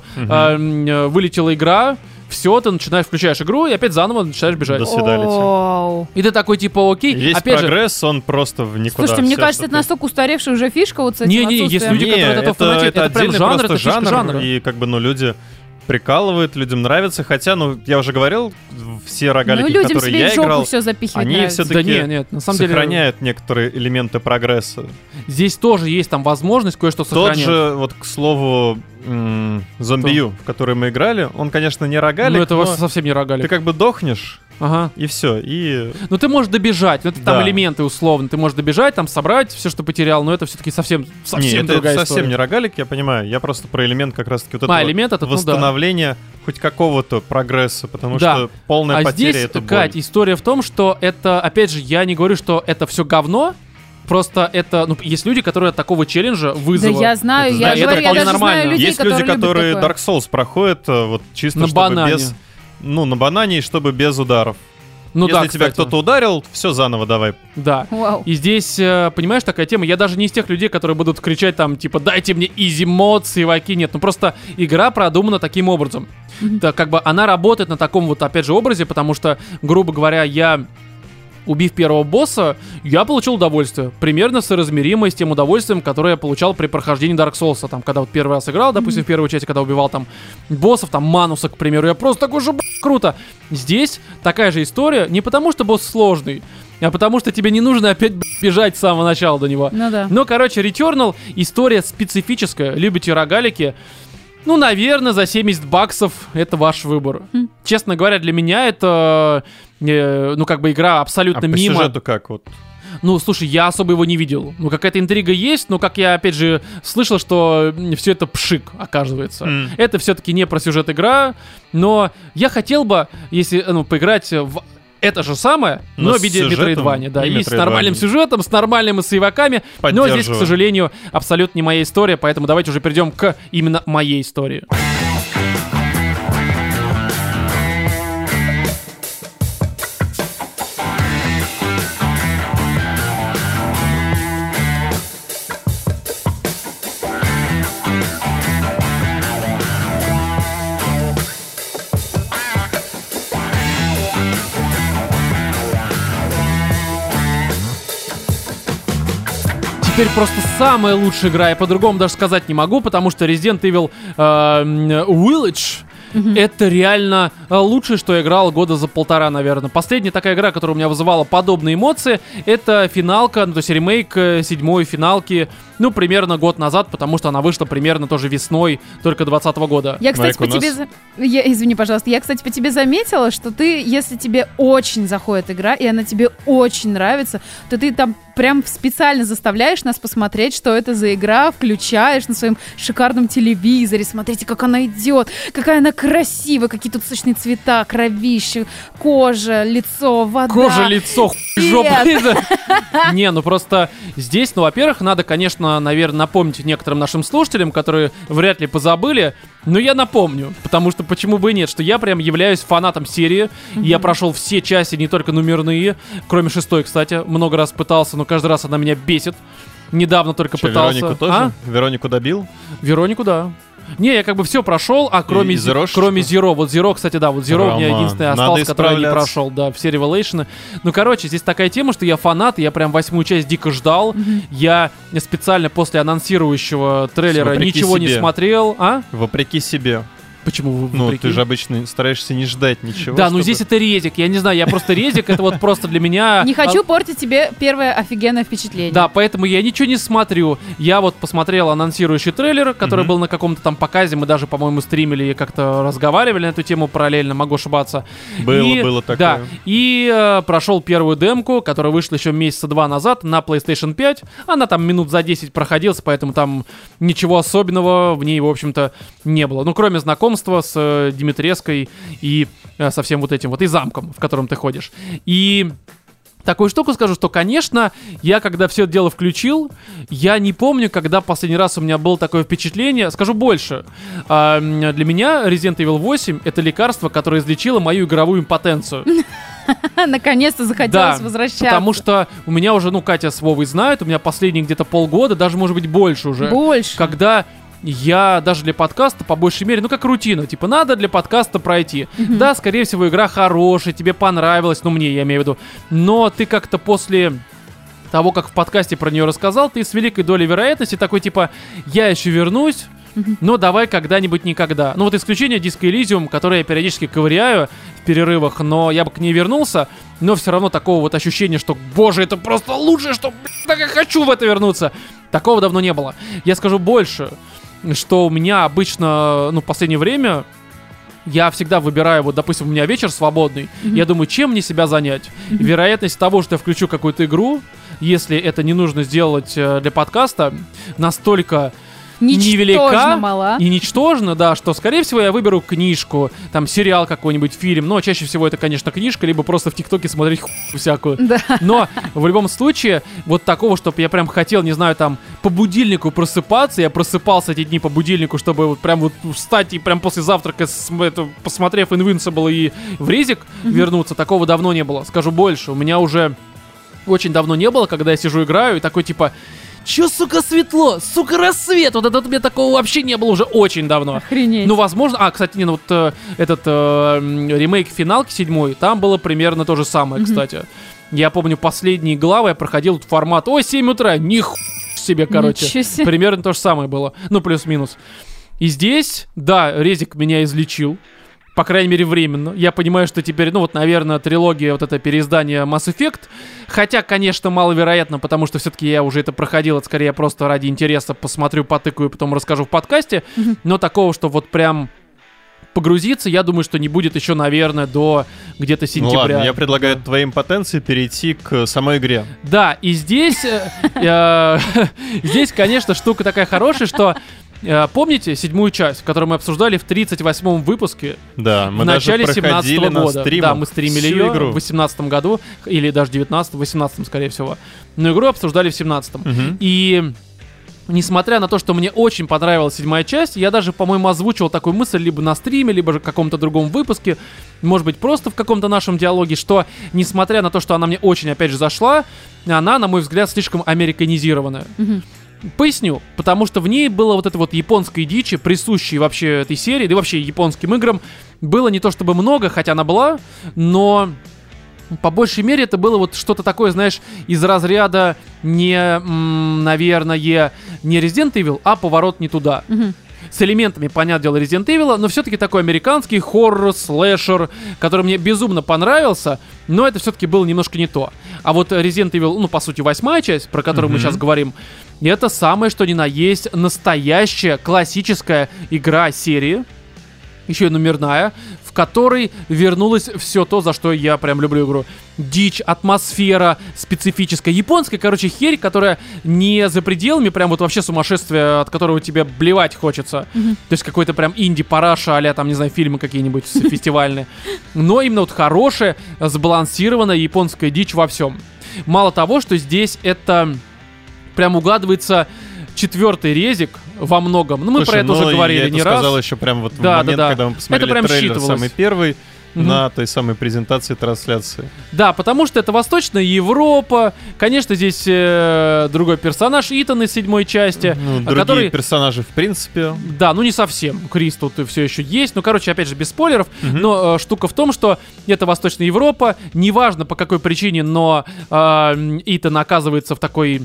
вылетела игра, все, ты начинаешь, включаешь игру и опять заново начинаешь бежать. До свидания. И ты такой, типа, окей. Весь опять прогресс, он просто в никуда. Слушайте, мне кажется, это настолько устаревшая уже фишка вот с этим отсутствием. Не, есть люди, которые это фанатеют. Это прям жанр, это фишка жанра. И как бы, люди... прикалывает, людям нравится, хотя, я уже говорил, все рогалики, в которые я играл, все они все-таки на самом деле сохраняют некоторые элементы прогресса. Здесь тоже есть там возможность кое-что сохранять. Тот же, вот, к слову, Зомбию, в который мы играли, он, конечно, не рогалик, это совсем не рогалик. Ты как бы дохнешь, ага. И все, и... ты можешь добежать, это там элементы условно, ты можешь добежать, там собрать все, что потерял, но это все-таки совсем другая история. Это совсем не рогалик, я понимаю, я просто про элемент как раз-таки вот этого восстановления хоть какого-то прогресса, потому что полная потеря здесь, это боль. Кать, история в том, что это, опять же, я не говорю, что это все говно, просто это, есть люди, которые от такого челленджа вызова. Да я знаю, я даже знаю людей, есть люди, которые Dark Souls проходят вот чисто на чтобы банане. без... на банане, и чтобы без ударов. Если тебя кто-то ударил, все заново давай. Да. Вау. И здесь, понимаешь, такая тема, я даже не из тех людей, которые будут кричать там, типа, дайте мне easy мод, сейваки, нет. Просто игра продумана таким образом. Так, как бы она работает на таком вот, опять же, образе, потому что, грубо говоря, я убив первого босса, я получил удовольствие. Примерно соразмеримое с тем удовольствием, которое я получал при прохождении Dark Souls. Там, когда вот первый раз играл, допустим, в первой части, когда убивал там боссов, там Мануса, к примеру, я просто такой же, круто. Здесь такая же история, не потому что босс сложный, а потому что тебе не нужно опять бежать с самого начала до него. Ну да. Но, короче, Returnal история специфическая. Любите рогалики? Ну, наверное, за $70 это ваш выбор. Честно говоря, для меня это, ну, как бы игра абсолютно по мимо. сюжету как вот? Ну, слушай, я особо его не видел. Ну, какая-то интрига есть, но, как я, опять же, слышал, что все это пшик, оказывается. Это все-таки не про сюжет игра, но я хотел бы, если, поиграть в это же самое, но в виде Metroidvania, да, и с нормальным сюжетом, с нормальными сейваками, но здесь, к сожалению, абсолютно не моя история, поэтому давайте уже перейдем к именно моей истории. Теперь просто самая лучшая игра, я по-другому даже сказать не могу, потому что Resident Evil Village это реально лучшее, что я играл года за полтора, наверное. Последняя такая игра, которая у меня вызывала подобные эмоции, это финалка, то есть ремейк 7-й финалки, ну, примерно год назад, потому что она вышла примерно тоже весной только 2020 года. Я, кстати, по тебе... Извини, пожалуйста. Я, кстати, по тебе заметила, что ты, если тебе очень заходит игра, и она тебе очень нравится, то ты там прям специально заставляешь нас посмотреть, что это за игра, включаешь на своем шикарном телевизоре, смотрите, как она идет, какая она красивая, какие тут сочные цвета, кровище, кожа, лицо, вода. Кожа, лицо, жопа. Не, ну просто здесь, ну, во-первых, надо, конечно, наверное, напомнить некоторым нашим слушателям, которые вряд ли позабыли, но я напомню, потому что почему бы и нет, что я прям являюсь фанатом серии, я прошел все части, не только номерные, кроме 6-й, кстати, много раз пытался, но каждый раз она меня бесит. Недавно только пытался. Веронику тоже? Веронику добил? Веронику, да. Не, я как бы все прошел, а кроме Zero. Вот Zero, кстати, да, вот Zero у меня единственный остался, который я не прошел, да, все Revelation'ы. Ну, короче, здесь такая тема, что я фанат, я прям 8-ю часть дико ждал. Я специально после анонсирующего трейлера ничего не смотрел. Вопреки себе. Почему вы Ну, ты же обычно стараешься не ждать ничего. Да, ну здесь это резик, я не знаю, я просто резик, это вот просто для меня... Не хочу портить тебе первое офигенное впечатление. Да, поэтому я ничего не смотрю. Я вот посмотрел анонсирующий трейлер, который был на каком-то там показе, мы даже, по-моему, стримили и как-то разговаривали на эту тему параллельно, могу ошибаться. Было такое. Да, и прошел первую демку, которая вышла еще месяца 2 назад на PlayStation 5. Она там минут за 10 проходилась, поэтому там ничего особенного в ней, в общем-то, не было. Ну, кроме знакомства с Димитреской и со всем вот этим вот, и замком, в котором ты ходишь. И такую штуку скажу, что, конечно, я когда все это дело включил, я не помню, когда последний раз у меня было такое впечатление. Скажу больше. Для меня Resident Evil 8 — это лекарство, которое излечило мою игровую импотенцию. Наконец-то захотелось возвращаться. Потому что у меня уже, ну, Катя с Вовой знает, у меня последние где-то полгода, даже, может быть, больше уже. Больше. Когда... Я даже для подкаста, по большей мере, ну как рутина, типа надо для подкаста пройти. Да, скорее всего, игра хорошая, тебе понравилась, ну мне, я имею в виду. Но ты как-то после того, как в подкасте про нее рассказал, ты с великой долей вероятности такой типа, я еще вернусь, но давай когда-нибудь никогда. Ну вот исключение Disco Elysium, который я периодически ковыряю в перерывах, но я бы к ней вернулся, но все равно такого вот ощущения, что, боже, это просто лучшее, что, так я хочу в это вернуться. Такого давно не было. Я скажу больше, что у меня обычно, ну, в последнее время я всегда выбираю, вот, допустим, у меня вечер свободный, я думаю, чем мне себя занять. Вероятность того, что я включу какую-то игру, если это не нужно сделать для подкаста, настолько невелика мала. И ничтожно, да, что, скорее всего, я выберу книжку, там, сериал какой-нибудь, фильм, но чаще всего это, конечно, книжка, либо просто в ТикТоке смотреть всякую. Да. Но в любом случае, вот такого, чтобы я прям хотел, не знаю, там, по будильнику просыпаться, я просыпался эти дни по будильнику, чтобы вот прям вот встать и прям после завтрака, посмотрев Invincible и в резик вернуться, такого давно не было. Скажу больше, у меня уже очень давно не было, когда я сижу играю и такой, типа... Чё, сука, светло? Сука, рассвет! Вот это у меня такого вообще не было уже очень давно. Охренеть. Ну, возможно... кстати, вот этот ремейк финалки 7-й, там было примерно то же самое, кстати. Я помню, последние главы я проходил формат 7 утра, себе, короче. Ничего себе. Примерно то же самое было. Ну, плюс-минус. И здесь, да, резик меня излечил. По крайней мере, временно. Я понимаю, что теперь, наверное, трилогия, вот это переиздание Mass Effect. Хотя, конечно, маловероятно, потому что все-таки я уже это проходил. Это скорее просто ради интереса посмотрю, потыкаю, потом расскажу в подкасте. Но такого, что вот прям погрузиться, я думаю, что не будет еще, наверное, до где-то сентября. Ну ладно, я предлагаю твоей импотенции перейти к самой игре. Да, и здесь, здесь, конечно, штука такая хорошая, что помните 7-ю часть, которую мы обсуждали в 38-м выпуске? Да, мы в начале даже проходили 17-го года. на стримах Да, мы стримили ее игру. в 18-м году, или даже 19-м, 18-м, скорее всего. Но игру обсуждали в 17-м. И несмотря на то, что мне очень понравилась 7-я часть, я даже, по-моему, озвучивал такую мысль либо на стриме, либо же в каком-то другом выпуске, может быть, просто в каком-то нашем диалоге, что, несмотря на то, что она мне очень, опять же, зашла, она, на мой взгляд, слишком американизированная. Поясню, потому что в ней было вот это вот японской дичи, присущей вообще этой серии, да и вообще японским играм, было не то чтобы много, хотя она была, но по большей мере это было вот что-то такое, знаешь, из разряда наверное, не Resident Evil, а поворот не туда. С элементами, понятное дело, Resident Evil, но все-таки такой американский хоррор, слэшер, который мне безумно понравился, но это все-таки было немножко не то. А вот Resident Evil, по сути, 8-я часть, про которую мы сейчас говорим, это самое, что ни на есть, настоящая классическая игра серии, еще и номерная, в которой вернулось все то, за что я прям люблю игру. Дичь, атмосфера специфическая. Японская, короче, херь, которая не за пределами, прям вот вообще сумасшествие, от которого тебе блевать хочется. То есть какой-то прям инди-параша, а-ля там, не знаю, фильмы какие-нибудь фестивальные. Но именно вот хорошая, сбалансированная японская дичь во всем. Мало того, что здесь это прям угадывается 4-й резик во многом. Мы про это уже говорили не раз. Я сказал еще прям вот в момент, когда мы посмотрели трейлер самый первый на той самой презентации, трансляции. Да, потому что это Восточная Европа. Конечно, здесь другой персонаж, Итан из 7-й части. Другие персонажи, в принципе. Да, не совсем. Крис тут все еще есть. Опять же, без спойлеров. Но штука в том, что это Восточная Европа. Неважно по какой причине, но Итан оказывается в такой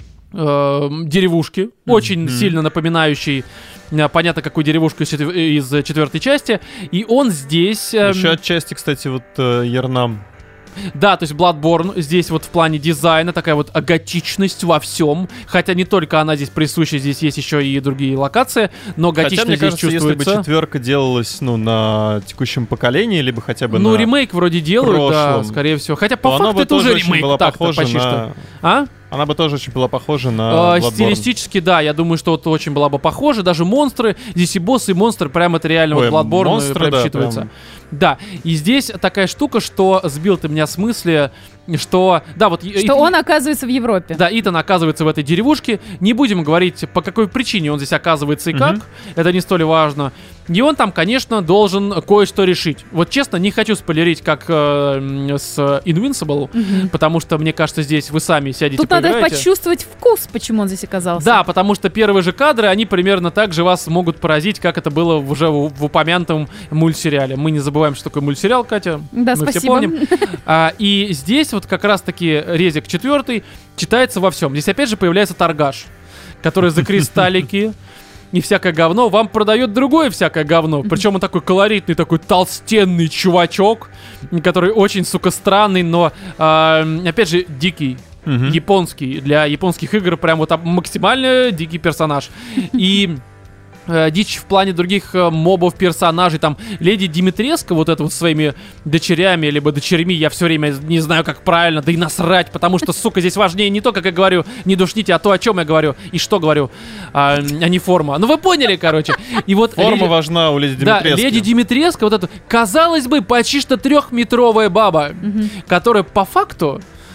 деревушки, очень сильно напоминающей, понятно, какую деревушку из 4-й части, и он здесь... Еще отчасти, кстати, вот Ернам. Да, то есть Bloodborne здесь вот в плане дизайна такая вот готичность во всем, хотя не только она здесь присуща, здесь есть еще и другие локации, но готичность мне здесь кажется, чувствуется. если бы 4-ка делалась, на текущем поколении, либо хотя бы на ремейк вроде делают, да, скорее всего. Хотя по факту это уже ремейк, так-то почти что. Она бы тоже очень была похожа на Bloodborne. Стилистически, да, я думаю, что вот очень была бы похожа. Даже монстры, здесь и боссы, и монстры, прям это реально вот Bloodborne монстры, прям считывается. Прям. Да, и здесь такая штука, что сбил ты меня с мысли, что... Да, вот что он оказывается в Европе. Да, Итан оказывается в этой деревушке. Не будем говорить, по какой причине он здесь оказывается и как. Это не столь важно. И он там, конечно, должен кое-что решить. Вот честно, не хочу спойлерить, как с Invincible, потому что, мне кажется, здесь вы сами сядете, поиграете. Тут надо почувствовать вкус, почему он здесь оказался. Да, потому что первые же кадры, они примерно так же вас могут поразить, как это было уже в упомянутом мультсериале. Мы не забываем, что такое мультсериал, Катя. Да, мы спасибо. все помним. И здесь вот как раз-таки резик 4 читается во всем. Здесь опять же появляется торгаш, который за кристаллики и всякое говно вам продает другое всякое говно. Причем он такой колоритный, такой толстенный чувачок, который очень, сука, странный, но, опять же, дикий. Японский. Для японских игр прям вот максимально дикий персонаж. И дичь в плане других мобов, персонажей, там, леди Димитреска, вот это вот своими дочерями, либо дочерьми, я все время не знаю, как правильно, да и насрать, потому что, сука, здесь важнее не то, как я говорю, не душните, а то, о чем я говорю, и что говорю, а не форма. Ну, вы поняли, короче. И вот форма важна у леди Димитрески. Да, леди Димитреска, вот это, казалось бы, почти что 3-метровая баба, которая по факту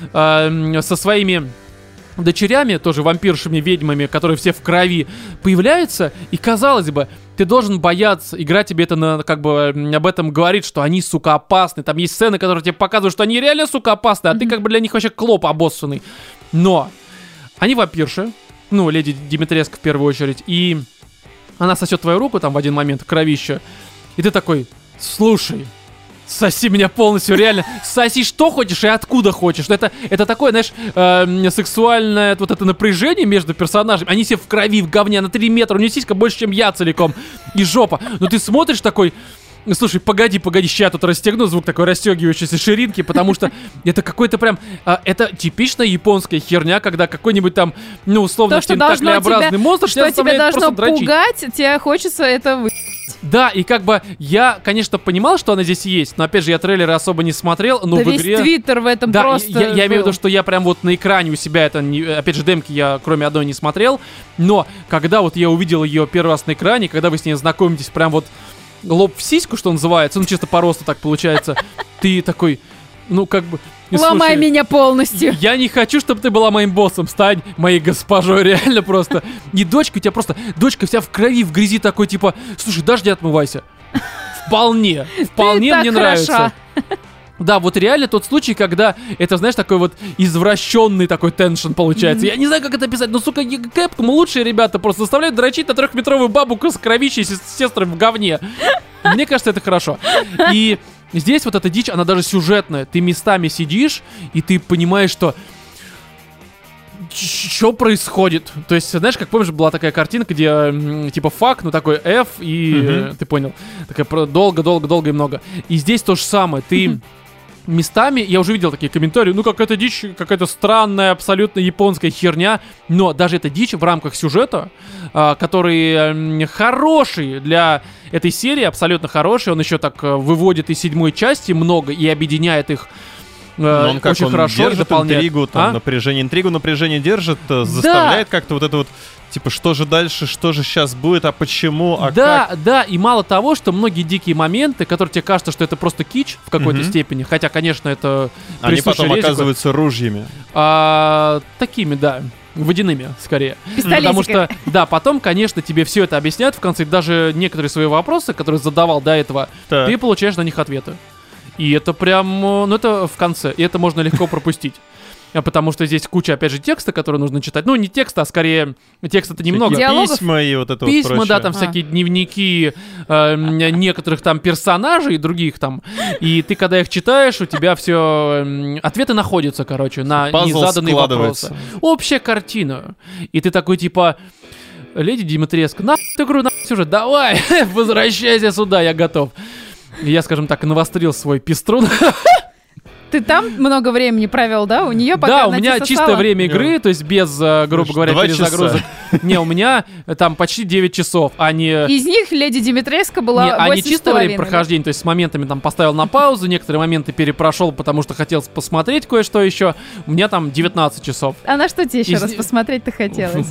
со своими дочерями, тоже вампиршими, ведьмами, которые все в крови, появляются, и, казалось бы, ты должен бояться, игра тебе это как бы об этом говорит, что они, сука, опасны, там есть сцены, которые тебе показывают, что они реально, сука, опасны, а ты как бы для них вообще клоп обоссанный. Но они вампирши, леди Димитреска в первую очередь, и она сосет твою руку там в один момент, кровище, и ты такой: слушай, Соси меня полностью, реально. Соси что хочешь и откуда хочешь. Это такое, знаешь, сексуальное вот это напряжение между персонажами. Они все в крови, в говне, на 3 метра. У нее сиська больше, чем я целиком. И жопа. Но ты смотришь такой... Слушай, погоди, сейчас я тут расстегну звук такой расстегивающейся ширинки, потому что это какой-то прям... это типичная японская херня, когда какой-нибудь там, ну, условно, тентаклеобразный монстр что тебя должно пугать, тебе хочется это Да, и как бы я, конечно, понимал, что она здесь есть, но, опять же, я трейлеры особо не смотрел, но да в игре... весь твиттер в этом да, просто я имею в виду, что я прям вот на экране у себя это... Опять же, демки я кроме одной не смотрел, но когда вот я увидел ее первый раз на экране, когда вы с ней знакомитесь прям вот лоб в сиську, что называется, ну, чисто по росту так получается, ты такой, ну, как бы... Ломай слушай, меня полностью. Я не хочу, чтобы ты была моим боссом. Стань моей госпожой, реально просто. И дочка у тебя просто... Дочка вся в крови, в грязи такой, типа... Слушай, даже не отмывайся. Вполне мне нравится. Да, вот реально тот случай, когда это, знаешь, такой вот извращенный такой теншн получается. Я не знаю, как это описать, но, сука, Capcom лучшие ребята просто заставляют дрочить на 3-метровую бабу с кровищей с сестрой в говне. Мне кажется, это хорошо. И здесь вот эта дичь, она даже сюжетная. Ты местами сидишь, и ты понимаешь, что... Что происходит? То есть, знаешь, как помнишь, была такая картинка, где типа фак, ну такой F, и ты понял. Такая долго и много. И здесь то же самое. Ты... местами, я уже видел такие комментарии, ну какая-то дичь, какая-то странная, абсолютно японская херня, но даже эта дичь в рамках сюжета, который хороший для этой серии, абсолютно хороший, он еще так выводит из 7-й части много и объединяет их он как очень он хорошо держит интригу, там, напряжение держит, заставляет как-то вот это вот, типа, что же дальше, что же сейчас будет, а почему, а как? Да, и мало того, что многие дикие моменты, которые тебе кажется, что это просто кич в какой-то степени, хотя, конечно, это... Они потом оказываются ружьями. Такими, да. Водяными, скорее. Потому что, да, потом, конечно, тебе все это объясняют в конце, даже некоторые свои вопросы, которые задавал до этого, ты получаешь на них ответы. И это прям, ну это в конце, и это можно легко пропустить. Потому что здесь куча, опять же, текста, который нужно читать. Ну, не текста, а скорее текста-то немного. Письма и вот это вот Письма, прочее. да, там всякие дневники некоторых там персонажей и других там. И ты, когда их читаешь, у тебя все... ответы находятся, короче, на незаданные вопросы. Общая картина. И ты такой, типа... Леди Димитреску, нахуй игру, нахуй сюжет, давай, возвращайся сюда, я готов. Я, скажем так, навострил свой пиструн. Ты там много времени провел, да? У нее пока да, у меня чистое время игры, то есть без, грубо говоря, перезагрузок. Не, у меня там почти 9 часов, а не... Из них Леди Димитреску была 8,5. А не чистое время прохождения, то есть с моментами там поставил на паузу, некоторые моменты перепрошел, потому что хотел посмотреть кое-что еще. У меня там 19 часов. А на что тебе еще раз посмотреть-то хотелось?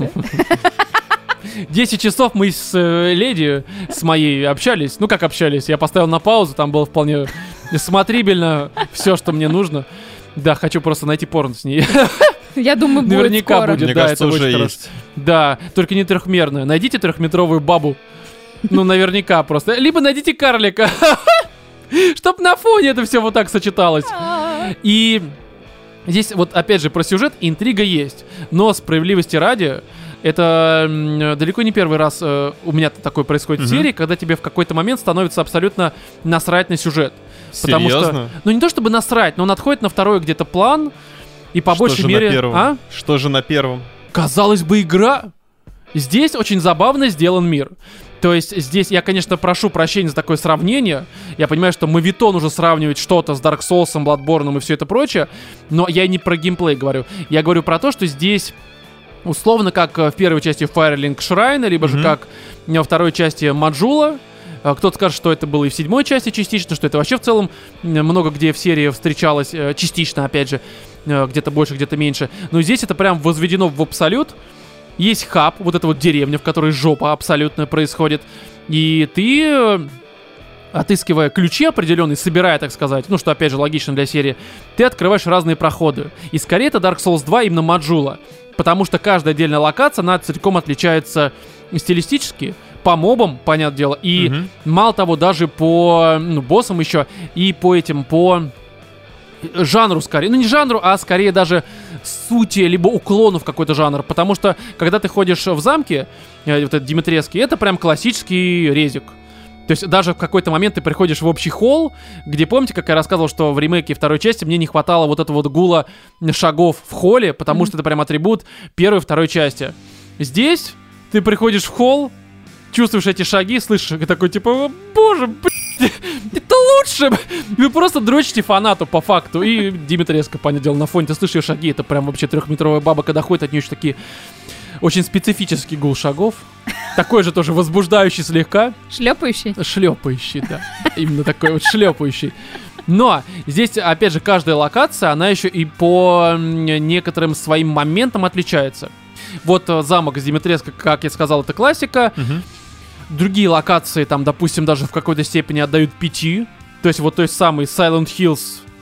10 часов мы с леди, с моей, общались. Ну, как общались? Я поставил на паузу, там было вполне смотрибельно все, что мне нужно. Да, хочу просто найти порно с ней. Я думаю, будет наверняка скоро. будет, Мне да, кажется, это уже очень есть. хорошо. Да, только не трехмерную. Найдите 3-метровую бабу. Ну, наверняка просто. Либо найдите карлика. Чтоб на фоне это все вот так сочеталось. И здесь вот, опять же, про сюжет интрига есть. Но справедливости ради... Это далеко не первый раз у меня такое происходит в серии, когда тебе в какой-то момент становится абсолютно насрать на сюжет. Потому Серьезно? что, ну не то чтобы насрать, но он отходит на второй где-то план, и по большей мере... На первом? Что же на первом? Казалось бы, игра. Здесь очень забавно сделан мир. То есть здесь я, конечно, прошу прощения за такое сравнение. Я понимаю, что моветон уже сравнивать что-то с Dark Souls, Bloodborne и все это прочее, но я не про геймплей говорю. Я говорю про то, что здесь... Условно, как в первой части Firelink Shrine, либо же как во второй части Majula. Кто-то скажет, что это было и в 7-й части частично, что это вообще в целом много где в серии встречалось частично, опять же, где-то больше, где-то меньше. Но здесь это прям возведено в абсолют. Есть хаб, вот эта вот деревня, в которой жопа абсолютно происходит. И ты, отыскивая ключи определенные, собирая, так сказать, ну, что, опять же, логично для серии, ты открываешь разные проходы. И скорее это Dark Souls 2 именно Majula. Потому что каждая отдельная локация, она целиком отличается стилистически, по мобам, понятное дело, и мало того, даже по боссам еще, и по жанру скорее. Ну, не жанру, а скорее даже сути, либо уклону в какой-то жанр. Потому что, когда ты ходишь в замке, вот этот Димитресский, это прям классический резик. То есть даже в какой-то момент ты приходишь в общий холл, где, помните, как я рассказывал, что в ремейке второй части мне не хватало вот этого вот гула шагов в холле, потому что это прям атрибут первой и второй части. Здесь ты приходишь в холл, чувствуешь эти шаги, слышишь, и такой типа, боже, блядь, это лучше! Вы просто дрочите фанату по факту. И Димитреско, понятное дело, на фоне ты слышишь ее шаги, это прям вообще 3-метровая баба, когда ходит, от нее еще такие очень специфический гул шагов. Такой же тоже возбуждающий слегка. Шлепающий? Шлепающий, да. Именно такой вот шлепающий. Но здесь, опять же, каждая локация, она еще и по некоторым своим моментам отличается. Вот замок с Димитреско, как я сказал, это классика. Другие локации, там, допустим, даже в какой-то степени отдают 5. То есть вот той самый Silent Hills.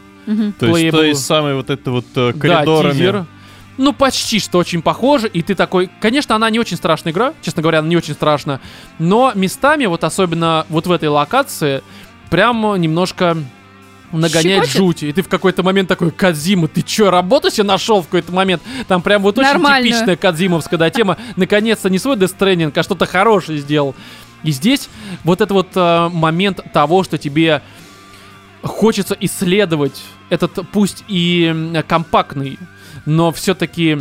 То есть той самой вот это вот коридорами. Да, тизер. Ну, почти что очень похоже, и ты такой... Конечно, она не очень страшная игра, честно говоря, она не очень страшна, но местами, вот особенно вот в этой локации, прям немножко нагоняет жути. И ты в какой-то момент такой, Кодзима, ты чё, работу себе нашел в какой-то момент? Там прям вот очень типичная кодзимовская, да, тема. Наконец-то не свой Death Stranding, а что-то хорошее сделал. И здесь вот этот вот момент того, что тебе хочется исследовать этот, пусть и компактный, но все-таки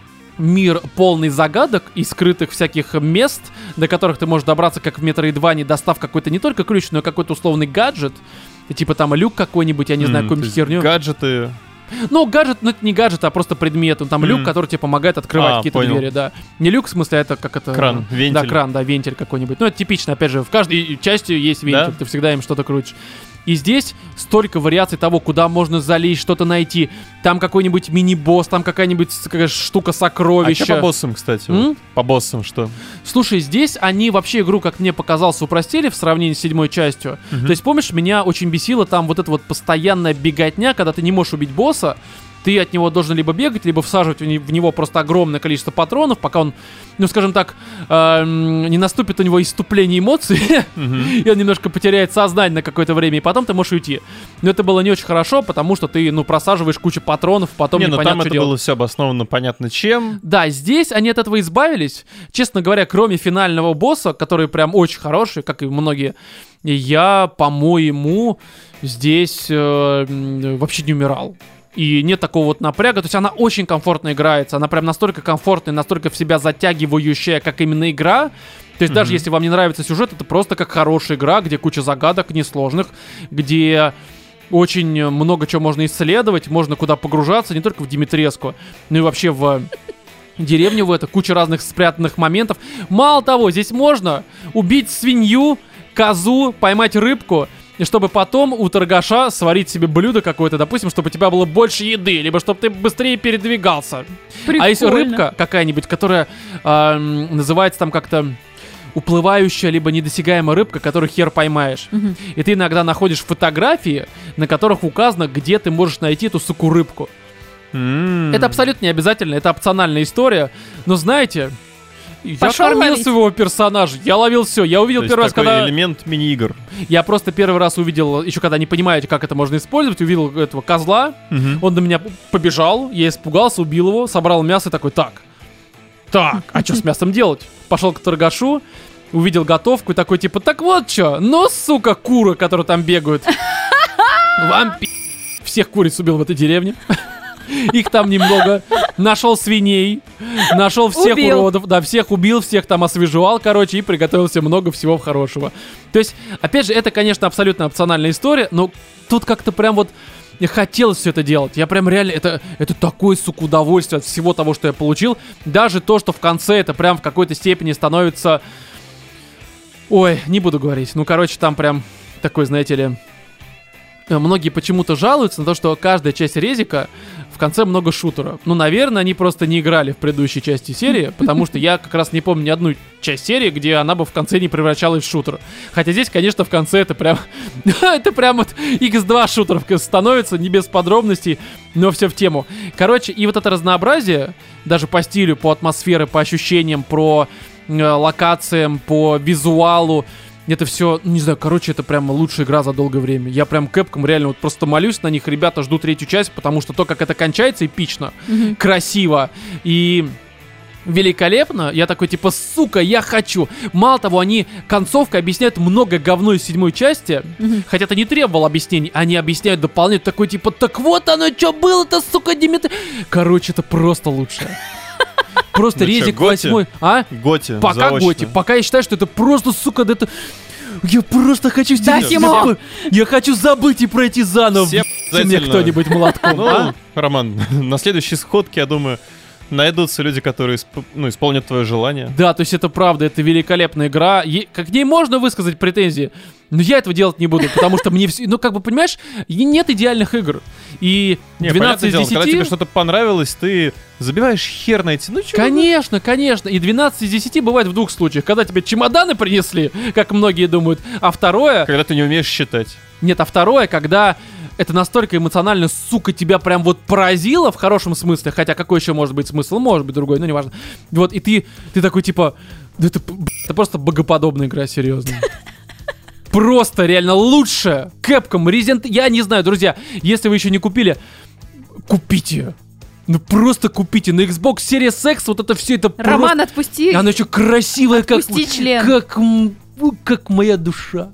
мир полный загадок и скрытых всяких мест, до которых ты можешь добраться, как в Metroidvania, достав какой-то не только ключ, но и какой-то условный гаджет. Типа там люк какой-нибудь, я не знаю, какую-нибудь херню. Гаджеты. Ну, гаджет, ну это не гаджет, а просто предмет. Там люк, который тебе помогает открывать какие-то двери, да. Не люк, в смысле, это как это... Кран, вентиль. Да, кран, да, вентиль какой-нибудь. Ну, это типично, опять же, в каждой части есть вентиль, ты всегда им что-то крутишь. И здесь столько вариаций того, куда можно залезть, что-то найти. Там какой-нибудь мини-босс, там какая-нибудь штука сокровища. А что по боссам, кстати? Вот? По боссам что? Слушай, здесь они вообще игру, как мне показалось, упростили в сравнении с 7 частью. То есть, помнишь, меня очень бесило там вот эта вот постоянная беготня, когда ты не можешь убить босса, ты от него должен либо бегать, либо всаживать в него просто огромное количество патронов, пока он, ну, скажем так, не наступит у него иступление эмоций, и он немножко потеряет сознание на какое-то время, и потом ты можешь уйти. Но это было не очень хорошо, потому что ты, ну, просаживаешь кучу патронов, потом непонятно, что делать. там это было все обосновано понятно чем. Да, здесь они от этого избавились. Честно говоря, кроме финального босса, который прям очень хороший, как и многие, я, по-моему, здесь вообще не умирал. И нет такого вот напряга, то есть она очень комфортно играется, она прям настолько комфортная, настолько в себя затягивающая, как именно игра. То есть даже если вам не нравится сюжет, это просто как хорошая игра, где куча загадок несложных, где очень много чего можно исследовать, можно куда погружаться, не только в Димитреску, но и вообще в деревню в это, куча разных спрятанных моментов. Мало того, здесь можно убить свинью, козу, поймать рыбку, и чтобы потом у торгаша сварить себе блюдо какое-то, допустим, чтобы у тебя было больше еды, либо чтобы ты быстрее передвигался. Прикольно. А если рыбка какая-нибудь, которая называется там как-то уплывающая, либо недосягаемая рыбка, которую хер поймаешь. И ты иногда находишь фотографии, на которых указано, где ты можешь найти эту, суку, рыбку. Это абсолютно не обязательно, это опциональная история. Но знаете... Я кормил своего персонажа, я ловил все. Я увидел первый раз, когда... элемент мини-игр. Я просто первый раз увидел, еще когда не понимаете, как это можно использовать, увидел этого козла, он на меня побежал, я испугался, убил его, собрал мясо и такой, так, а что с мясом делать? Пошел к торгашу, увидел готовку и такой, типа, так вот что, ну, сука, куры, которые там бегают. Вам всех куриц убил в этой деревне. Их там немного. Нашел свиней, нашел всех уродов, да, всех убил, всех там освежевал, короче, и приготовил себе много всего хорошего. То есть, опять же, это, конечно, абсолютно опциональная история, но тут как-то прям вот мне хотелось все это делать. Я прям реально, это такое, сука, удовольствие от всего того, что я получил. Даже то, что в конце это прям в какой-то степени становится... Ой, не буду говорить. Ну, короче, там прям такой, знаете ли... Многие почему-то жалуются на то, что каждая часть резика в конце много шутера. Ну, наверное, они просто не играли в предыдущей части серии, потому что я как раз не помню ни одну часть серии, где она бы в конце не превращалась в шутер. Хотя здесь, конечно, в конце это прям... это прям вот X2 шутеров становится, не без подробностей, но все в тему. Короче, и вот это разнообразие, даже по стилю, по атмосфере, по ощущениям, по локациям, по визуалу, это все, не знаю, короче, это прям лучшая игра за долгое время. Я прям Capcom реально вот просто молюсь на них. Ребята, жду третью часть, потому что то, как это кончается, эпично, красиво. И великолепно. Я такой, типа, сука, я хочу. Мало того, они концовкой объясняют много говно из 7 части, хотя это не требовало объяснений. Они объясняют дополнительно, такой, типа, так вот оно, что было-то, сука, Димитри. Короче, это просто лучше. Просто резик 8. А? Готи. Пока заочно. Готи. Пока я считаю, что это просто, сука, да это... Я просто хочу Дать ему. Я хочу забыть и пройти заново. Все Мне обязательно. кто-нибудь молотком. Ну, а? Роман, на следующей сходке, я думаю, найдутся люди, которые исполнят твое желание. Да, то есть это правда, это великолепная игра. К ней можно высказать претензии, но я этого делать не буду, потому что мне все... Ну, как бы, понимаешь, нет идеальных игр. И Не, 12 из дело, 10... когда тебе что-то понравилось, ты забиваешь хер найти. Ну, чё? Конечно, конечно. И 12 из 10 бывает в двух случаях. Когда тебе чемоданы принесли, как многие думают, а второе... Когда ты не умеешь считать. Нет, а второе, когда это настолько эмоционально, сука, тебя прям вот поразило в хорошем смысле, хотя какой еще может быть смысл? Может быть другой, но неважно. Вот, и ты такой, типа, да это просто богоподобная игра, серьезно. Просто реально лучше. Capcom, Resident... Я не знаю, друзья, если вы еще не купили, купите. Ну просто купите. На Xbox Series X вот это все, это Роман, просто... отпусти. Она еще красивая, Отпусти член. как моя душа.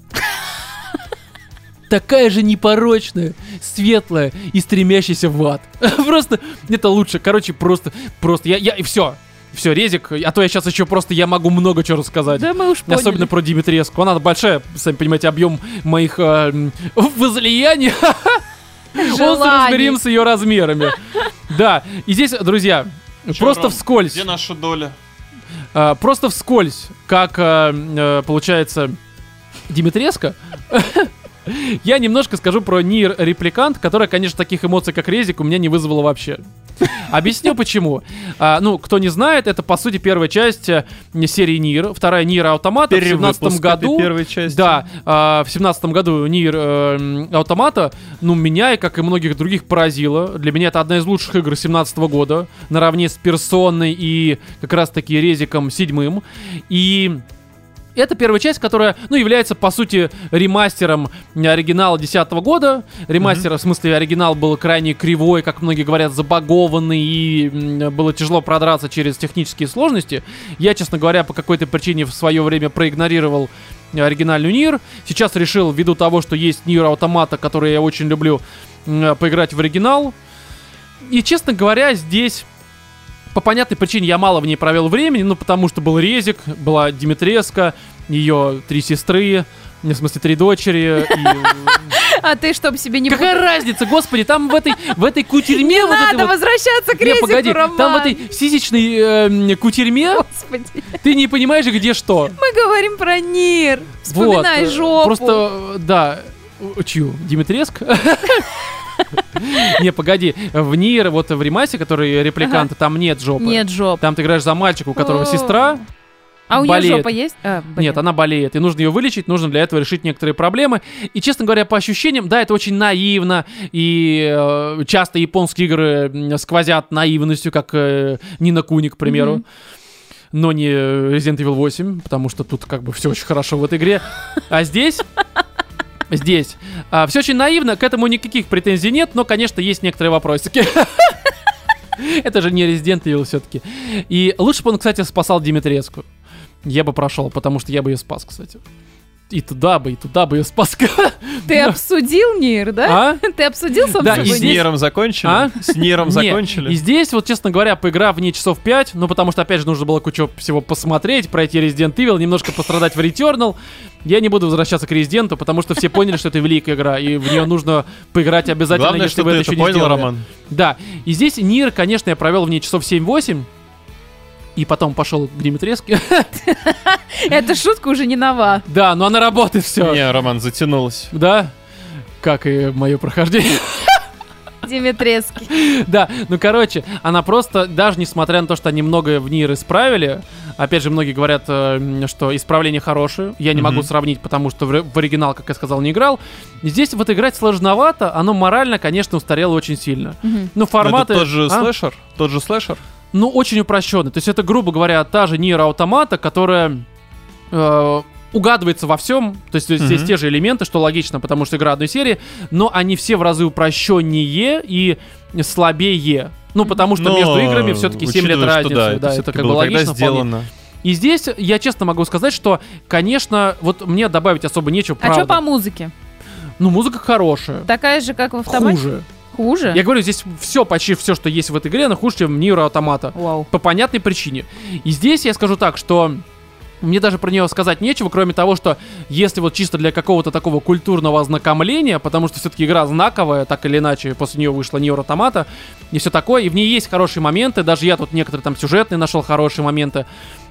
Такая же непорочная, светлая и стремящаяся в ад. Просто это лучше. Короче, просто я все, резик, а то я сейчас еще просто, я могу много чего рассказать. Да мы уж поняли. Особенно про Димитреску. Она большая, сами понимаете, объем моих возлияний. Желаний. Разберем с ее размерами. Да, и здесь, друзья, просто Ром, вскользь. Где наша доля? Просто вскользь, как получается Димитреска. Я немножко скажу про Nier Replicant, которая, конечно, таких эмоций, как резик, у меня не вызвала вообще. Объясню почему. Ну, кто не знает, это, по сути, первая часть серии Nier, вторая Nier Automata в 17 году. Первой части. Да, в 17 году Nier Automata, ну, меня и, как и многих других, поразило. Для меня это одна из лучших игр 17 года, наравне с Персоной и как раз-таки резиком 7. И... это первая часть, которая, ну, является, по сути, ремастером оригинала 2010 года. Ремастер, в смысле, оригинал был крайне кривой, как многие говорят, забагованный, и было тяжело продраться через технические сложности. Я, честно говоря, по какой-то причине в свое время проигнорировал оригинальную Nier. Сейчас решил, ввиду того, что есть Nier Automata, который я очень люблю, поиграть в оригинал. И, честно говоря, здесь... по понятной причине я мало в ней провел времени, ну, потому что был резик, была Димитреска, ее 3 сестры, в смысле 3 дочери. А ты, чтобы себе не... Какая разница, господи, там в этой кутерьме... Не надо возвращаться к резику, погоди, Роман. там в этой сисечной кутерьме Господи. ты не понимаешь, где что. Мы говорим про Нир. Вспоминай Вот, жопу. Просто, да, чью? Димитреск? Не, погоди, в Nier, вот в ремасе, который репликант, там нет жопы. Нет жопы. Там ты играешь за мальчика, у которого О. сестра. А у нее болеет. жопа есть? Нет, она болеет, и нужно ее вылечить, нужно для этого решить некоторые проблемы. И, честно говоря, по ощущениям, да, это очень наивно, и часто японские игры сквозят наивностью, как Ни no Kuni, к примеру. Но не Resident Evil 8, потому что тут как бы все очень хорошо в этой игре. А здесь... Здесь все очень наивно, к этому никаких претензий нет, но, конечно, есть некоторые вопросики. Это же не Resident Evil все-таки. И лучше бы он, кстати, спасал Димитреску. Я бы прошел, потому что я бы ее спас, кстати. И туда бы ее спас. Ты обсудил Нир, да? А? Ты обсудил сам Да, собой? и С здесь- Ниром закончили? А? С Ниром Не, закончили? И здесь, вот, честно говоря, поиграв в ней часов 5, ну, потому что, опять же, нужно было кучу всего посмотреть, пройти Resident Evil, немножко пострадать в Returnal, я не буду возвращаться к Resident, потому что все поняли, что это великая игра, и в нее нужно поиграть обязательно, Главное, если что вы ты это это еще не понял, сделали. Роман. Да, и здесь Нир, конечно, я провел в ней часов 7-8, и потом пошел к Димитреске. Эта шутка уже не нова. Да, но она работает все. Не, Роман, затянулась. Да, как и мое прохождение. Димитресский. Да, ну короче, она просто, даже несмотря на то, что они многое в Nier исправили, опять же, многие говорят, что исправления хорошие, я не могу сравнить, потому что в оригинал, как я сказал, не играл. Здесь вот играть сложновато, оно морально, конечно, устарело очень сильно. Ну, Но форматы... это тот же А? слэшер? Тот же слэшер? Ну, очень упрощенный. То есть это, грубо говоря, та же Nier Automata, которая угадывается во всем, то есть здесь те же элементы, что логично, потому что игра одной серии, но они все в разы упрощеннее и слабее. Ну, потому что между играми все-таки 7 лет разницы. Да, это как бы логично вполне. И здесь я честно могу сказать, что, конечно, вот мне добавить особо нечего, правда. А что по музыке? Ну, музыка хорошая. Такая же, как в автомате? Хуже. Хуже? Я говорю, здесь почти все, что есть в этой игре, оно хуже, чем в Nier Automata. Вау. По понятной причине. И здесь я скажу так, что мне даже про нее сказать нечего, кроме того, что если вот чисто для какого-то такого культурного ознакомления, потому что все-таки игра знаковая, так или иначе, после нее вышла Nier Automata и все такое, и в ней есть хорошие моменты, даже я тут некоторые там сюжетные нашел хорошие моменты.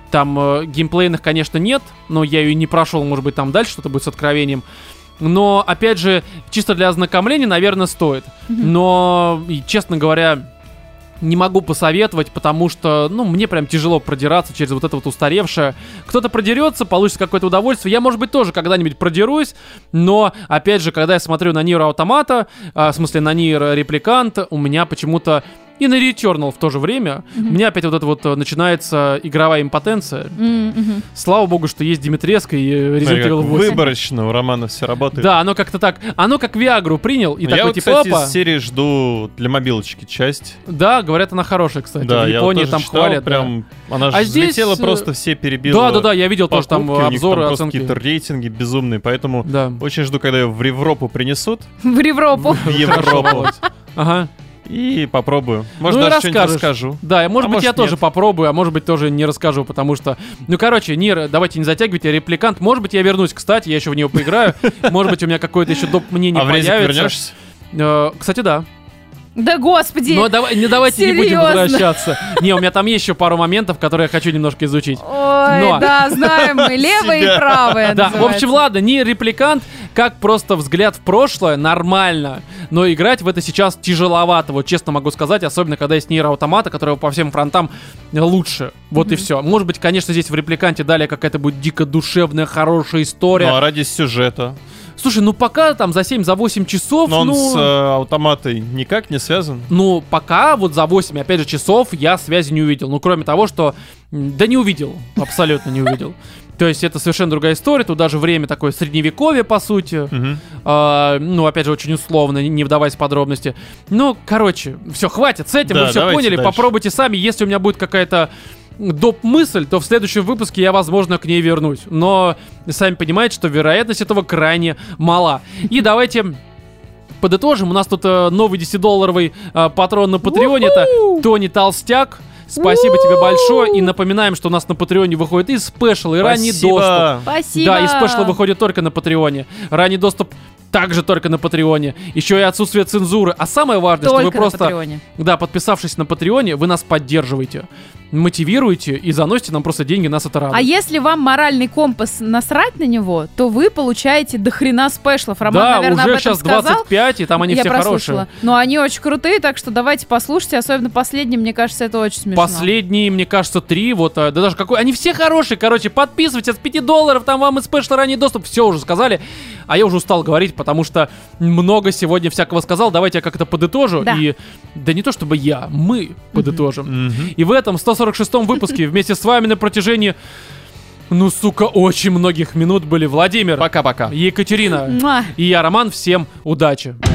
Там геймплейных, конечно, нет, но я ее не прошел, может быть, там дальше что-то будет с откровением. Но, опять же, чисто для ознакомления, наверное, стоит. Но, честно говоря, не могу посоветовать, потому что, ну, мне прям тяжело продираться через вот это вот устаревшее. Кто-то продерется, получится какое-то удовольствие. Я, может быть, тоже когда-нибудь продерусь, но, опять же, когда я смотрю на Nier Automata, в смысле, на Nier Replicant, у меня почему-то и на Returnal в то же время у меня опять вот это вот начинается игровая импотенция. Слава богу, что есть Димитреско и Resident Evil 8. Выборочно у Романа все работает. Да, оно как-то так. Оно как Виагру принял и такой вот, типа, кстати, опа. из серии жду для мобилочки часть. Да, говорят, она хорошая, кстати. Да, в Японии там читал, хвалят. прям, да. она же взлетела, просто все перебила. Да, я видел тоже там покупки, у них обзоры, там просто оценки. какие-то рейтинги безумные, поэтому Да. очень жду, когда ее в Европу принесут. В Европу. В Европу. Ага. И попробую. Может, Ну и даже что-нибудь расскажешь. расскажу. Да, и может быть может, я тоже нет. попробую, а может быть тоже не расскажу, потому что... Ну, короче, Нир, давайте не затягивайте, Репликант. Может быть я вернусь, кстати, я еще в нее поиграю. Может быть у меня какое-то еще доп. Мнение А в Резик появится. вернешься? Кстати, да. Да господи! Но давайте не будем Серьезно? возвращаться. Не, у меня там есть еще пару моментов, которые я хочу немножко изучить. Ой, Но- да, знаем мы, левое и правое Да, в называется. общем, ладно, не репликант, как просто взгляд в прошлое, нормально. Но играть в это сейчас тяжеловато, вот честно могу сказать, особенно когда есть Nier Automata, которая по всем фронтам лучше. Вот и все. Может быть, конечно, здесь в репликанте далее какая-то будет дико душевная, хорошая история. Ну, а ради сюжета. Слушай, ну пока там за 7-8 часов, Но он ну... с автоматой никак не связан. Ну, пока вот за 8, опять же, часов я связи не увидел. Ну, кроме того, что... Да не увидел, абсолютно не увидел. То есть это совершенно другая история, тут даже время такое средневековье, по сути. Ну, опять же, очень условно, не вдаваясь в подробности. Ну, короче, все, хватит с этим, Да, вы все давайте поняли, дальше. попробуйте сами. Если у меня будет какая-то доп-мысль, то в следующем выпуске я, возможно, к ней вернусь. Но сами понимаете, что вероятность этого крайне мала. И давайте... подытожим, у нас тут новый 10-долларовый патрон на Патреоне, это Тони Толстяк. Спасибо тебе большое. И напоминаем, что у нас на Патреоне выходит и спешл, и ранний доступ. Спасибо. Да, и спешлы выходят только на Патреоне. Ранний доступ также только на Патреоне. Еще и отсутствие цензуры. А самое важное, Только что вы на просто, Патреоне. да, подписавшись на Патреоне, вы нас поддерживаете, мотивируете и заносите нам просто деньги, нас это радует. А если вам моральный компас насрать на него, то вы получаете дохрена спешлов. Роман, да, наверное, об уже этом сейчас сказал. 25, и там они Я все прослушала. хорошие. Но они очень крутые, так что давайте послушайте. Особенно последний, мне кажется, это очень смешно. Последние, мне кажется, 3, вот, да даже какой, они все хорошие, короче, подписывайтесь, от $5, там вам и спешл ранний доступ, все уже сказали, а я уже устал говорить, потому что много сегодня всякого сказал, давайте я как-то подытожу, Да. и, да не то чтобы я, мы подытожим. И в этом 146-м выпуске вместе с вами на протяжении, ну, сука, очень многих минут были Владимир, Пока-пока. Екатерина Муа. и я, Роман, всем удачи.